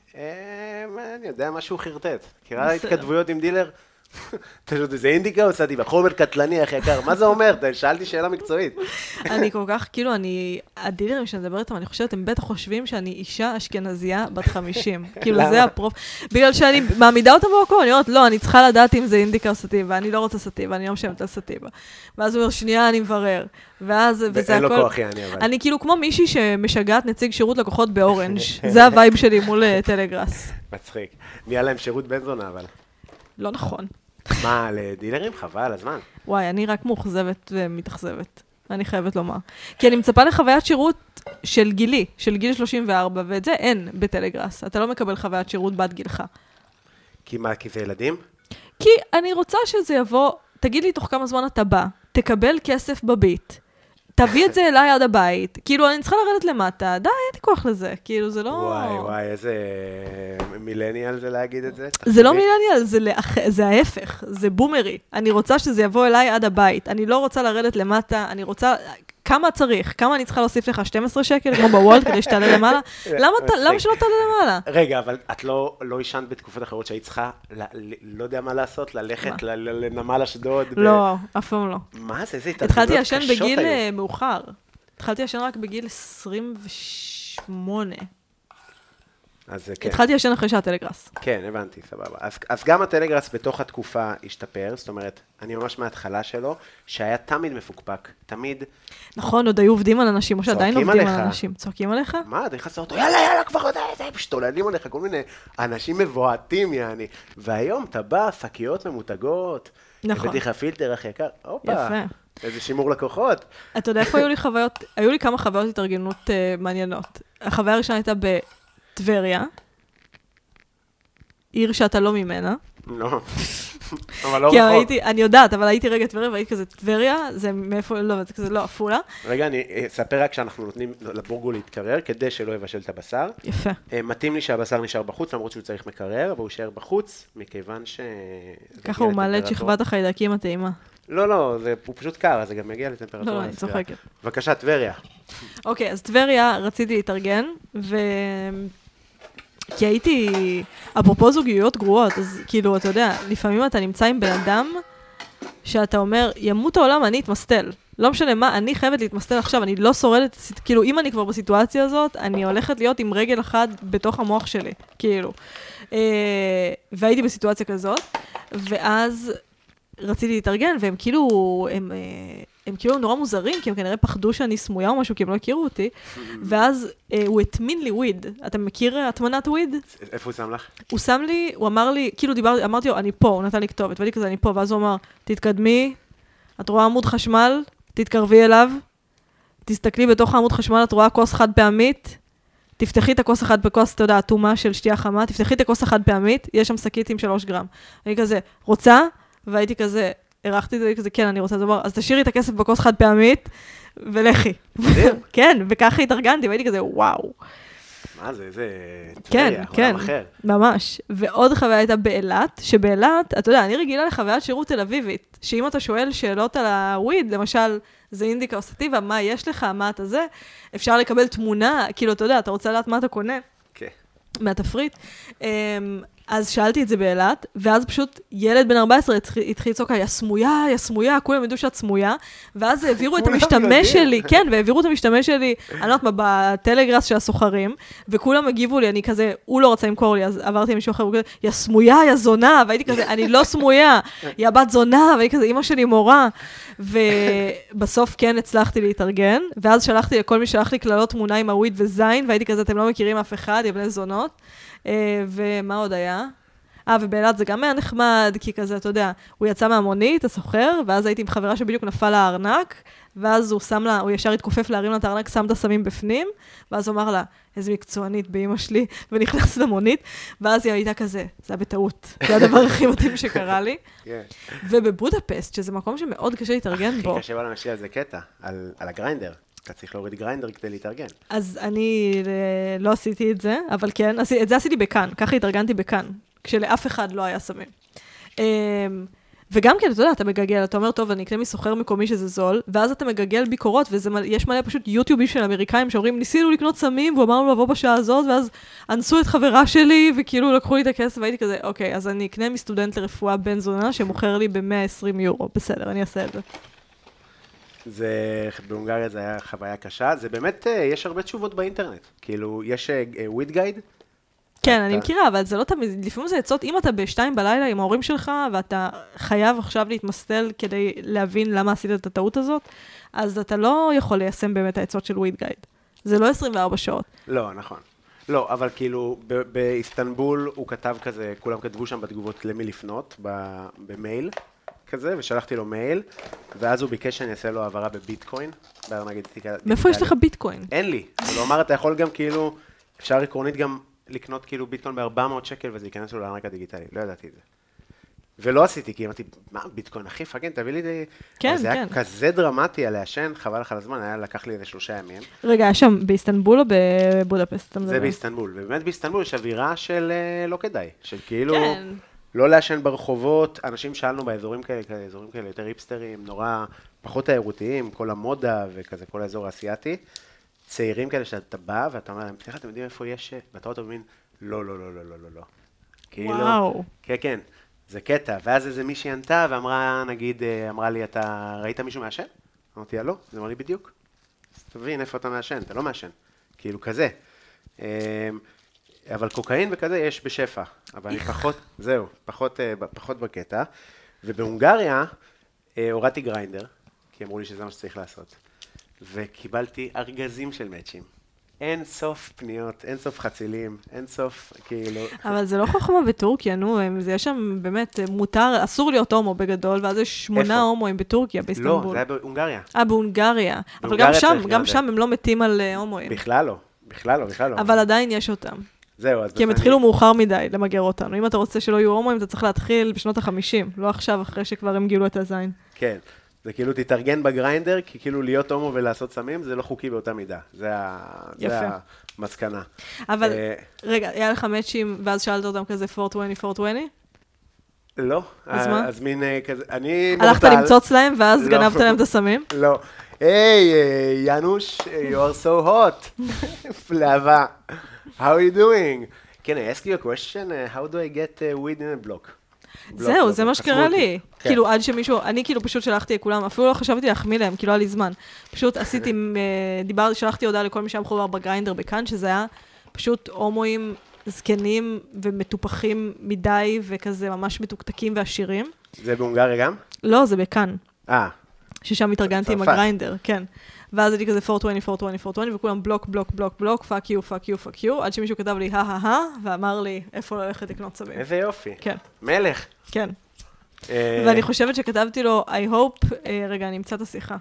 אני יודע, משהו חרטט. מכירה התכתבויות עם דילר? זה אינדיקה או סטיבה? חומר קטלני, אחי יקר. מה זה אומר? שאלתי שאלה מקצועית. אני כל כך, כאילו, אני... הדילרים שאני מדבר איתם, אני חושבת, הם בטח חושבים שאני אישה אשכנזייה בת חמישים. כאילו, זה הפרופ... בגלל שאני מעמידה אותם במקום, אני אומרת, לא, אני צריכה לדעת אם זה אינדיקה או סטיבה, אני לא רוצה סטיבה, אני לא משלמת על סטיבה. ואז הוא אומר, שנייה, אני מברר. ואז, וזה אין לו הכל... כוח, יעני, אבל. אני כאילו כמו מישהי שמשגעת נציג שירות לקוחות באורנג'. זה הווייב שלי מול טלגראס. מצחיק. נהיה להם שירות בן זונה, אבל. לא נכון. מה, לדילרים? חבל, הזמן. וואי, אני רק מאוכזבת ומתאכזבת. אני חייבת לומר. כי אני מצפה לחוויית שירות של גילי, של גיל שלושים וארבע, ואת זה אין בטלגראס. אתה לא מקבל חוויית שירות בת גילך. כי מה, כי זה ילדים? כי אני רוצה שזה יבוא, תגיד לי תוך כמה זמן אתה בא, תקבל כסף בביט, תביא את זה אליי עד הבית, כאילו אני צריכה לרדת למטה, די, אין לי כוח לזה, כאילו זה לא... וואי, וואי, איזה מילניאל זה להגיד את זה? זה לא מילניאל, זה, לאח... זה ההפך, זה בומרי. אני רוצה שזה יבוא אליי עד הבית, אני לא רוצה לרדת למטה, אני רוצה... כמה צריך? כמה אני צריכה להוסיף לך? שנים עשר שקל, כמו בוולט, כדי שתעלה למעלה? למה, ת... למה שלא תעלה למעלה? רגע, אבל את לא, לא ישנת בתקופות אחרות שהיית צריכה, ל... לא יודע מה לעשות, ללכת ל... לנמל אשדוד? לא, ו... אף פעם לא. מה זה? איזה התערבויות קשות התחלתי ישן בגיל היום. מאוחר. התחלתי ישן רק בגיל עשרים ושמונה. אז כן. התחלתי לשן אחרי שהטלגראס. כן, הבנתי, סבבה. אז, אז גם הטלגראס בתוך התקופה השתפר, זאת אומרת, אני ממש מההתחלה שלו, שהיה תמיד מפוקפק, תמיד... נכון, עוד היו עובדים על אנשים, או שעדיין צועקים עובדים על עליך. אנשים. צועקים עליך? מה, אתה נכנס לאוטו, יאללה, יאללה, כבר יודע, זה, משתוללים עליך, כל מיני אנשים מבועטים, יעני. והיום אתה בא, שקיות ממותגות, נכון. הבאתי לך פילטר הכי יקר, הופה, יפה. איזה שימור לקוחות. אתה יודע איפה היו לי חוויות, היו לי כמה חוויות התארגנות uh, מעניינות. החוויה הראשונה הייתה בטבריה, עיר שאתה לא ממנה. לא, אבל לא כי רחוק. הייתי, אני יודעת, אבל הייתי רגע טבריה, והייתי כזה, טבריה, זה מאיפה, לא, זה כזה לא, עפולה. רגע, אני אספר רק שאנחנו נותנים לבורגו להתקרר, כדי שלא יבשל את הבשר. יפה. מתאים לי שהבשר נשאר בחוץ, למרות שהוא צריך מקרר, אבל הוא יישאר בחוץ, מכיוון ש... ככה הוא מעלה את שכבת החיידקים הטעימה. לא, לא, זה, הוא פשוט קר, אז זה גם מגיע לטמפרטורה. לא, אני צוחקת. בבקשה, טבריה. אוקיי, אז טבריה רציתי להתארגן, ו... כי הייתי, אפרופו זוגיות גרועות, אז כאילו, אתה יודע, לפעמים אתה נמצא עם בן אדם, שאתה אומר, ימות העולם, אני אתמסטל. לא משנה מה, אני חייבת להתמסטל עכשיו, אני לא שורדת, כאילו, אם אני כבר בסיטואציה הזאת, אני הולכת להיות עם רגל אחת בתוך המוח שלי, כאילו. והייתי בסיטואציה כזאת, ואז רציתי להתארגן, והם כאילו, הם, הם כאילו נורא מוזרים, כי הם כנראה פחדו שאני סמויה או משהו, כי הם לא הכירו אותי, ואז הוא התמין לי וויד. אתה מכיר התמנת וויד? איפה הוא שם לך? הוא שם לי, הוא אמר לי, כאילו דיבר, אמרתי לו, אני פה, הוא נתן לי כתובת, ואני כזה, אני פה, ואז הוא אמר, תתקדמי, את רואה עמוד חשמל, תתקרבי אליו, תסתכלי בתוך העמוד חשמל, את רואה כוס חד פעמית, תפתחי את הכוס החד בכוס, אתה יודע, אטומה של שתייה חמה, תפתחי את הכוס החד פעמית, יש שם שקית עם שלוש גרם. אני כזה, רוצה? והייתי כזה, ערכתי את זה כזה, כן, אני רוצה לדבר, אז תשאירי את הכסף בכוס חד פעמית, ולכי. כן, וככה התארגנתי, והייתי כזה, וואו. מה זה, זה... כן, כן, עולם אחר. ממש. ועוד חוויה הייתה באילת, שבאילת, אתה יודע, אני רגילה לחוויית שירות תל אביבית, שאם אתה שואל שאלות על הוויד, למשל, זה אינדיקה או סטיבה, מה יש לך, מה אתה זה, אפשר לקבל תמונה, כאילו, אתה יודע, אתה רוצה לדעת מה אתה קונה, כן. מהתפריט. אז שאלתי את זה באילת, ואז פשוט ילד בן ארבע עשרה התחיל לצעוק, יא סמויה, יא סמויה, כולם ידעו שאת סמויה, ואז העבירו את המשתמש שלי, כן, והעבירו את המשתמש שלי, אני לא יודעת מה, בטלגראס של הסוחרים, וכולם הגיבו לי, אני כזה, הוא לא רצה למכור לי, אז עברתי עם מישהו אחר, הוא כזה, יא סמויה, יא זונה, והייתי כזה, אני לא סמויה, יא בת זונה, והייתי כזה, אמא שלי מורה, ובסוף כן הצלחתי להתארגן, ואז שלחתי לכל מי שלח לי כללות תמונה עם הוויד וזין, והייתי כזה, אתם לא מכירים אף אחד, יא בני זונות. ומה עוד היה? אה, ובאילת זה גם היה נחמד, כי כזה, אתה יודע, הוא יצא מהמונית, הסוחר, ואז הייתי עם חברה שבדיוק נפל לארנק, ואז הוא שם לה, הוא ישר התכופף להרים לה את הארנק, שם את הסמים בפנים, ואז הוא אמר לה, איזה מקצוענית באמא שלי, ונכנס למונית, ואז היא הייתה כזה, זה היה בטעות, זה הדבר הכי מתאים שקרה לי. ובבודפסט, שזה מקום שמאוד קשה להתארגן בו. הכי קשה בעולם יש לי על זה קטע, על הגריינדר. אתה צריך להוריד גריינדר כדי להתארגן. אז אני לא עשיתי את זה, אבל כן, את זה עשיתי בכאן, ככה התארגנתי בכאן, כשלאף אחד לא היה סמים. וגם כן, אתה יודע, אתה מגגל, אתה אומר, טוב, אני אקנה מסוחר מקומי שזה זול, ואז אתה מגגל ביקורות, ויש מלא פשוט יוטיובים של אמריקאים שאומרים, ניסינו לקנות סמים, ואמרנו לבוא בשעה הזאת, ואז אנסו את חברה שלי, וכאילו לקחו לי את הכסף, והייתי כזה, אוקיי, אז אני אקנה מסטודנט לרפואה בן זונה, שמוכר לי ב-מאה ועשרים יורו. בסדר, אני אעשה את זה. זה, בהונגריה זה היה חוויה קשה, זה באמת, יש הרבה תשובות באינטרנט, כאילו, יש וויד גייד? כן, אני מכירה, אבל זה לא תמיד, לפעמים זה עצות, אם אתה בשתיים בלילה עם ההורים שלך, ואתה חייב עכשיו להתמסטל כדי להבין למה עשית את הטעות הזאת, אז אתה לא יכול ליישם באמת העצות של וויד גייד. זה לא עשרים וארבע שעות. לא, נכון. לא, אבל כאילו, באיסטנבול הוא כתב כזה, כולם כתבו שם בתגובות למי לפנות, במייל. כזה, ושלחתי לו מייל, ואז הוא ביקש שאני אעשה לו העברה בביטקוין. מאיפה יש לך ביטקוין? אין לי. הוא אמר, אתה יכול גם כאילו, אפשר עקרונית גם לקנות כאילו ביטקוין ב-ארבע מאות שקל, וזה ייכנס לו לארנק הדיגיטלי. לא ידעתי את זה. ולא עשיתי, כי אמרתי, מה, ביטקוין, אחי, פאקינג, תביא לי את זה. כן, כן. זה היה כזה דרמטי על לעשן, חבל לך על הזמן, היה לקח לי איזה שלושה ימים. רגע, היה שם באיסטנבול או בבודפסט? זה באיסטנבול, ובאמת באיסטנבול יש אווירה של לא כדאי, של כאילו... כן. לא לעשן ברחובות, אנשים שאלנו באזורים כאלה, אזורים כאלה יותר היפסטרים, נורא פחות תיירותיים, כל המודה וכזה, כל האזור האסייתי, צעירים כאלה שאתה בא ואתה אומר להם, תראה, אתם יודעים איפה יש, ואתה רואה מבין, לא, לא, לא, לא, לא, לא, לא. וואו. כן, כן, זה קטע, ואז איזה מישהי ענתה ואמרה, נגיד, אמרה לי, אתה ראית מישהו מעשן? אמרתי, לא, זה אמר לי בדיוק. אז תבין איפה אתה מעשן, אתה לא מעשן, כאילו כזה. אבל קוקאין וכזה יש בשפע. אבל אני פחות, זהו, פחות, אה, פחות בקטע. ובהונגריה אה, הורדתי גריינדר, כי אמרו לי שזה מה שצריך לעשות. וקיבלתי ארגזים של מאצ'ים. אין סוף פניות, אין סוף חצילים, אין סוף, כאילו... אבל זה לא חוכמה בטורקיה, נו, זה יש שם באמת מותר, אסור להיות הומו בגדול, ואז יש שמונה הומואים בטורקיה, באיסטנבול. לא, זה היה בהונגריה. אה, בהונגריה. אבל גם שם, גם שם הם לא מתים על הומואים. בכלל לא, בכלל לא, בכלל לא. אבל עדיין יש אותם. זהו, אז... כי הם התחילו מאוחר מדי למגר אותנו. אם אתה רוצה שלא יהיו הומואים, אתה צריך להתחיל בשנות החמישים, לא עכשיו, אחרי שכבר הם גילו את הזין. כן. זה כאילו תתארגן בגריינדר, כי כאילו להיות הומו ולעשות סמים, זה לא חוקי באותה מידה. זה, ה... זה המסקנה. אבל, רגע, היה לך מאצ'ים, ואז שאלת אותם כזה ארבע עשרים ארבע עשרים? לא. אז מה? אז מין כזה, אני מורטל. הלכת למצוץ להם, ואז גנבת להם את הסמים? לא. היי, ינוש, you are so hot. פלאבה. How are you doing? Can I ask you a question? How do I get weed in a block? זהו, זה מה שקרה לי. כאילו, עד שמישהו, אני כאילו פשוט שלחתי לכולם, אפילו לא חשבתי להחמיא להם, כאילו היה לי זמן. פשוט עשיתי, דיברתי, שלחתי הודעה לכל מי שהיה מחובר בגריינדר בכאן, שזה היה פשוט הומואים זקנים ומטופחים מדי, וכזה ממש מתוקתקים ועשירים. זה בהונגריה גם? לא, זה בכאן. אה. ששם התארגנתי עם הגריינדר, כן. ואז הייתי כזה ארבע עשרים, ארבע עשרים, ארבע עשרים, וכולם בלוק, בלוק, בלוק, בלוק, פאק יו, פאק יו, פאק יו, עד שמישהו כתב לי, הא, הא, הא, ואמר לי, איפה ללכת לקנות סמים. איזה יופי. כן. מלך. כן. ואני חושבת שכתבתי לו, I hope, רגע, אני אמצא את השיחה.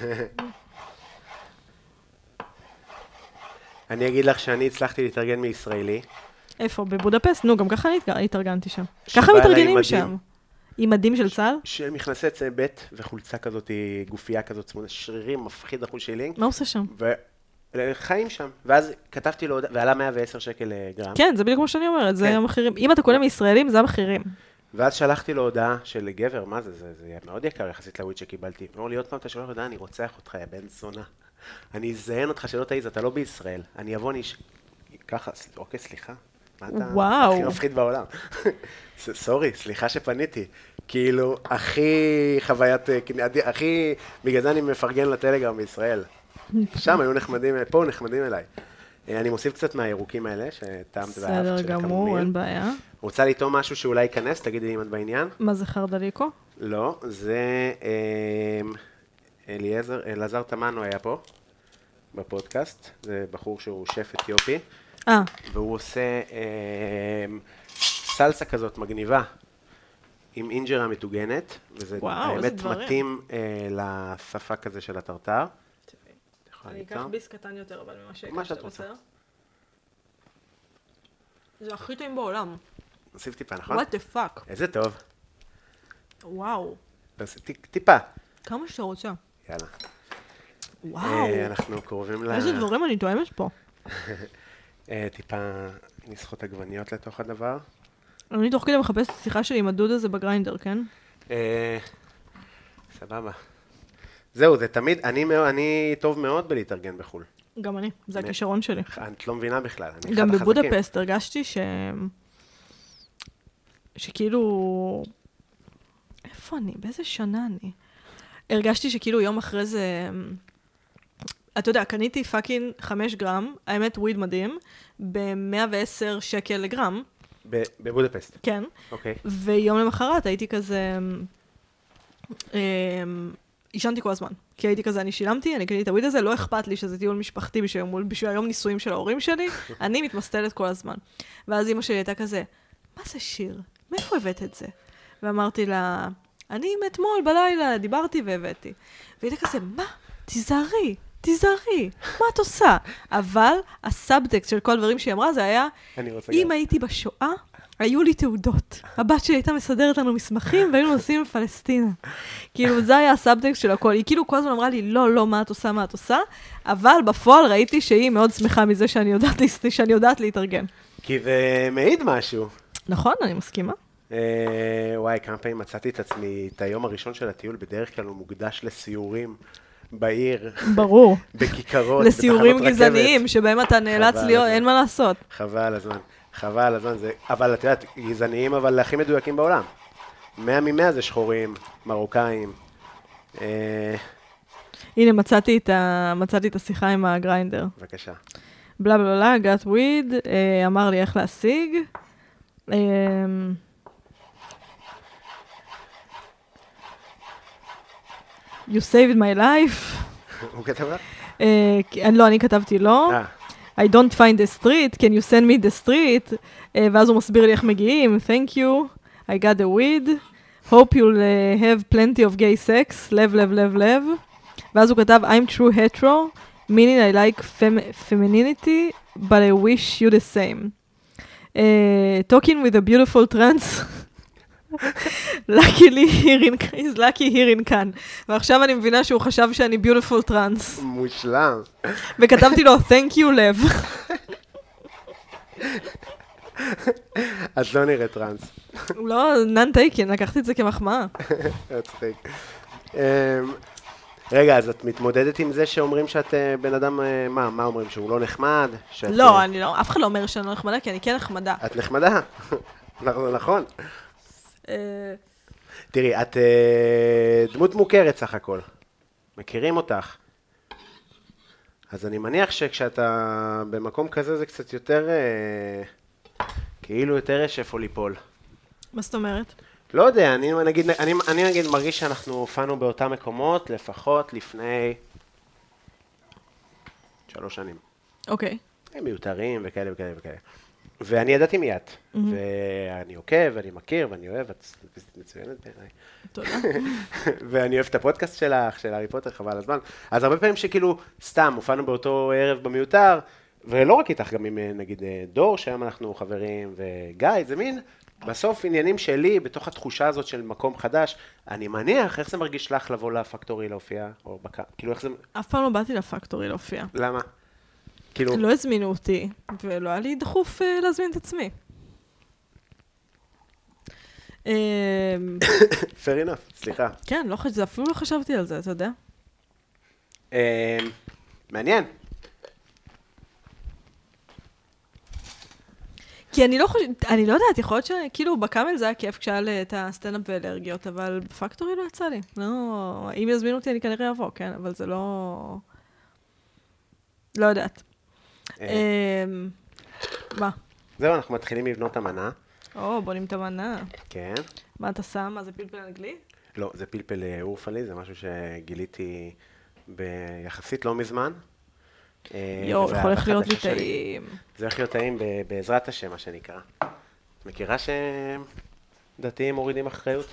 אני אגיד לך שאני הצלחתי להתארגן מישראלי. איפה? בבודפסט? נו, גם ככה אני התארגנתי שם. ככה מתארגנים שם. עם מדים של צה"ל? שמכנסי צבט וחולצה כזאת, גופייה כזאת, צמודה, שרירים, מפחיד אחוז שלי. מה עושה שם? וחיים שם. ואז כתבתי לו, ועלה מאה ועשר שקל גרם. כן, זה בדיוק כמו שאני אומרת, זה המחירים. אם אתה קונה מישראלים, זה המחירים. ואז שלחתי לו הודעה של גבר, מה זה, זה מאוד יקר יחסית לוויד שקיבלתי. אמרו לי, עוד פעם אתה שולח הודעה, אני רוצח אותך, יא בן זונה. אני אזיין אותך שלא תעיז, אתה לא בישראל. אני אבוא, אני... ככה, אוקיי, סליחה. מה אתה הכי מפחיד בעולם? סורי, סליחה שפניתי. כאילו, הכי חוויית, הכי, בגלל זה אני מפרגן לטלגרם בישראל. שם היו נחמדים, פה נחמדים אליי. אני מוסיף קצת מהירוקים האלה, שטעמת באף בסדר גמור, אין בעיה. רוצה לטעום משהו שאולי ייכנס, תגידי לי אם את בעניין. מה זה חרדליקו? לא, זה אליעזר, אלעזר תמנו היה פה, בפודקאסט. זה בחור שהוא שף אתיופי. אה. והוא עושה אה, סלסה כזאת מגניבה, עם אינג'רה מתוגנת, וזה וואו, באמת מתאים אה, לשפה כזה של הטרטר. אני אקח ביס קטן יותר, אבל ממה שהקשת, מה שאת רוצה. זה הכי טעים בעולם. נוסיף טיפה, נכון? What the fuck? איזה טוב. וואו. טיפה. כמה שאתה רוצה. יאללה. וואו. אנחנו קרובים ל... איזה דברים אני טועמת פה. טיפה נסחוט עגבניות לתוך הדבר. אני תוך כדי מחפש את השיחה שלי עם הדוד הזה בגריינדר, כן? סבבה. זהו, זה תמיד, אני טוב מאוד בלהתארגן בחול. גם אני, זה הכישרון שלי. את לא מבינה בכלל. גם בבודפסט הרגשתי ש... שכאילו... איפה אני? באיזה שנה אני? הרגשתי שכאילו יום אחרי זה... אתה יודע, קניתי פאקינג חמש גרם, האמת וויד מדהים, ב-מאה ועשר שקל לגרם. בבודפסט? כן. אוקיי. ויום למחרת הייתי כזה... ישנתי כל הזמן. כי הייתי כזה, אני שילמתי, אני קניתי את הוויד הזה, לא אכפת לי שזה טיול משפחתי בשביל, בשביל היום נישואים של ההורים שלי, אני מתמסטלת כל הזמן. ואז אמא שלי הייתה כזה, מה זה שיר? מאיפה הבאת את זה? ואמרתי לה, אני מאתמול בלילה דיברתי והבאתי. והייתה כזה, מה? תיזהרי. תיזהרי, מה את עושה? אבל הסאבטקסט של כל הדברים שהיא אמרה, זה היה, אם הייתי בשואה, היו לי תעודות. הבת שלי הייתה מסדרת לנו מסמכים, והיינו נוסעים לפלסטינה. כאילו, זה היה הסאבטקסט של הכל. היא כאילו כל הזמן אמרה לי, לא, לא, מה את עושה, מה את עושה? אבל בפועל ראיתי שהיא מאוד שמחה מזה שאני יודעת, שאני יודעת להתארגן. כי זה מעיד משהו. נכון, אני מסכימה. וואי, כמה פעמים מצאתי את עצמי, את היום הראשון של הטיול, בדרך כלל הוא מוקדש לסיורים. בעיר. ברור. בכיכרות, לסיורים גזעניים, שבהם אתה נאלץ להיות, אין מה לעשות. חבל הזמן, חבל הזמן. אבל את יודעת, גזעניים, אבל הכי מדויקים בעולם. מאה ממאה זה שחורים, מרוקאים. הנה, מצאתי את השיחה עם הגריינדר. בבקשה. בלה בלה בלה, got weed, uh, אמר לי איך להשיג. Um, you saved my life. הוא כתב לך? Uh, לא, אני כתבתי לו. אה. I don't find the street, can you send me the street? Uh, ואז הוא מסביר לי איך מגיעים, thank you, I got the weed, hope you'll uh, have plenty of gay sex, לב, לב, לב, לב. ואז הוא כתב, I'm true hetero, meaning I like fem- femininity, but I wish you the same. Uh, talking with a beautiful trans, luckily here in, he's lucky here in כאן. ועכשיו אני מבינה שהוא חשב שאני beautiful trans. מושלם. וכתבתי לו, thank you, לב. את לא נראית טרנס. לא, נן טייקין, לקחתי את זה כמחמאה. מצחיק. אמ, רגע, אז את מתמודדת עם זה שאומרים שאת אה, בן אדם, אה, מה, מה אומרים? שהוא לא נחמד? שאת, לא, אה, אני לא, אף אחד לא אומר שאני לא נחמדה, כי אני כן נחמדה. את נחמדה? נכון, נכון. אה, תראי, את אה, דמות מוכרת סך הכל. מכירים אותך. אז אני מניח שכשאתה במקום כזה זה קצת יותר, אה, כאילו יותר יש איפה ליפול. מה זאת אומרת? לא יודע, אני נגיד, אני, אני נגיד מרגיש שאנחנו הופענו באותם מקומות לפחות לפני שלוש שנים. אוקיי. הם מיותרים וכאלה וכאלה וכאלה. ואני ידעתי מי את. ואני עוקב, ואני מכיר, ואני אוהב, את מצוינת בעיניי. תודה. ואני אוהב את הפודקאסט שלך, של הארי פוטר, חבל הזמן. אז הרבה פעמים שכאילו, סתם, הופענו באותו ערב במיותר, ולא רק איתך, גם עם נגיד דור, שהיום אנחנו חברים, וגיא, זה מין, בסוף עניינים שלי, בתוך התחושה הזאת של מקום חדש, אני מניח, איך זה מרגיש לך לבוא לפקטורי להופיע, או בקה, כאילו איך זה... אף פעם לא באתי לפקטורי להופיע. למה? כאילו... לא הזמינו אותי, ולא היה לי דחוף אה, להזמין את עצמי. אה, fair enough, סליחה. כן, לא חש... אפילו לא חשבתי על זה, אתה יודע? אה, מעניין. כי אני לא חושבת, אני לא יודעת, יכול להיות שכאילו בקאמל זה היה כיף כשהיה לי את הסטנדאפ ואלרגיות, אבל בפקטורי לא יצא לי. לא, אם יזמינו אותי אני כנראה אבוא, כן, אבל זה לא... לא יודעת. אמ, מה? זהו, אנחנו מתחילים לבנות המנה. או, בונים את המנה. כן. מה אתה שם? מה זה פלפל אנגלי? לא, זה פלפל אורפלי, זה משהו שגיליתי ביחסית לא מזמן. יואו, יכול איך להיות לי טעים. זה הולך להיות טעים בעזרת השם, מה שנקרא. מכירה שדתיים מורידים אחריות?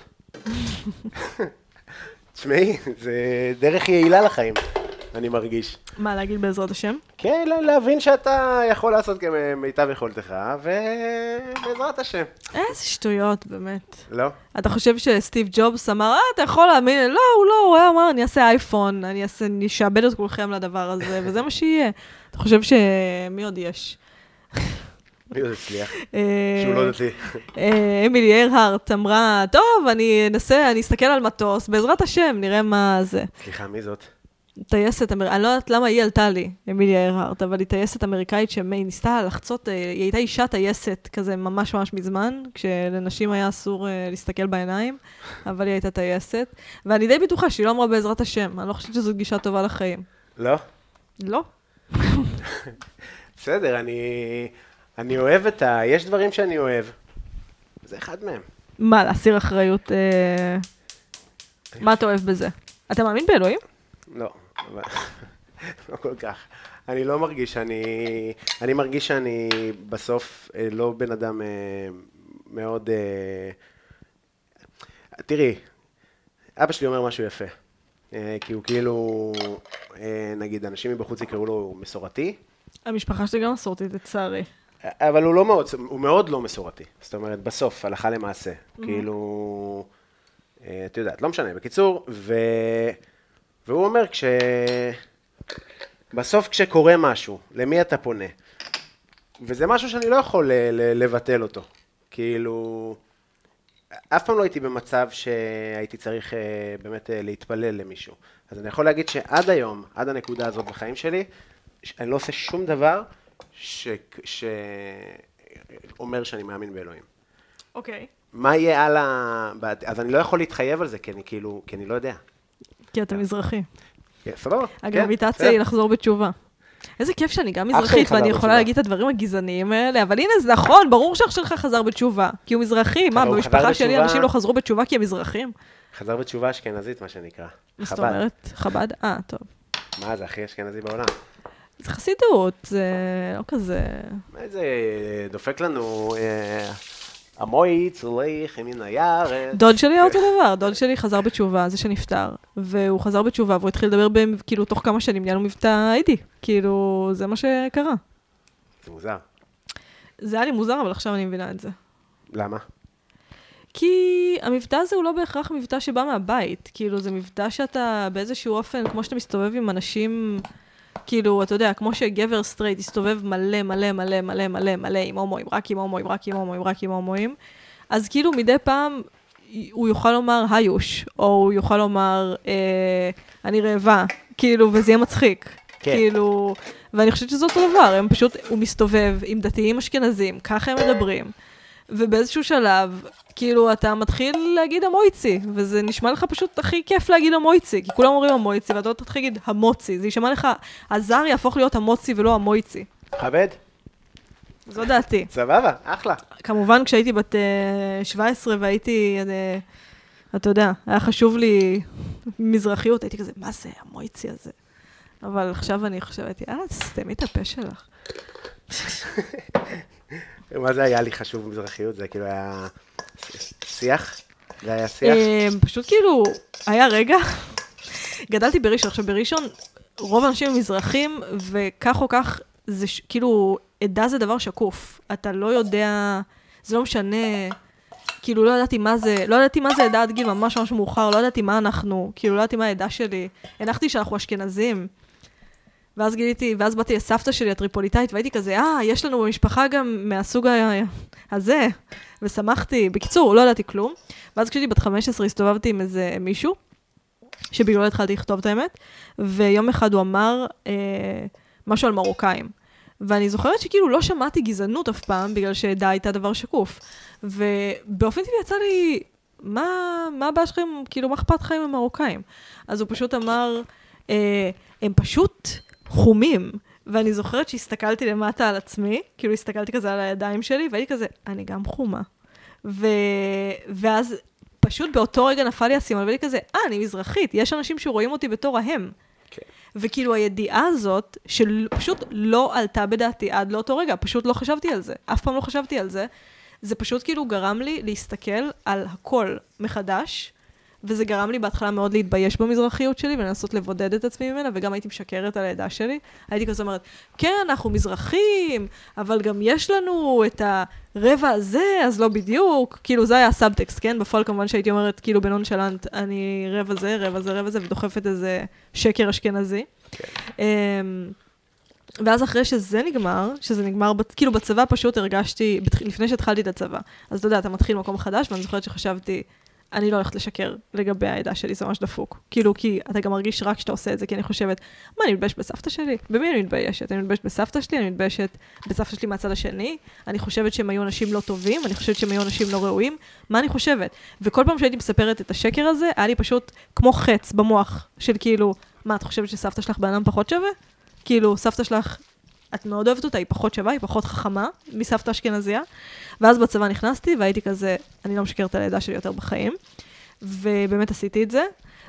תשמעי, זה דרך יעילה לחיים, אני מרגיש. מה, להגיד בעזרת השם? כן, להבין שאתה יכול לעשות כמיטב יכולתך, ובעזרת השם. איזה שטויות, באמת. לא? אתה חושב שסטיב ג'ובס אמר, אה, אתה יכול להאמין, לא, הוא לא, הוא היה אמר, אני אעשה אייפון, אני אעשה, אני אשעבד את כולכם לדבר הזה, וזה מה שיהיה. אתה חושב שמי עוד יש? מי עוד הצליח? שהוא לא דתי. אמילי איירהארט אמרה, טוב, אני אנסה, אני אסתכל על מטוס, בעזרת השם, נראה מה זה. סליחה, מי זאת? טייסת, אני לא יודעת למה היא עלתה לי, אמילי איירהארט, אבל היא טייסת אמריקאית שהיא ניסתה לחצות, היא הייתה אישה טייסת כזה ממש ממש מזמן, כשלנשים היה אסור להסתכל בעיניים, אבל היא הייתה טייסת, ואני די בטוחה שהיא לא אמרה בעזרת השם, אני לא חושבת שזו גישה טובה לחיים. לא? לא. בסדר, אני, אני אוהב את ה... יש דברים שאני אוהב. זה אחד מהם. מה, להסיר אחריות? אה... מה אתה אוהב בזה? אתה מאמין באלוהים? לא, אבל... לא כל כך. אני לא מרגיש שאני... אני מרגיש שאני בסוף לא בן אדם מאוד... תראי, אבא שלי אומר משהו יפה. כי הוא כאילו, נגיד, אנשים מבחוץ יקראו לו מסורתי. המשפחה שלי גם מסורתית, לצערי. אבל הוא לא מאוד, הוא מאוד לא מסורתי. זאת אומרת, בסוף, הלכה למעשה. כאילו, את יודעת, לא משנה. בקיצור, ו... והוא אומר, כש... בסוף כשקורה משהו, למי אתה פונה? וזה משהו שאני לא יכול לבטל אותו. כאילו, אף פעם לא הייתי במצב שהייתי צריך באמת להתפלל למישהו. אז אני יכול להגיד שעד היום, עד הנקודה הזאת בחיים שלי, אני לא עושה שום דבר שאומר שאני מאמין באלוהים. אוקיי. מה יהיה על ה... אז אני לא יכול להתחייב על זה, כי אני כאילו, כי אני לא יודע. כי אתה מזרחי. סבבה. הגרביטציה היא לחזור בתשובה. איזה כיף שאני גם אח שלי מזרחית, חזר ואני בתשובה. יכולה להגיד את הדברים הגזעניים האלה, אבל הנה, זה נכון, ברור שאח שלך חזר בתשובה, כי הוא מזרחי. מה, אבל הוא במשפחה חזר שלי בתשובה- אנשים לא חזרו בתשובה כי הם מזרחים? חזר בתשובה אשכנזית, מה שנקרא. מה זאת חב"ד. אומרת? חב"ד? אה, טוב. מה, זה הכי אשכנזי בעולם. זה חסידות, זה לא כזה... איזה דופק לנו, אה, המויץ הולך מן היערת. דוד שלי היה אותו דבר, דוד שלי חזר בתשובה, זה שנפטר, והוא חזר בתשובה, והוא התחיל לדבר, ב- כאילו, תוך כמה שנים נהיה לו מבטא היידי, כאילו, זה מה שקרה. זה מוזר. זה היה לי מוזר, אבל עכשיו אני מבינה את זה. למה? כי המבטא הזה הוא לא בהכרח מבטא שבא מהבית, כאילו, זה מבטא שאתה באיזשהו אופן, כמו שאתה מסתובב עם אנשים, כאילו, אתה יודע, כמו שגבר סטרייט הסתובב מלא, מלא, מלא, מלא, מלא, מלא, עם הומואים, רק עם הומואים, רק עם הומואים, רק עם הומואים, אז כאילו מדי פעם הוא יוכל לומר היוש, או הוא יוכל לומר, אה, אני רעבה, כאילו, וזה יהיה מצחיק. כן. כאילו, ואני חושבת שזה אותו דבר, הם פשוט, הוא מסתובב עם דתיים אשכנזים, ככה הם מדברים, ובאיזשהו שלב, כאילו, אתה מתחיל להגיד המויצי, וזה נשמע לך פשוט הכי כיף להגיד המויצי, כי כולם אומרים המויצי, ואתה תתחיל להגיד המוצי, זה יישמע לך, הזר יהפוך להיות המוצי ולא המויצי. כבד? זו דעתי. סבבה, אחלה. כמובן, כשהייתי בת uh, שבע עשרה והייתי, uh, אתה יודע, היה חשוב לי מזרחיות, הייתי כזה, מה זה המויצי הזה? אבל עכשיו אני חושבת, יאללה, תסתמי את הפה שלך. מה זה היה לי חשוב במזרחיות? זה כאילו היה שיח? זה היה שיח? פשוט כאילו, היה רגע, גדלתי בראשון, עכשיו בראשון, רוב האנשים הם מזרחים, וכך או כך, זה כאילו, עדה זה דבר שקוף. אתה לא יודע, זה לא משנה, כאילו לא ידעתי מה זה, לא ידעתי מה זה עדה עד גיל ממש ממש מאוחר, לא ידעתי מה אנחנו, כאילו לא ידעתי מה העדה שלי. הנחתי שאנחנו אשכנזים. ואז גיליתי, ואז באתי לסבתא שלי, הטריפוליטאית, והייתי כזה, אה, יש לנו במשפחה גם מהסוג הזה, ושמחתי. בקיצור, לא ידעתי כלום. ואז כשהייתי בת חמש עשרה הסתובבתי עם איזה מישהו, שבגללו התחלתי לכתוב את האמת, ויום אחד הוא אמר אה, משהו על מרוקאים. ואני זוכרת שכאילו לא שמעתי גזענות אף פעם, בגלל שעדה הייתה דבר שקוף. ובאופן טבעי יצא לי, מה, מה הבעיה שלכם, כאילו, מה אכפת לך עם המרוקאים? אז הוא פשוט אמר, אה, הם פשוט חומים. ואני זוכרת שהסתכלתי למטה על עצמי, כאילו הסתכלתי כזה על הידיים שלי, והייתי כזה, אני גם חומה. ו... ואז פשוט באותו רגע נפל לי הסימן, והייתי כזה, אה, אני מזרחית, יש אנשים שרואים אותי בתור ההם. כן. וכאילו הידיעה הזאת, שפשוט לא עלתה בדעתי עד לאותו רגע, פשוט לא חשבתי על זה, אף פעם לא חשבתי על זה, זה פשוט כאילו גרם לי להסתכל על הכל מחדש, וזה גרם לי בהתחלה מאוד להתבייש במזרחיות שלי, ולנסות לבודד את עצמי ממנה, וגם הייתי משקרת על העדה שלי. הייתי כזה אומרת, כן, אנחנו מזרחים, אבל גם יש לנו את הרבע הזה, אז לא בדיוק. כאילו, זה היה הסאבטקסט, כן? בפועל כמובן שהייתי אומרת, כאילו, בנונשלנט, אני רבע זה, רבע זה, רבע זה, ודוחפת איזה שקר אשכנזי. כן. ואז אחרי שזה נגמר, שזה נגמר, כאילו בצבא פשוט הרגשתי, לפני שהתחלתי את הצבא. אז אתה יודע, אתה מתחיל מקום חדש, ואני זוכרת שחשבתי, אני לא הולכת לשקר לגבי העדה שלי, זה ממש דפוק. כאילו, כי אתה גם מרגיש רק שאתה עושה את זה, כי אני חושבת, מה, אני מתביישת בסבתא שלי? במי אני מתביישת? אני מתביישת בסבתא שלי, אני מתביישת בסבתא שלי מהצד השני, אני חושבת שהם היו אנשים לא טובים, אני חושבת שהם היו אנשים לא ראויים, מה אני חושבת? וכל פעם שהייתי מספרת את השקר הזה, היה לי פשוט כמו חץ במוח של כאילו, מה, את חושבת שסבתא שלך באדם פחות שווה? כאילו, סבתא שלך, את מאוד אוהבת אותה, היא פחות שווה, היא פחות חכמה מסבתא אשכנזיה. ואז בצבא נכנסתי, והייתי כזה, אני לא משקרת על העדה שלי יותר בחיים. ובאמת עשיתי את זה.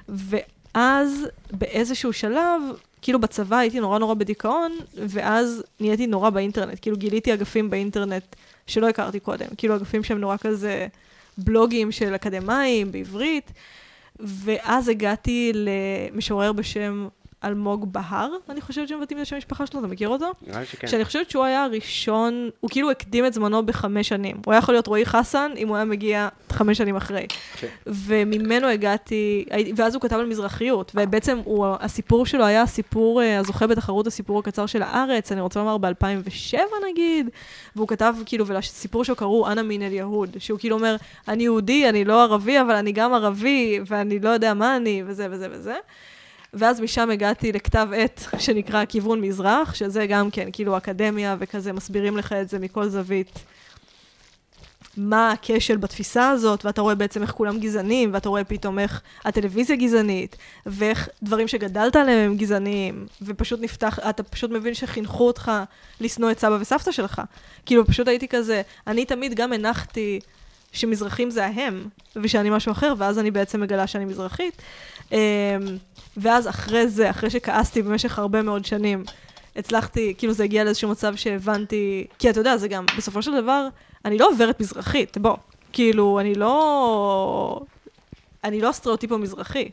ואז באיזשהו שלב, כאילו בצבא הייתי נורא נורא בדיכאון, ואז נהייתי נורא באינטרנט. כאילו גיליתי אגפים באינטרנט שלא הכרתי קודם. כאילו אגפים שהם נורא כזה בלוגים של אקדמיים בעברית. ואז הגעתי למשורר בשם אלמוג בהר, אני חושבת שמבטאים את השם המשפחה שלו, אתה מכיר אותו? נראה שכן. שאני חושבת שהוא היה הראשון, הוא כאילו הקדים את זמנו בחמש שנים. הוא היה יכול להיות רועי חסן, אם הוא היה מגיע חמש שנים אחרי. כן. וממנו הגעתי, ואז הוא כתב על מזרחיות, ובעצם הוא, הסיפור שלו היה הסיפור, הזוכה בתחרות הסיפור הקצר של הארץ, אני רוצה לומר ב-אלפיים ושבע נגיד, והוא כתב כאילו, ולסיפור שלו קראו אנה מן אל יהוד, שהוא כאילו אומר, אני יהודי, אני לא ערבי, אבל אני גם ערבי, ואני לא יודע מה אני, וזה וזה וזה. ואז משם הגעתי לכתב עת שנקרא כיוון מזרח, שזה גם כן, כאילו אקדמיה וכזה, מסבירים לך את זה מכל זווית. מה הכשל בתפיסה הזאת, ואתה רואה בעצם איך כולם גזענים, ואתה רואה פתאום איך הטלוויזיה גזענית, ואיך דברים שגדלת עליהם הם גזעניים, ופשוט נפתח, אתה פשוט מבין שחינכו אותך לשנוא את סבא וסבתא שלך. כאילו, פשוט הייתי כזה, אני תמיד גם הנחתי שמזרחים זה ההם, ושאני משהו אחר, ואז אני בעצם מגלה שאני מזרחית. ואז אחרי זה, אחרי שכעסתי במשך הרבה מאוד שנים, הצלחתי, כאילו זה הגיע לאיזשהו מצב שהבנתי, כי אתה יודע, זה גם, בסופו של דבר, אני לא עוברת מזרחית, בוא, כאילו, אני לא, אני לא הסטריאוטיפ המזרחי.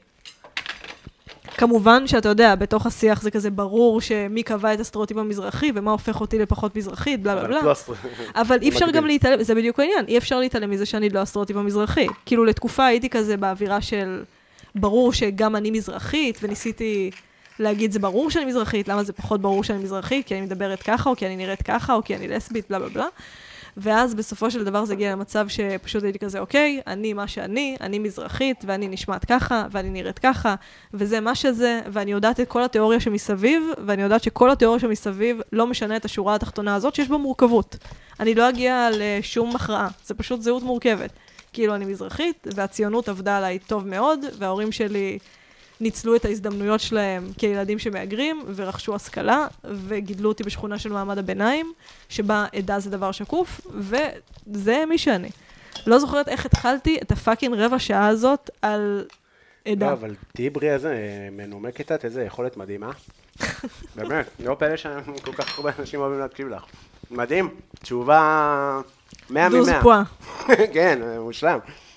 כמובן שאתה יודע, בתוך השיח זה כזה ברור שמי קבע את הסטריאוטיפ המזרחי, ומה הופך אותי לפחות מזרחית, בלה בלה בלה. אבל אי אפשר גם להתעלם, זה בדיוק העניין, אי אפשר להתעלם מזה שאני לא הסטריאוטיפ המזרחי. כאילו, לתקופה הייתי כזה באווירה של, ברור שגם אני מזרחית, וניסיתי להגיד, זה ברור שאני מזרחית, למה זה פחות ברור שאני מזרחית, כי אני מדברת ככה, או כי אני נראית ככה, או כי אני לסבית, בלה בלה בלה. ואז בסופו של דבר זה הגיע למצב שפשוט הייתי כזה, אוקיי, אני מה שאני, אני מזרחית, ואני נשמעת ככה, ואני נראית ככה, וזה מה שזה, ואני יודעת את כל התיאוריה שמסביב, ואני יודעת שכל התיאוריה שמסביב לא משנה את השורה התחתונה הזאת, שיש בה מורכבות. אני לא אגיע לשום מכרעה, זה פשוט זהות מורכבת. כאילו אני מזרחית, והציונות עבדה עליי טוב מאוד, וההורים שלי ניצלו את ההזדמנויות שלהם כילדים שמאגרים, ורכשו השכלה, וגידלו אותי בשכונה של מעמד הביניים, שבה עדה זה דבר שקוף, וזה מי שאני. לא זוכרת איך התחלתי את הפאקינג רבע שעה הזאת על עדה. לא, אבל טיברי הזה, מנומקת את איזה יכולת מדהימה. באמת, לא פלא שכל כך הרבה אנשים אוהבים להקשיב לך. מדהים, תשובה מאה ממאה. דוז פואה. כן, מושלם.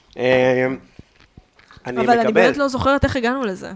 אני אבל מקבל. אני באמת לא זוכרת איך הגענו לזה.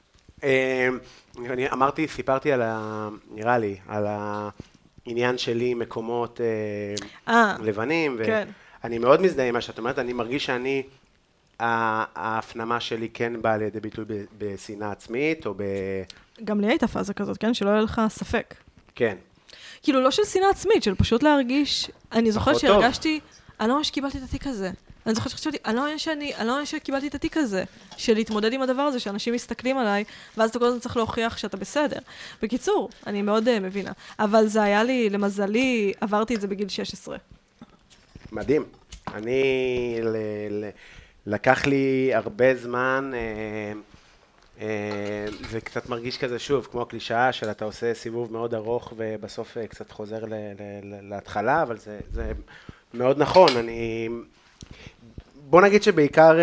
אני אמרתי, סיפרתי על ה... נראה לי, על העניין שלי, מקומות לבנים, ואני מאוד מזדהה עם מה שאת אומרת, אני מרגיש שאני, ההפנמה שלי כן באה לידי ביטוי בשנאה עצמית, או ב... גם לי הייתה פאזה כזאת, כן? שלא היה לך ספק. כן. כאילו, לא של שנאה עצמית, של פשוט להרגיש... אני זוכרת שהרגשתי, אני לא ממש קיבלתי את התיק הזה. אני זוכרת שחשבתי, אני לא מאמין שאני, אני לא מאמין שקיבלתי את התיק הזה, של להתמודד עם הדבר הזה, שאנשים מסתכלים עליי, ואז אתה כל הזמן צריך להוכיח שאתה בסדר. בקיצור, אני מאוד uh, מבינה. אבל זה היה לי, למזלי, עברתי את זה בגיל שש עשרה. מדהים. אני, ל, ל, לקח לי הרבה זמן, אה, אה, זה קצת מרגיש כזה שוב, כמו קלישאה של אתה עושה סיבוב מאוד ארוך, ובסוף אה, קצת חוזר ל, ל, ל, להתחלה, אבל זה, זה מאוד נכון. אני... בוא נגיד שבעיקר,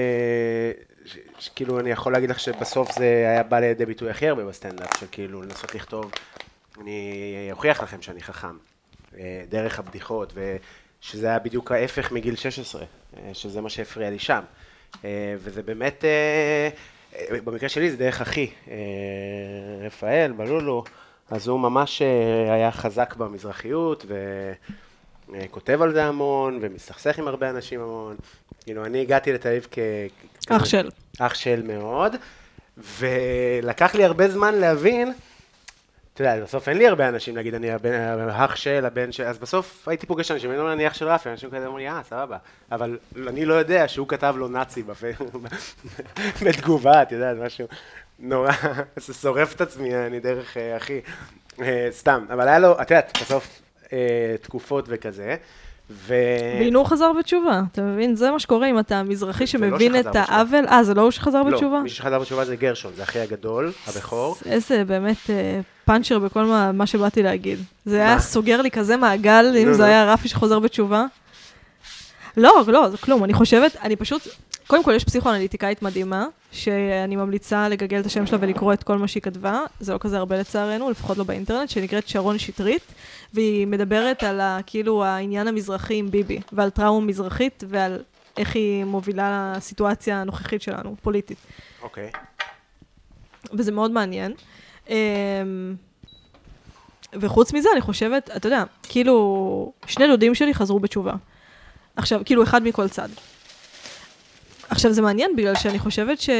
כאילו אני יכול להגיד לך שבסוף זה היה בא לידי ביטוי הכי הרבה בסטנדאפ, שכאילו לנסות לכתוב, אני אוכיח לכם שאני חכם, דרך הבדיחות, ושזה היה בדיוק ההפך מגיל שש עשרה, שזה מה שהפריע לי שם. וזה באמת, במקרה שלי זה דרך אחי, רפאל, בלולו, אז הוא ממש היה חזק במזרחיות, ו... כותב על זה המון, ומסתכסך עם הרבה אנשים המון. כאילו, אני הגעתי לתל אביב כ... אח של. אח של מאוד, ולקח לי הרבה זמן להבין, אתה יודע, בסוף אין לי הרבה אנשים להגיד, אני האח של, הבן של, אז בסוף הייתי פוגש אנשים, אני אומר, אני אח של רפי, אנשים כאלה אומרים, יא, סבבה. אבל אני לא יודע שהוא כתב לו נאצי בתגובה, אתה יודע, משהו נורא, זה שורף את עצמי, אני דרך אחי, סתם. אבל היה לו, אתה יודע, בסוף, תקופות וכזה, ו... והנה הוא חזר בתשובה, אתה מבין? זה מה שקורה אם אתה מזרחי שמבין את העוול. אה, זה לא הוא שחזר בתשובה? לא, מי שחזר בתשובה זה גרשון, זה אחי הגדול, הבכור. איזה באמת פאנצ'ר בכל מה שבאתי להגיד. זה היה סוגר לי כזה מעגל, אם זה היה רפי שחוזר בתשובה. לא, לא, זה כלום. אני חושבת, אני פשוט... קודם כל, יש פסיכואנליטיקאית מדהימה, שאני ממליצה לגגל את השם שלה ולקרוא את כל מה שהיא כתבה, זה לא כזה הרבה לצערנו, לפחות לא באינטרנט, שנקראת שרון שטרית, והיא מדברת על כאילו העניין המזרחי עם ביבי, ועל טראומה מזרחית, ועל איך היא מובילה לסיטואציה הנוכחית שלנו, פוליטית. אוקיי. וזה מאוד מעניין. וחוץ מזה, אני חושבת, אתה יודע, כאילו, שני דודים שלי חזרו בתשובה. עכשיו, כאילו, אחד מכל צד. עכשיו, זה מעניין בגלל שאני חושבת ש...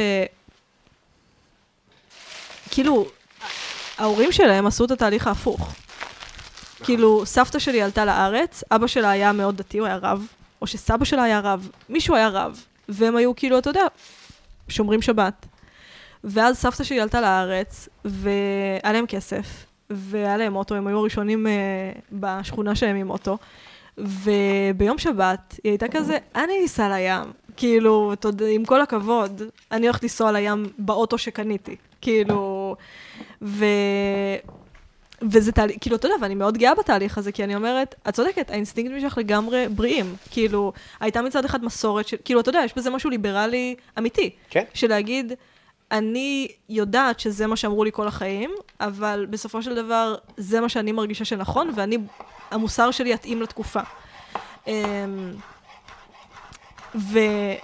כאילו, ההורים שלהם עשו את התהליך ההפוך. כאילו, סבתא שלי עלתה לארץ, אבא שלה היה מאוד דתי, הוא היה רב, או שסבא שלה היה רב, מישהו היה רב, והם היו כאילו, אתה יודע, שומרים שבת. ואז סבתא שלי עלתה לארץ, והיה להם כסף, והיה להם אוטו, הם היו הראשונים uh, בשכונה שלהם עם אוטו, וביום שבת היא הייתה כזה, אני ניסה לים. כאילו, עם כל הכבוד, אני הולכת לנסוע לים באוטו שקניתי. כאילו, ו... וזה תהליך, כאילו, אתה יודע, ואני מאוד גאה בתהליך הזה, כי אני אומרת, את צודקת, האינסטינקטים שלך לגמרי בריאים. כאילו, הייתה מצד אחד מסורת של, כאילו, אתה יודע, יש בזה משהו ליברלי אמיתי. כן. של להגיד, אני יודעת שזה מה שאמרו לי כל החיים, אבל בסופו של דבר, זה מה שאני מרגישה שנכון, ואני, המוסר שלי יתאים לתקופה. וזה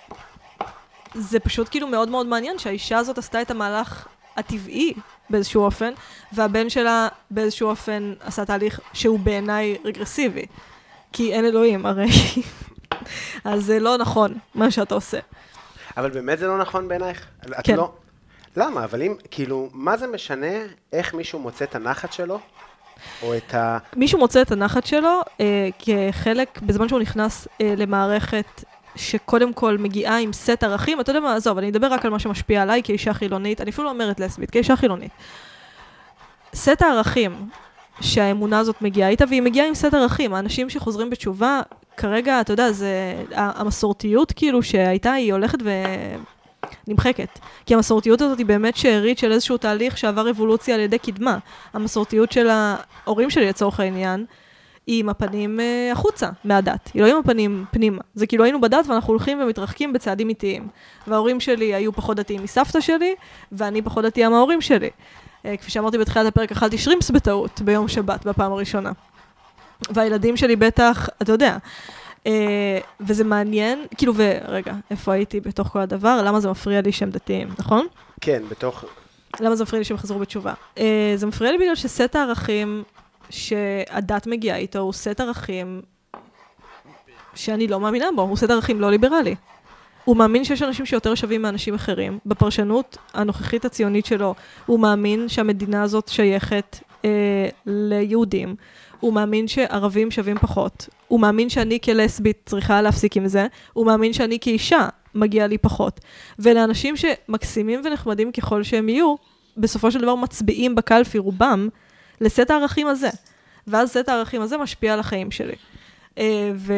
פשוט כאילו מאוד מאוד מעניין, שהאישה הזאת עשתה את המהלך הטבעי באיזשהו אופן, והבן שלה באיזשהו אופן עשה תהליך שהוא בעיניי רגרסיבי. כי אין אלוהים, הרי. אז זה לא נכון, מה שאתה עושה. אבל באמת זה לא נכון בעינייך? כן. לא... למה? אבל אם, כאילו, מה זה משנה איך מישהו מוצא את הנחת שלו? או את ה... מישהו מוצא את הנחת שלו אה, כחלק, בזמן שהוא נכנס אה, למערכת שקודם כל מגיעה עם סט ערכים, אתה יודע מה, עזוב, אני אדבר רק על מה שמשפיע עליי כאישה חילונית, אני אפילו לא אומרת לסבית, כאישה חילונית. סט הערכים שהאמונה הזאת מגיעה איתה, והיא מגיעה עם סט ערכים, האנשים שחוזרים בתשובה, כרגע, אתה יודע, זה, המסורתיות כאילו שהייתה, היא הולכת ונמחקת. כי המסורתיות הזאת היא באמת שארית של איזשהו תהליך שעבר אבולוציה על ידי קדמה. המסורתיות של ההורים שלי, לצורך העניין, היא עם הפנים uh, החוצה מהדת, היא לא עם הפנים פנימה. זה כאילו היינו בדת ואנחנו הולכים ומתרחקים בצעדים איטיים. וההורים שלי היו פחות דתיים מסבתא שלי, ואני פחות דתייה מההורים שלי. Uh, כפי שאמרתי בתחילת הפרק, אכלתי שרימפס בטעות ביום שבת, בפעם הראשונה. והילדים שלי בטח, אתה יודע, uh, וזה מעניין, כאילו, ורגע, איפה הייתי בתוך כל הדבר? למה זה מפריע לי שהם דתיים, נכון? כן, בתוך... למה זה מפריע לי שהם חזרו בתשובה? Uh, זה מפריע לי בגלל שסט הערכים שהדת מגיעה איתו, הוא סט ערכים שאני לא מאמינה בו, הוא סט ערכים לא ליברלי. הוא מאמין שיש אנשים שיותר שווים מאנשים אחרים. בפרשנות הנוכחית הציונית שלו, הוא מאמין שהמדינה הזאת שייכת אה, ליהודים. הוא מאמין שערבים שווים פחות. הוא מאמין שאני כלסבית צריכה להפסיק עם זה. הוא מאמין שאני כאישה מגיעה לי פחות. ולאנשים שמקסימים ונחמדים ככל שהם יהיו, בסופו של דבר מצביעים בקלפי רובם, לסט הערכים הזה. ואז סט הערכים הזה משפיע על החיים שלי. ו...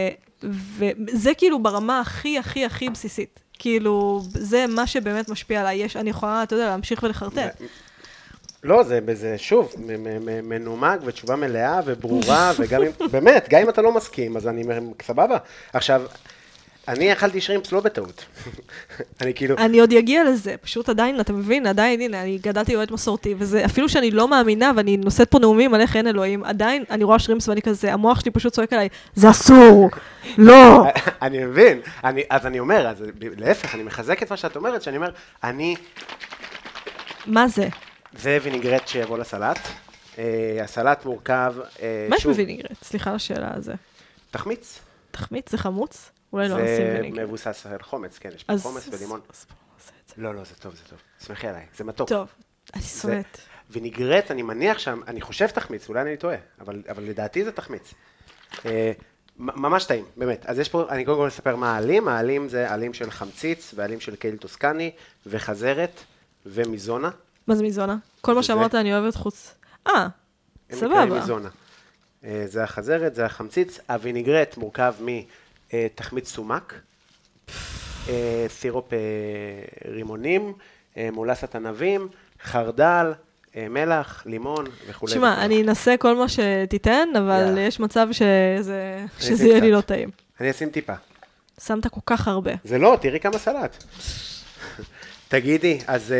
וזה כאילו ברמה הכי, הכי, הכי בסיסית. כאילו, זה מה שבאמת משפיע עליי. יש, אני יכולה, אתה יודע, להמשיך ולחרטט. לא, זה, זה שוב, מנומק ותשובה מלאה וברורה, וגם אם, באמת, גם אם אתה לא מסכים, אז אני סבבה. עכשיו, אני אכלתי שרימפס לא בטעות. אני כאילו... אני עוד יגיע לזה, פשוט עדיין, אתה מבין, עדיין, הנה, אני גדלתי יועד מסורתי, וזה, אפילו שאני לא מאמינה, ואני נושאת פה נאומים על איך אין אלוהים, עדיין, אני רואה שרימפס ואני כזה, המוח שלי פשוט צועק עליי, זה אסור, לא. אני מבין, אני, אז אני אומר, אז להפך, אני מחזק את מה שאת אומרת, שאני אומר, אני... מה זה? זה וינגרט שיבוא לסלט. הסלט מורכב... מה יש בווינגרט? סליחה לשאלה הזה. תחמיץ. תחמיץ? זה חמוץ? אולי לא נשים וינגרט. זה מבוסס על חומץ, כן, יש פה חומץ ולימון. לא, לא, זה טוב, זה טוב. שמחי עליי, זה מתוק. טוב, אני שונאת. וינגרט, אני מניח שם, אני חושב תחמיץ, אולי אני טועה, אבל לדעתי זה תחמיץ. ממש טעים, באמת. אז יש פה, אני קודם כל אספר מה העלים. העלים זה עלים של חמציץ, ועלים של קייל טוסקני, וחזרת, ומיזונה. מה זה מיזונה? כל מה שאמרת אני אוהבת חוץ. אה, סבבה. הם מיזונה. זה החזרת, זה החמציץ. הווינגרט מורכב מתחמיץ סומק, סירופ רימונים, מולסת ענבים, חרדל, מלח, לימון וכו'. תשמע, אני אנסה כל מה שתיתן, אבל יש מצב שזה יהיה לי לא טעים. אני אשים טיפה. שמת כל כך הרבה. זה לא, תראי כמה סלט. תגידי, אז...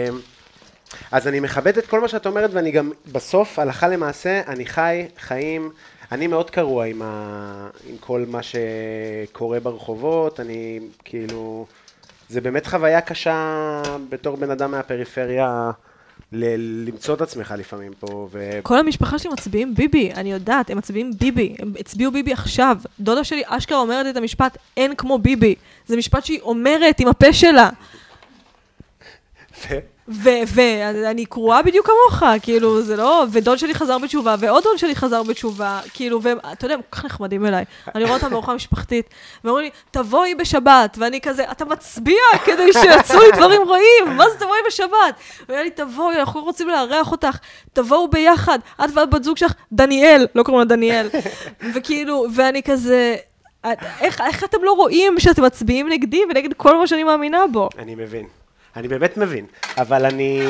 אז אני מכבד את כל מה שאת אומרת, ואני גם בסוף, הלכה למעשה, אני חי חיים, אני מאוד קרוע עם, ה, עם כל מה שקורה ברחובות, אני כאילו, זה באמת חוויה קשה בתור בן אדם מהפריפריה, ל- למצוא את עצמך לפעמים פה. ו... כל המשפחה שלי מצביעים ביבי, אני יודעת, הם מצביעים ביבי, הם הצביעו ביבי עכשיו. דודה שלי אשכרה אומרת את המשפט, אין כמו ביבי. זה משפט שהיא אומרת עם הפה שלה. ו... ואני קרואה בדיוק כמוך, כאילו, זה לא, ודוד שלי חזר בתשובה, ועוד דוד שלי חזר בתשובה, כאילו, ואתה יודע, הם כל כך נחמדים אליי. אני רואה אותם בארוחה משפחתית, ואומרים לי, תבואי בשבת, ואני כזה, אתה מצביע כדי שיצאו לי דברים רואים, מה זה תבואי בשבת? ואומרים לי, תבואי, אנחנו רוצים לארח אותך, תבואו ביחד, את ואת בת זוג שלך, דניאל, לא קוראים לה דניאל, וכאילו, ואני כזה, איך, איך אתם לא רואים שאתם מצביעים נגדי ונגד כל מה שאני מאמינה בו? אני מבין. אני באמת מבין, אבל אני...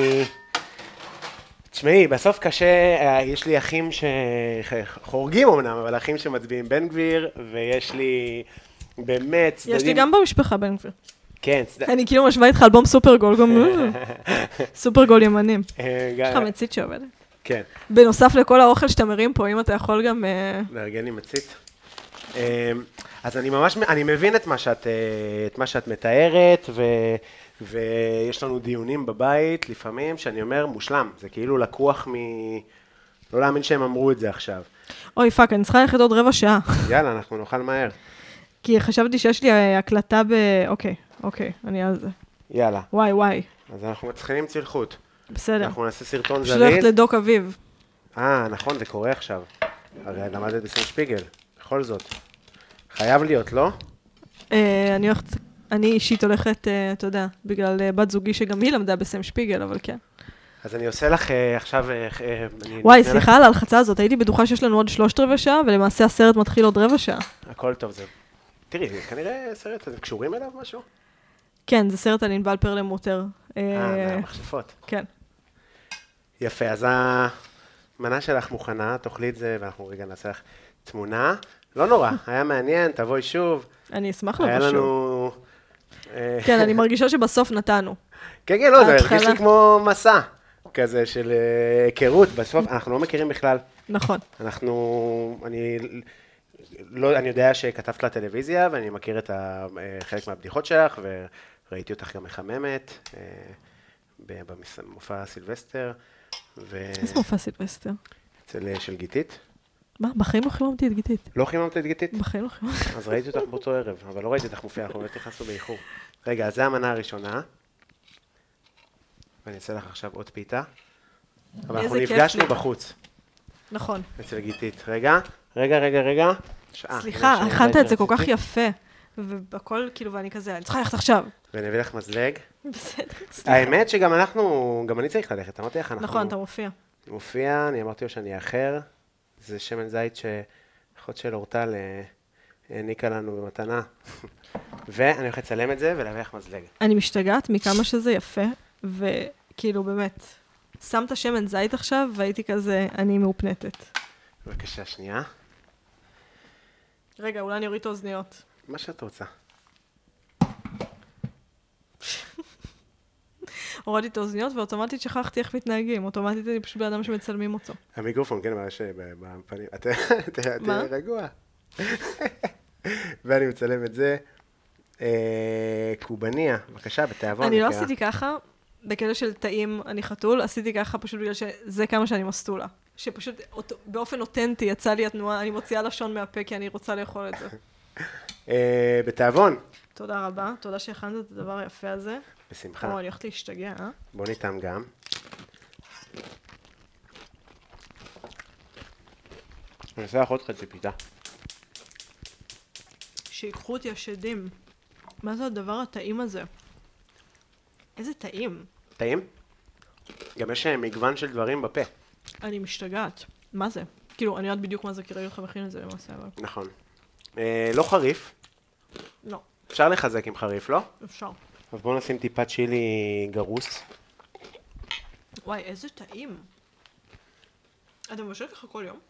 תשמעי, בסוף קשה, יש לי אחים שחורגים אמנם, אבל אחים שמצביעים בן גביר, ויש לי באמת צדדים... יש לי גם במשפחה בן גביר. כן, צדדים... אני כאילו משווה איתך אלבום סופרגול, גם סופרגול ימנים. יש לך מצית שעובדת. כן. בנוסף לכל האוכל שאתה מרים פה, אם אתה יכול גם... לארגן לי מצית. אז אני ממש, אני מבין את מה שאת, את מה שאת מתארת, ו... ויש לנו דיונים בבית, לפעמים, שאני אומר, מושלם. זה כאילו לקוח מ... לא להאמין שהם אמרו את זה עכשיו. אוי, פאק, אני צריכה ללכת עוד רבע שעה. יאללה, אנחנו נאכל מהר. כי חשבתי שיש לי הקלטה ב... אוקיי, אוקיי, אני על זה. יאללה. וואי, וואי. אז אנחנו מתחילים צלחות. בסדר. אנחנו נעשה סרטון זריז. פשוט ללכת לדוק אביב. אה, נכון, זה קורה עכשיו. הרי למדת בסם שפיגל, בכל זאת. חייב להיות, לא? אני הולכת... אני אישית הולכת, אתה יודע, בגלל בת זוגי שגם היא למדה בסם שפיגל, אבל כן. אז אני עושה לך עכשיו... וואי, סליחה על ההלחצה הזאת, הייתי בטוחה שיש לנו עוד שלושת רבע שעה, ולמעשה הסרט מתחיל עוד רבע שעה. הכל טוב זה. תראי, כנראה סרט, אתם קשורים אליו משהו? כן, זה סרט על ענבל פרלמוטר. אה, מהמכשפות. כן. יפה, אז המנה שלך מוכנה, תאכלי את זה, ואנחנו רגע נעשה לך תמונה. לא נורא, היה מעניין, תבואי שוב. אני אשמח לבוא היה שוב. לנו... כן, אני מרגישה שבסוף נתנו. כן, כן, לא, זה הרגיש לי כמו מסע כזה של היכרות. בסוף אנחנו לא מכירים בכלל. נכון. אנחנו, אני, לא, אני יודע שכתבת לטלוויזיה, ואני מכיר את חלק מהבדיחות שלך, וראיתי אותך גם מחממת, במופע סילבסטר. איזה מופע סילבסטר? אצל של גיתית. מה? בחיים לא חיממתי את גיתית. לא חיממת את גיתית? בחיים לא חיממתי. אז ראיתי אותך באותו ערב, אבל לא ראיתי אותך מופיעה, אנחנו באמת נכנסנו באיחור. רגע, אז זו המנה הראשונה. ואני אעשה לך עכשיו עוד פיתה. אבל אנחנו נפגשנו בחוץ. נכון. אצל גיתית. רגע, רגע, רגע, רגע. סליחה, הכנת את זה כל כך יפה. ובכל, כאילו, ואני כזה, אני צריכה ללכת עכשיו. ואני אביא לך מזלג. בסדר. האמת שגם אנחנו, גם אני צריך ללכת, אמרתי לך, אנחנו... נכון, אתה מופיע. מופיע, אני אמרתי לו שאני אחר. זה שמן זית שאחות של אורטל העניקה לנו במתנה. ואני הולך לצלם את זה ולהביא לך מזלג. אני משתגעת מכמה שזה יפה, וכאילו באמת, שמת שמן זית עכשיו, והייתי כזה, אני מאופנטת. בבקשה, שנייה. רגע, אולי אני אוריד את האוזניות. מה שאת רוצה. הורדתי את האוזניות, ואוטומטית שכחתי איך מתנהגים. אוטומטית אני פשוט באדם שמצלמים אותו. המיקרופון, כן, מה שבפנים. אתה מה? רגוע. ואני מצלם את זה. קובניה, בבקשה, בתיאבון. אני לא עשיתי ככה, בקטע של טעים אני חתול, עשיתי ככה פשוט בגלל שזה כמה שאני מסטולה. שפשוט באופן אותנטי יצא לי התנועה, אני מוציאה לשון מהפה כי אני רוצה לאכול את זה. בתיאבון. תודה רבה, תודה שהכנת את הדבר היפה הזה. בשמחה. או, אני הולכת להשתגע, אה? בוא ניתם גם. אני אעשה לך עוד חצי פיתה. שיקחו אותי השדים. מה זה הדבר הטעים הזה? איזה טעים. טעים? גם יש מגוון של דברים בפה. אני משתגעת. מה זה? כאילו, אני יודעת בדיוק מה זה, כי ראיתי לך מכין את זה למעשה, אבל... נכון. אה, לא חריף. לא. אפשר לחזק עם חריף, לא? אפשר. אז בואו נשים טיפת צ'ילי גרוס. וואי, איזה טעים. אתה מבשל ככה כל יום?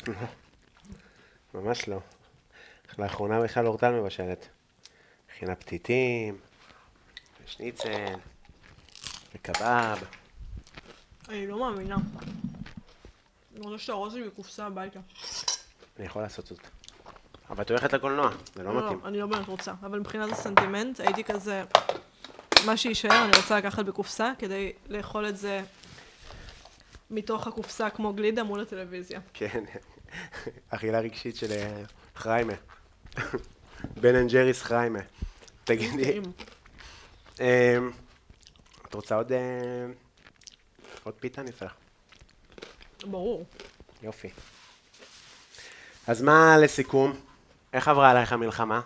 ממש לא. לאחרונה בכלל אורטל מבשלת. מכינה פתיתים, ושניצל, וקבב. אני לא מאמינה. אני רוצה שתארוז לי בקופסה הביתה. אני יכול לעשות זאת. אבל את הולכת לקולנוע, זה לא מתאים. לא, אני לא באמת רוצה. אבל מבחינת הסנטימנט, הייתי כזה... מה שישאר, אני רוצה לקחת בקופסה, כדי לאכול את זה מתוך הקופסה כמו גלידה מול הטלוויזיה. כן, אכילה רגשית של חריימה. בן אנד ג'ריס חריימה. תגידי. את רוצה עוד עוד פיתה אני צריך. ברור. יופי. אז מה לסיכום? איך עברה עלייך המלחמה?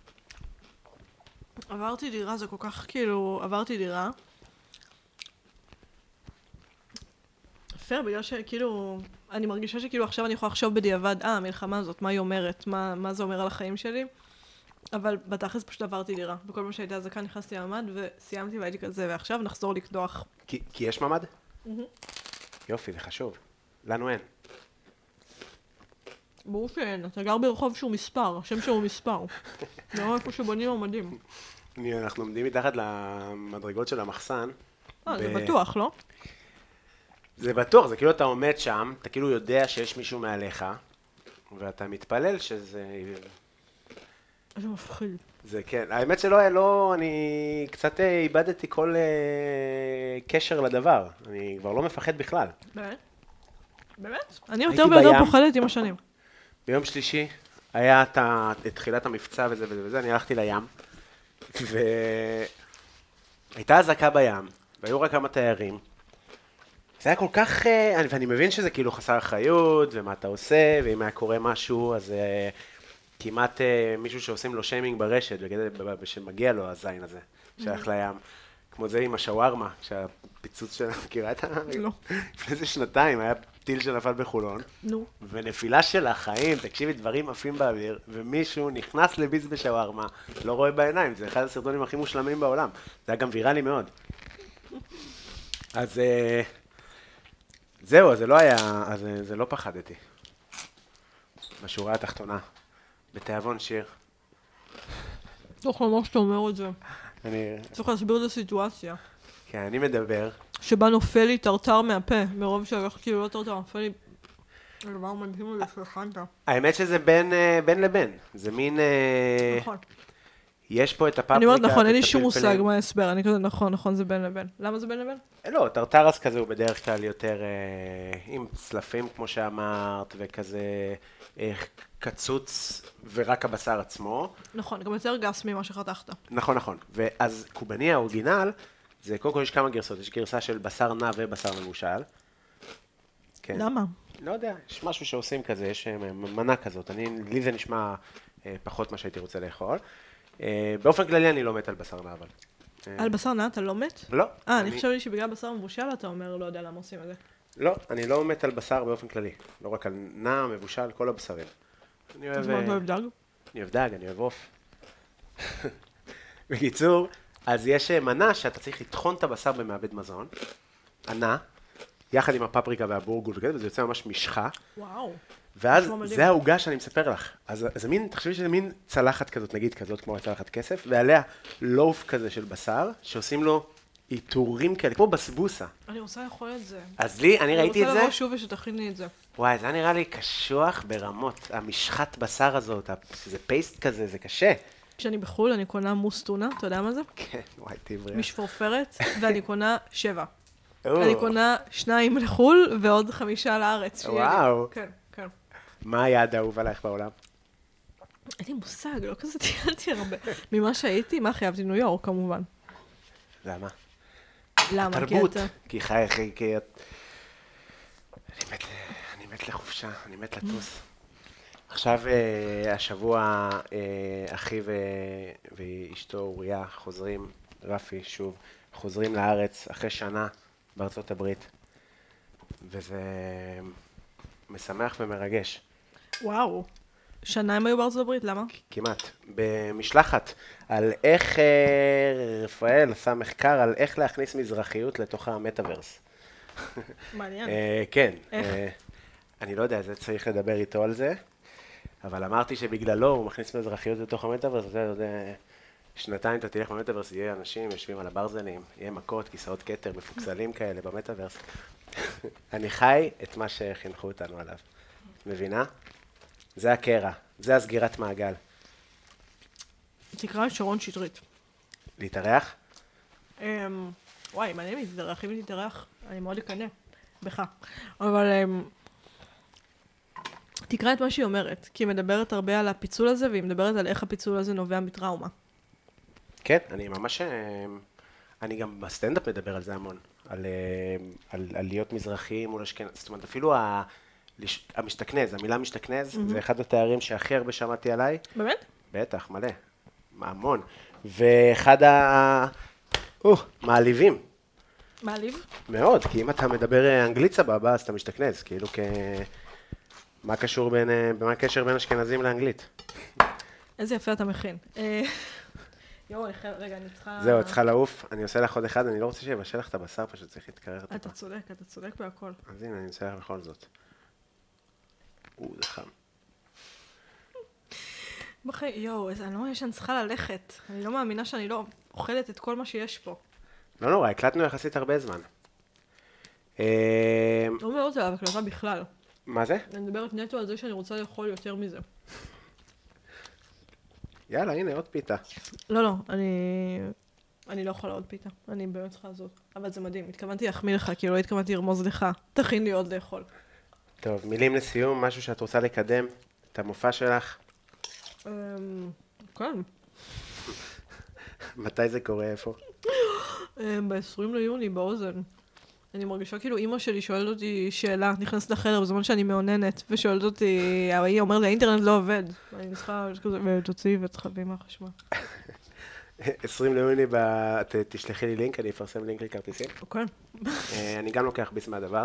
עברתי דירה, זה כל כך כאילו, עברתי דירה. פייר, בגלל שכאילו, אני מרגישה שכאילו עכשיו אני יכולה לחשוב בדיעבד, אה, המלחמה הזאת, מה היא אומרת? מה, מה זה אומר על החיים שלי? אבל בתכלס פשוט עברתי דירה. בכל פעם שהייתה אזעקה נכנסתי לממ"ד וסיימתי והייתי כזה, ועכשיו נחזור לקדוח. כי, כי יש ממ"ד? יופי, זה חשוב. לנו אין. ברור שאין, אתה גר ברחוב שהוא מספר, השם שהוא מספר. זה לא איפה שבונים ממ"דים. אנחנו עומדים מתחת למדרגות של המחסן. אה, זה בטוח, לא? זה בטוח, זה כאילו אתה עומד שם, אתה כאילו יודע שיש מישהו מעליך, ואתה מתפלל שזה... זה מפחיד. זה כן, האמת שלא, לא, אני קצת איבדתי כל אה, קשר לדבר, אני כבר לא מפחד בכלל. באמת? באמת? אני יותר ויותר בים. פוחדת עם השנים. ביום שלישי היה את, ה, את תחילת המבצע וזה וזה וזה, אני הלכתי לים, והייתה אזעקה בים, והיו רק כמה תיירים. זה היה כל כך, אה, ואני מבין שזה כאילו חסר אחריות, ומה אתה עושה, ואם היה קורה משהו, אז... אה, כמעט אה, מישהו שעושים לו שיימינג ברשת, ושמגיע לו הזין הזה, שייך לים. כמו זה עם השווארמה, שהפיצוץ שלה, מכירה את ה... לא. לפני איזה שנתיים, היה טיל שנפל בחולון, נו. ונפילה של החיים, תקשיבי, דברים עפים באוויר, ומישהו נכנס לביס בשווארמה, לא רואה בעיניים, זה אחד הסרטונים הכי מושלמים בעולם. זה היה גם ויראלי מאוד. אז אה, זהו, זה לא היה, אז אה, זה לא פחדתי. בשורה התחתונה. בתיאבון שיר. צריך לומר שאתה אומר את זה. אני... צריך להסביר את הסיטואציה. כן, אני מדבר. שבה נופל לי טרטר מהפה, מרוב שהלך כאילו לא טרטר, נופל לי... זה דבר מדהים לי שהכנת. האמת שזה בין, בין לבין. זה מין... נכון. יש פה את הפפריקה... אני אומרת נכון, אין לי שום מושג מה ההסבר, אני כזה נכון, נכון, זה בין לבין. למה זה בין לבין? לא, טרטרס כזה הוא בדרך כלל יותר עם צלפים, כמו שאמרת, וכזה קצוץ ורק הבשר עצמו. נכון, גם יותר גס ממה שחתכת. נכון, נכון. ואז קובני האורגינל, זה קודם כל יש כמה גרסות, יש גרסה של בשר נע ובשר מבושל. כן. למה? לא יודע, יש משהו שעושים כזה, יש מנה כזאת. אני, לי זה נשמע פחות מה שהייתי רוצה לאכול. באופן כללי אני לא מת על בשר נע, אבל... על בשר נע אתה לא מת? לא. אה, אני חושבת שבגלל בשר מבושל אתה אומר, לא יודע למה עושים את זה. לא, אני לא מת על בשר באופן כללי. לא רק על נע, מבושל, כל הבשרים. אני אוהב... אז מה אתה אוהב דג? אני אוהב דג, אני אוהב עוף. בקיצור, אז יש מנה שאתה צריך לטחון את הבשר במעבד מזון, הנע, יחד עם הפפריקה והבורגול וכזה, וזה יוצא ממש משחה. וואו. ואז זה העוגה שאני מספר לך. אז זה מין, תחשבי שזה מין צלחת כזאת, נגיד כזאת, כמו צלחת כסף, ועליה לוף כזה של בשר, שעושים לו עיטורים כאלה, כמו בסבוסה. אני רוצה לאכול את זה. אז לי, אני ראיתי את אני זה. רוצה לבוא שוב ושתכין לי את זה. וואי, זה נראה לי קשוח ברמות. המשחת בשר הזאת, זה פייסט כזה, זה קשה. כשאני בחול, אני קונה מוס טונה, אתה יודע מה זה? כן, וואי, תבריא. משפורפרת, ואני קונה שבע. אני קונה שניים לחול ועוד חמישה לארץ. וואו. כן, כן. מה היעד האהוב עלייך בעולם? אין לי מושג, לא כזה טיילתי הרבה. ממה שהייתי, מה חייבתי? ניו יורק, כמובן. למה? למה? תרבות. כי חי, חי, כי... אני מת לחופשה, אני מת לטוס. עכשיו, השבוע, אחי ואשתו אוריה חוזרים, רפי, שוב, חוזרים לארץ אחרי שנה בארצות הברית. וזה משמח ומרגש. וואו. שנה הם היו בארצות הברית, למה? כמעט. במשלחת על איך רפאל עשה מחקר על איך להכניס מזרחיות לתוך המטאברס. מעניין. כן. איך? אני לא יודע, זה צריך לדבר איתו על זה, אבל אמרתי שבגללו הוא מכניס מזרחיות לתוך המטאברס, אתה יודע, שנתיים אתה תלך במטאברס, יהיה אנשים יושבים על הברזלים, יהיה מכות, כיסאות כתר, מפוקסלים כאלה במטאברס. אני חי את מה שחינכו אותנו עליו. מבינה? זה הקרע, זה הסגירת מעגל. תקרא את שרון שטרית. להתארח? וואי, מעניין לי, תתארח, אם תתארח, אני מאוד אקנה בך. אבל תקרא את מה שהיא אומרת, כי היא מדברת הרבה על הפיצול הזה, והיא מדברת על איך הפיצול הזה נובע מטראומה. כן, אני ממש... אני גם בסטנדאפ מדבר על זה המון. על, על, על להיות מזרחים מול אשכנז, זאת אומרת, אפילו ה, המשתכנז, המילה משתכנז, mm-hmm. זה אחד התארים שהכי הרבה שמעתי עליי. באמת? בטח, מלא, המון. ואחד ה... או, מעליבים. מעליב? מאוד, כי אם אתה מדבר אנגלית סבבה, אז אתה משתכנז, כאילו כ... מה קשור בין, מה הקשר בין אשכנזים לאנגלית? איזה יפה אתה מכין. יואו, רגע, אני צריכה... זהו, את צריכה לעוף, אני עושה לך עוד אחד, אני לא רוצה שיבשל לך את הבשר, פשוט צריך להתקרר את אתה צודק, אתה צודק בהכל. אז הנה, אני אנסה לך בכל זאת. או, זה חם. בחי, יואו, אני לא מאמין שאני צריכה ללכת. אני לא מאמינה שאני לא אוכלת את כל מה שיש פה. לא נורא, הקלטנו יחסית הרבה זמן. לא מדברת עליו, הקלטה בכלל. מה זה? אני מדברת נטו על זה שאני רוצה לאכול יותר מזה. יאללה, הנה, עוד פיתה. לא, לא, אני... אני לא יכולה עוד פיתה. אני באמת צריכה זאת. אבל זה מדהים, התכוונתי להחמיא לך, כאילו לא התכוונתי לרמוז לך. תכין לי עוד לאכול. טוב, מילים לסיום, משהו שאת רוצה לקדם, את המופע שלך. כן. מתי זה קורה, איפה? ב-עשרים ליוני, באוזן. אני מרגישה כאילו אמא שלי שואלת אותי שאלה, נכנסת לחדר בזמן שאני מעוננת, ושואלת אותי, היא אומרת לי, האינטרנט לא עובד. אני צריכה, ותוציאי ותחבי מהחשמל. עשרים ליוני, תשלחי לי לינק, אני אפרסם לינק לכרטיסים. אוקיי. אני גם לוקח ביס מהדבר.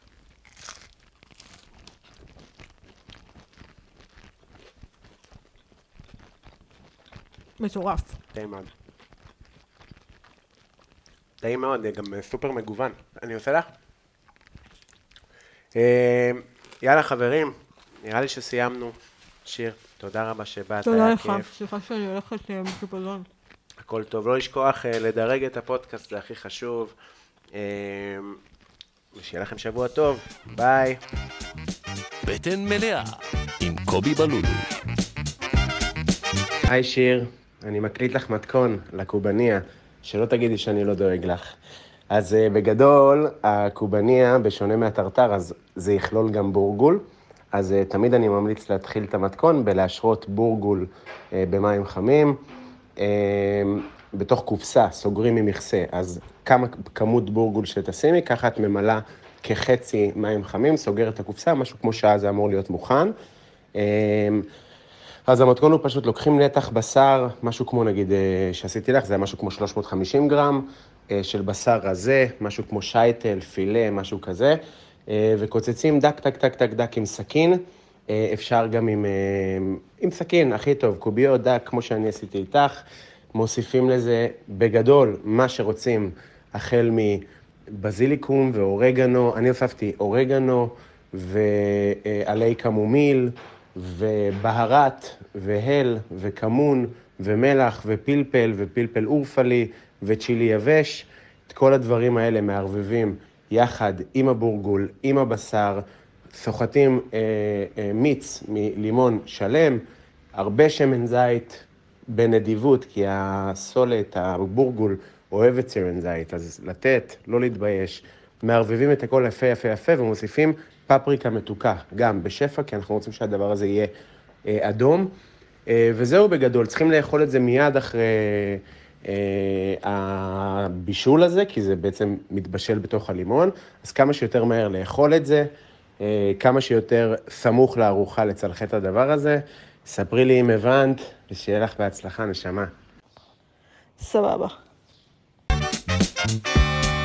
מטורף. טעים מאוד. טעים מאוד, גם סופר מגוון. אני עושה לך? יאללה חברים, נראה לי שסיימנו. שיר, תודה רבה שבאת, תודה לך, סליחה שאני הולכת בקיפזון. הכל טוב, לא לשכוח לדרג את הפודקאסט, זה הכי חשוב. ושיהיה לכם שבוע טוב, ביי. בטן מלאה עם קובי בלולו. היי שיר, אני מקליט לך מתכון לקובניה, שלא תגידי שאני לא דואג לך. אז בגדול, הקובניה, בשונה מהטרטר, אז זה יכלול גם בורגול. אז תמיד אני ממליץ להתחיל את המתכון בלהשרות בורגול במים חמים. בתוך קופסה, סוגרים ממכסה, אז כמה כמות בורגול שתשימי, ככה את ממלאה כחצי מים חמים, סוגרת את הקופסה, משהו כמו שעה זה אמור להיות מוכן. אז המתכון הוא פשוט לוקחים נתח בשר, משהו כמו נגיד שעשיתי לך, זה היה משהו כמו שלוש מאות וחמישים גרם של בשר רזה, משהו כמו שייטל, פילה, משהו כזה, וקוצצים דק, דק, דק, דק, דק עם סכין, אפשר גם עם, עם סכין, הכי טוב, קוביות דק, כמו שאני עשיתי איתך, מוסיפים לזה בגדול מה שרוצים, החל מבזיליקום ואורגנו, אני הוספתי אורגנו ועלי קמומיל, ובהרת, והל, וכמון, ומלח, ופלפל, ופלפל אורפלי, וצ'ילי יבש. את כל הדברים האלה מערבבים יחד עם הבורגול, עם הבשר, סוחטים אה, אה, מיץ מלימון שלם, הרבה שמן זית בנדיבות, כי הסולת, הבורגול, אוהבת שמן זית, אז לתת, לא להתבייש. מערבבים את הכל יפה יפה יפה, ומוסיפים פפריקה מתוקה, גם בשפע, כי אנחנו רוצים שהדבר הזה יהיה אה, אדום. אה, וזהו בגדול, צריכים לאכול את זה מיד אחרי אה, הבישול הזה, כי זה בעצם מתבשל בתוך הלימון, אז כמה שיותר מהר לאכול את זה, אה, כמה שיותר סמוך לארוחה לצלחת את הדבר הזה. ספרי לי אם הבנת, ושיהיה לך בהצלחה, נשמה. סבבה.